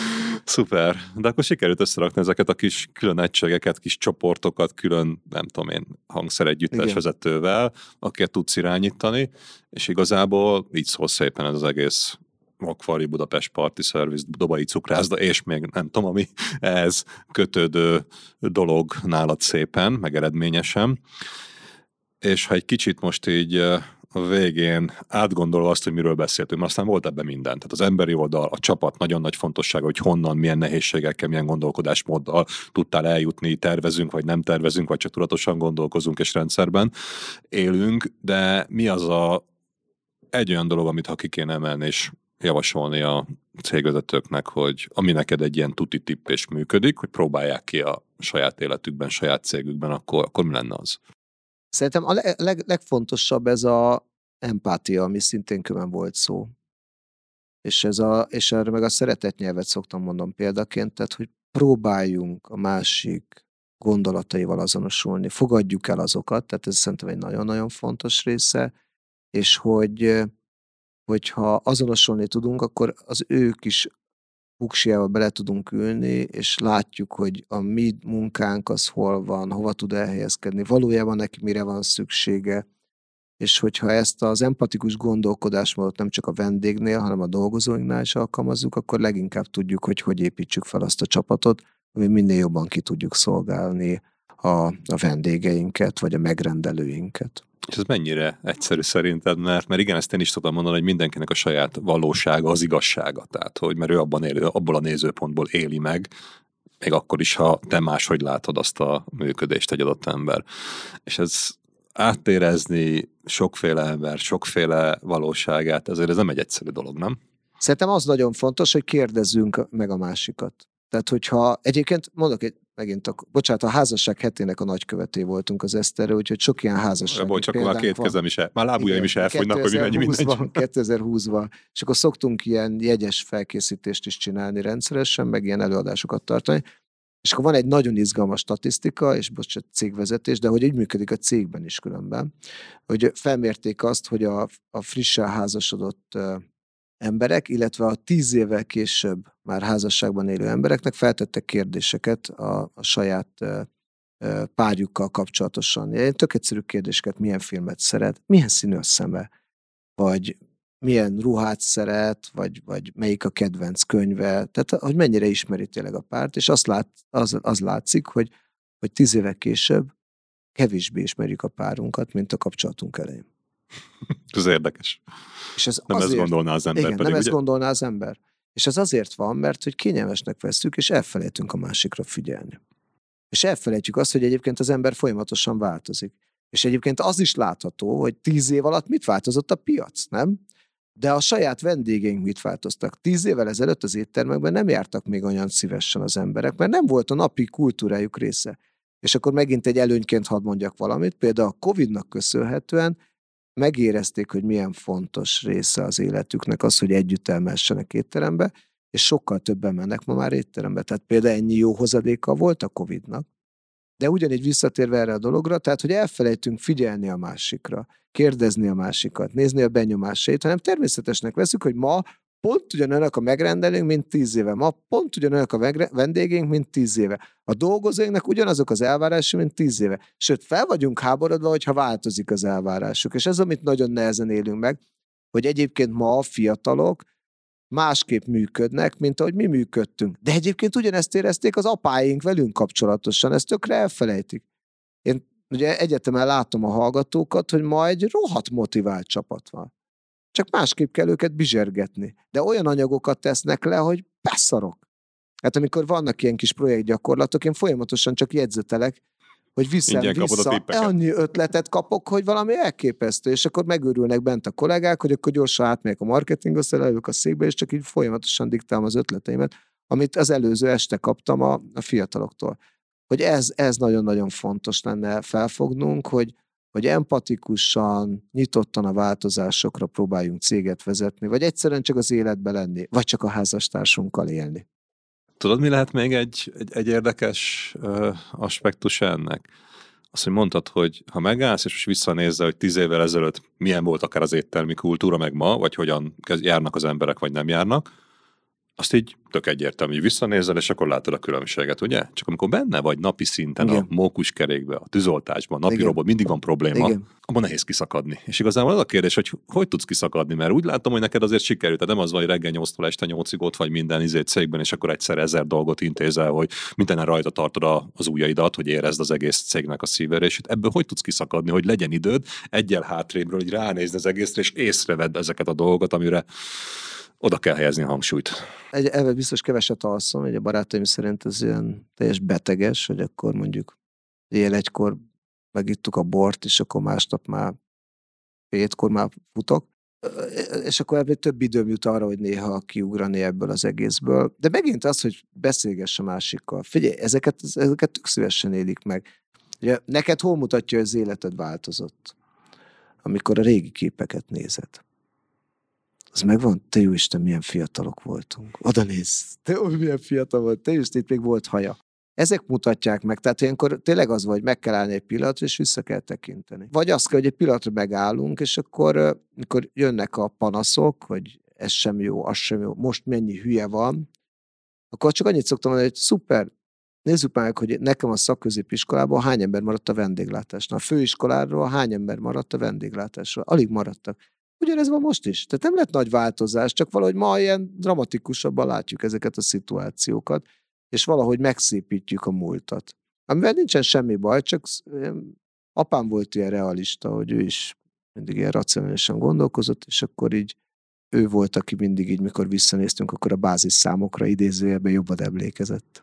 Szuper. De akkor sikerült összerakni ezeket a kis külön egységeket, kis csoportokat, külön, nem tudom én, hangszeregyüttes vezetővel, akiket tudsz irányítani, és igazából így szól szépen ez az egész Makvari, Budapest Party Service, Dobai Cukrászda, és még nem tudom, ami ehhez kötődő dolog nálad szépen, meg eredményesen. És ha egy kicsit most így a végén átgondolva azt, hogy miről beszéltünk, mert aztán volt ebben minden. Tehát az emberi oldal, a csapat nagyon nagy fontossága, hogy honnan, milyen nehézségekkel, milyen gondolkodásmóddal tudtál eljutni, tervezünk, vagy nem tervezünk, vagy csak tudatosan gondolkozunk és rendszerben élünk, de mi az egy olyan dolog, amit ha ki kéne emelni és javasolni a cégvezetőknek, hogy ami neked egy ilyen tuti tipp és működik, hogy próbálják ki a saját életükben, saját cégükben, akkor mi lenne az? Szerintem a legfontosabb ez az empátia, ami szintén külön volt szó. És erre meg a szeretetnyelvet szoktam mondani példaként, tehát hogy próbáljunk a másik gondolataival azonosulni, fogadjuk el azokat, tehát ez szerintem egy nagyon-nagyon fontos része, és hogyha azonosulni tudunk, akkor az ő kis buksiába bele tudunk ülni, és látjuk, hogy a mi munkánk az hol van, hova tud elhelyezkedni, valójában neki mire van szüksége, és hogyha ezt az empatikus gondolkodásmódot nem csak a vendégnél, hanem a dolgozóinknál is alkalmazzuk, akkor leginkább tudjuk, hogy építsük fel azt a csapatot, ami minél jobban ki tudjuk szolgálni a vendégeinket, vagy a megrendelőinket. És ez mennyire egyszerű szerinted? Mert igen, ezt én is tudom mondani, hogy mindenkinek a saját valósága az igazsága. Tehát, hogy mert ő abból a nézőpontból éli meg, még akkor is, ha te máshogy látod azt a működést egy adott ember. És ez áttérezni sokféle ember, sokféle valóságát, ezért ez nem egy egyszerű dolog, nem? Szerintem az nagyon fontos, hogy kérdezzünk meg a másikat. Tehát, hogyha egyébként mondok bocsánat, a házasság hetének a nagyköveté voltunk az Eszterre, úgyhogy sok ilyen házasság. Csak már két kezem is már lábujjaim is elfogynak, hogy mennyi mindegy. 2020-ban. És akkor szoktunk ilyen jegyes felkészítést is csinálni rendszeresen, meg ilyen előadásokat tartani. És akkor van egy nagyon izgalmas statisztika, és bocsánat, cégvezetés, de hogy így működik a cégben is különben, hogy felmérték azt, hogy a frissen házasodott emberek, illetve a 10 évvel később már házasságban élő embereknek feltettek kérdéseket a saját párjukkal kapcsolatosan. Tök egyszerű kérdéseket, milyen filmet szeret, milyen színű a szeme, vagy milyen ruhát szeret, vagy melyik a kedvenc könyve, tehát hogy mennyire ismeri tényleg a párt, és az látszik, hogy 10 évvel később kevésbé ismerjük a párunkat, mint a kapcsolatunk elején. Ez érdekes. És ez nem ezt gondolná az ember. Igen, pedig, nem ezt gondolná az ember. És ez azért van, mert hogy kényelmesnek vesszük, és elfelejtünk a másikra figyelni. És elfelejtjük azt, hogy egyébként az ember folyamatosan változik. És egyébként az is látható, hogy 10 év alatt mit változott a piac, nem? De a saját vendégeink mit változtak? 10 évvel ezelőtt az éttermekben nem jártak még olyan szívesen az emberek, mert nem volt a napi kultúrájuk része. És akkor megint egy előnyként hadd mondjak valamit, például a Covid-nak köszönhetően megérezték, hogy milyen fontos része az életüknek az, hogy együtt elmessenek étterembe, és sokkal többen mennek ma már étterembe. Tehát például ennyi jó hozadéka volt a Covid-nak. De ugyanígy visszatérve erre a dologra, tehát hogy elfelejtünk figyelni a másikra, kérdezni a másikat, nézni a benyomásait, hanem természetesnek veszük, hogy ma pont ugyanolyanak a megrendelőnk, mint 10 éve. Ma pont ugyanolyanak a vendégeink, mint 10 éve. A dolgozóinknak ugyanazok az elvárások, mint 10 éve. Sőt, fel vagyunk háborodva, hogyha változik az elvárásuk. És ez, amit nagyon nehezen élünk meg, hogy egyébként ma a fiatalok másképp működnek, mint ahogy mi működtünk. De egyébként ugyanezt érezték az apáink velünk kapcsolatosan, ezt tökre elfelejtik. Én ugye egyetemen látom a hallgatókat, hogy ma egy rohadt motivált csapat van. Csak másképp kell őket bizsergetni. De olyan anyagokat tesznek le, hogy beszarok. Hát amikor vannak ilyen kis projektgyakorlatok, én folyamatosan csak jegyzetelek, hogy vissza annyi ötletet kapok, hogy valami elképesztő, és akkor megőrülnek bent a kollégák, hogy akkor gyorsan átmegyek a marketinghoz, leülök a székbe, és csak így folyamatosan diktálom az ötleteimet, amit az előző este kaptam a fiataloktól. Hogy ez nagyon-nagyon fontos lenne felfognunk, hogy empatikusan, nyitottan a változásokra próbáljunk céget vezetni, vagy egyszerűen csak az életbe lenni, vagy csak a házastársunkkal élni. Tudod, mi lehet még egy érdekes aspektus ennek? Azt, hogy mondtad, hogy ha megállsz, és most visszanézzel, hogy 10 évvel ezelőtt milyen volt akár az éttermi kultúra, meg ma, vagy hogyan járnak az emberek, vagy nem járnak, azt így tök egyértelmű, hogy visszanézel, és akkor látod a különbséget, ugye? Csak amikor benne vagy napi szinten Igen. a mókuskerékbe, a tűzoltásban, a napi Igen. robot, mindig van probléma, Igen. abban nehéz kiszakadni. És igazából az a kérdés, hogy tudsz kiszakadni, mert úgy látom, hogy neked azért sikerült, tehát nem az van, hogy reggel 8-tól este 8-ig ott vagy minden cégben, és akkor egyszer 1000 dolgot intézel, hogy minden rajta tartod az ujjaidat, hogy érezd az egész cégnek a szívverését. Ebből hogy tudsz kiszakadni, hogy legyen időd egyel hátrébről, hogy ránézni az egészre, és észrevedd ezeket a dolgokat, amire oda kell helyezni a hangsúlyt. Ebben biztos keveset alszom, hogy a barátaim szerint ez ilyen teljes beteges, hogy akkor mondjuk éjjel 1-kor megittuk a bort, és akkor másnap már 7-kor már futok. És akkor ebből több időm jut arra, hogy néha kiugrani ebből az egészből. De megint az, hogy beszélgess a másikkal. Figyelj, ezeket tök szívesen élik meg. Ugye, neked hol mutatja, hogy az életed változott? Amikor a régi képeket nézed. Az megvan? Te jó Isten, milyen fiatalok voltunk. Oda nézz. Te jó, milyen fiatal volt. Te jó Isten, itt még volt haja. Ezek mutatják meg, tehát ilyenkor tényleg az van, hogy meg kell állni egy pillanatra, és vissza kell tekinteni. Vagy azt kell, hogy egy pillanatra megállunk, és akkor mikor jönnek a panaszok, hogy ez sem jó, az sem jó, most mennyi hülye van, akkor csak annyit szoktam mondani, hogy szuper, nézzük meg, hogy nekem a szakközépiskolában hány ember maradt a vendéglátásnál. A főiskoláról hány ember maradt a vendéglátásról. Alig maradtak. Ugyanez van most is. Tehát nem lett nagy változás, csak valahogy ma ilyen dramatikusabban látjuk ezeket a szituációkat, és valahogy megszépítjük a múltat. Amivel nincsen semmi baj, csak apám volt ilyen realista, hogy ő is mindig ilyen racionálisan gondolkozott, és akkor így ő volt, aki mindig így, mikor visszanéztünk, akkor a bázisszámokra idézőjelben jobban emlékezett.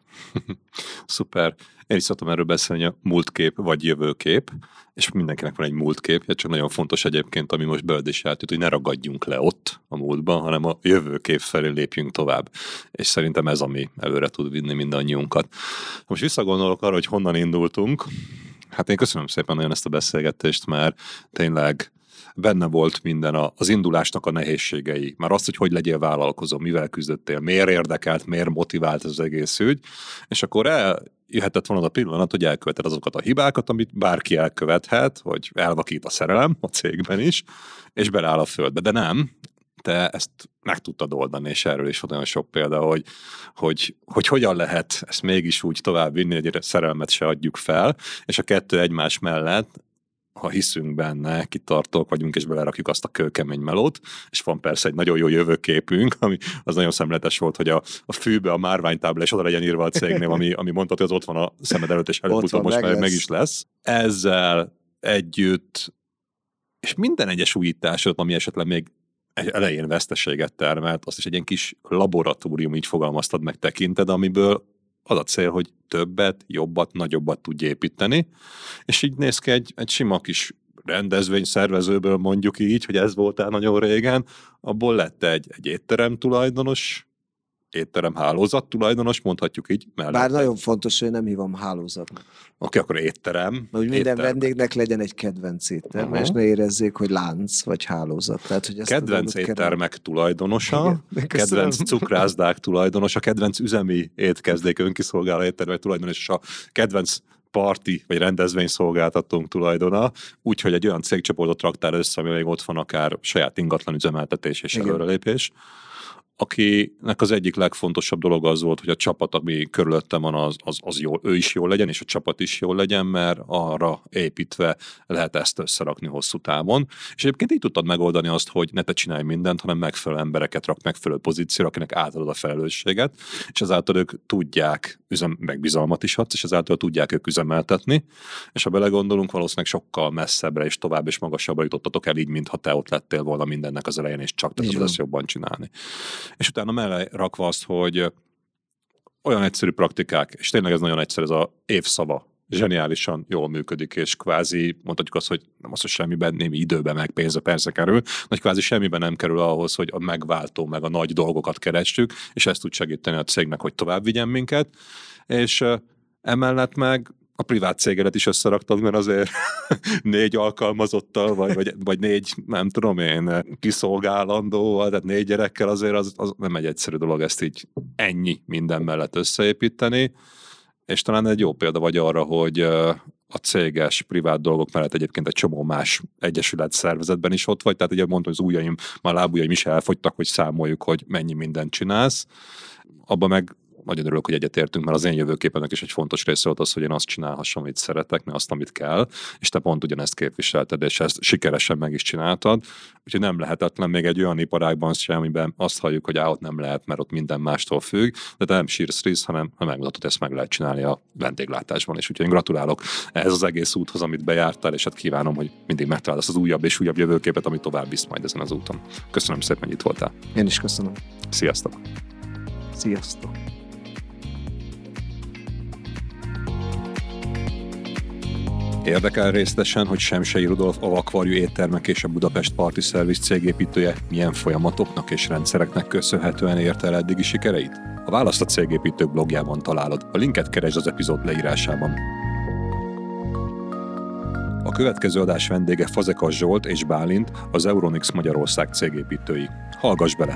Szuper. Én is szoktam erről beszélni, a múltkép vagy jövőkép, és mindenkinek van egy múltképje, csak nagyon fontos egyébként, ami most belőd is eltűnt, hogy ne ragadjunk le ott a múltban, hanem a jövőkép felé lépjünk tovább. És szerintem ez, ami előre tud vinni mindannyiunkat. Most visszagondolok arra, hogy honnan indultunk. Hát én köszönöm szépen nagyon ezt a beszélgetést, mert tényleg benne volt minden az indulásnak a nehézségei. Már azt, hogy legyél vállalkozó, mivel küzdöttél, miért érdekelt, miért motivált az egész ügy, és akkor jöhetett volna a pillanat, hogy elköveted azokat a hibákat, amit bárki elkövethet, hogy elvakít a szerelem a cégben is, és beleáll a földbe. De nem, te ezt meg tudtad oldani, és erről is van olyan sok példa, hogy hogyan lehet ezt mégis úgy tovább vinni, hogy a szerelmet se adjuk fel, és a kettő egymás mellett, ha hiszünk benne, kitartók vagyunk, és belerakjuk azt a kőkemény melót, és van persze egy nagyon jó jövőképünk, ami az nagyon szemletes volt, hogy a fűbe a márványtábla, és oda legyen írva a cégnél, ami mondta, hogy az ott van a szemed előtt, és előbb-utóbb most már meg is lesz. Ezzel együtt, és minden egyes újításod, ami esetleg még elején veszteséget termelt, azt is egy ilyen kis laboratórium, így fogalmaztad meg tekinted, amiből az a cél, hogy többet, jobbat, nagyobbat tudj építeni, és így néz ki egy sima kis rendezvényszervezőből, mondjuk így, hogy ez voltál nagyon régen, abból lett egy étterem tulajdonos, étterem hálózat tulajdonos, mondhatjuk így. Bár nagyon fontos, hogy nem hívom hálózatnak. Oké, akkor étterem. Hogy minden vendégnek legyen egy kedvenc étterme, és ne érezzék, hogy lánc vagy hálózat. Tehát, hogy kedvenc éttermek tulajdonosa, kedvenc cukrászdák tulajdonosa, kedvenc üzemi étkezdék önkiszolgáló éttermek tulajdonosa, és a kedvenc parti vagy rendezvényszolgáltatónk tulajdona, úgyhogy egy olyan cégcsoportot raktál össze, ami még ott van akár saját ingatlan üzemeltetés és előrelépés, akinek az egyik legfontosabb dolog az volt, hogy a csapat, ami körülöttem van, az jó, ő is jól legyen, és a csapat is jól legyen, mert arra építve lehet ezt összerakni hosszú távon. És egyébként így tudtad megoldani azt, hogy ne te csinálj mindent, hanem megfelelő embereket rak megfelelő pozícióra, akinek átadod a felelősséget, és ezáltal ők tudják, meg bizalmat is adsz, és ezáltal tudják ők üzemeltetni. És ha belegondolunk, valószínűleg sokkal messzebbre és tovább és magasabbra jutottatok el így, mintha te ott lettél volna mindennek az elején, és csak te tudod ezt jobban csinálni. És utána mellé rakva azt, hogy olyan egyszerű praktikák, és tényleg ez nagyon egyszerű, ez az évszava zseniálisan jól működik, és kvázi mondhatjuk azt, hogy nem az, hogy semmiben, némi időben meg pénze persze kerül, de kvázi semmiben nem kerül ahhoz, hogy a megváltó, meg a nagy dolgokat keressük, és ezt tud segíteni a cégnek, hogy tovább vigyen minket, és emellett meg a privát cégedet is összeraktad, mert azért 4 alkalmazottal, vagy 4, nem tudom én, kiszolgálandóval, tehát 4 gyerekkel azért az nem egy egyszerű dolog ezt így ennyi minden mellett összeépíteni, és talán egy jó példa vagy arra, hogy a céges, privát dolgok mellett egyébként egy csomó más egyesület szervezetben is ott vagy, tehát ugye mondtam, hogy az ujjaim, már lábujjaim is elfogytak, hogy számoljuk, hogy mennyi mindent csinálsz. Abban meg nagyon örülök, hogy egyetértünk, mert az én jövőképemnek is egy fontos része volt az, hogy én azt csinálhassam, amit szeretek, ne azt, amit kell, és te pont ugyanezt képviselted, és ezt sikeresen meg is csináltad. Úgyhogy nem lehetetlen még egy olyan iparágban sem, amiben azt halljuk, hogy ott nem lehet, mert ott minden mástól függ, de te nem sírsz rész, hanem megmutatod, ezt meg lehet csinálni a vendéglátásban is. Úgyhogy én gratulálok ehhez az egész úthoz, amit bejártál, és hát kívánom, hogy mindig megtaláld azt az újabb és újabb jövőképet, amit tovább visz majd ezen az úton. Köszönöm szépen, hogy itt voltál. Én is köszönöm. Sziasztok! Sziasztok! Érdekel részletesen, hogy Semsei Rudolf avakvarjú éttermek és a Budapest Party Service cégépítője milyen folyamatoknak és rendszereknek köszönhetően érte el eddigi sikereit? A választ a Cégépítők blogjában találod, a linket keresd az epizód leírásában. A következő adás vendége Fazekas Zsolt és Bálint, az Euronics Magyarország cégépítői. Hallgass bele!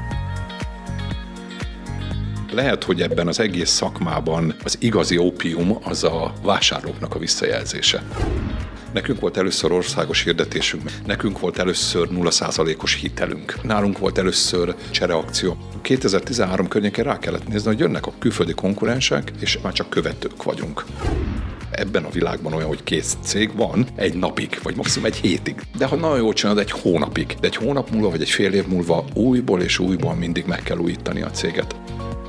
Lehet, hogy ebben az egész szakmában az igazi ópium az a vásárlóknak a visszajelzése. Nekünk volt először országos hirdetésünk, nekünk volt először 0%-os hitelünk, nálunk volt először csereakció. 2013 környékén rá kellett nézni, hogy jönnek a külföldi konkurensek, és már csak követők vagyunk. Ebben a világban olyan, hogy kész cég van egy napig, vagy maximum egy hétig. De ha nagyon jól csinálod, egy hónapig. De egy hónap múlva, vagy egy fél év múlva újból és újból mindig meg kell újítani a céget.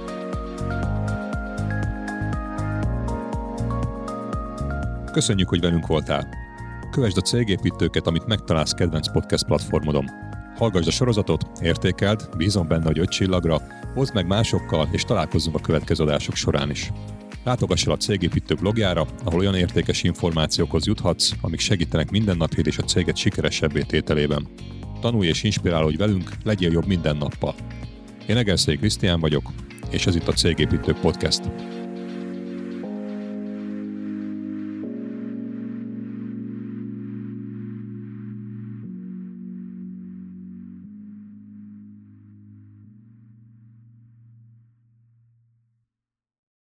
Köszönjük, hogy velünk voltál! Kövesd a Cégépítőket, amit megtalálsz kedvenc podcast platformodon. Hallgassd a sorozatot, értékeld, bízom benne, hogy 5 csillagra, hozd meg másokkal, és találkozzunk a következő adások során is. Látogass el a Cégépítő blogjára, ahol olyan értékes információkhoz juthatsz, amik segítenek mindennapjét és a céget sikeresebbé tételében. Tanulj és inspirálódj velünk, legyél jobb minden nappal. Én Egerszegi Krisztián vagyok, és ez itt a Cégépítők Podcast.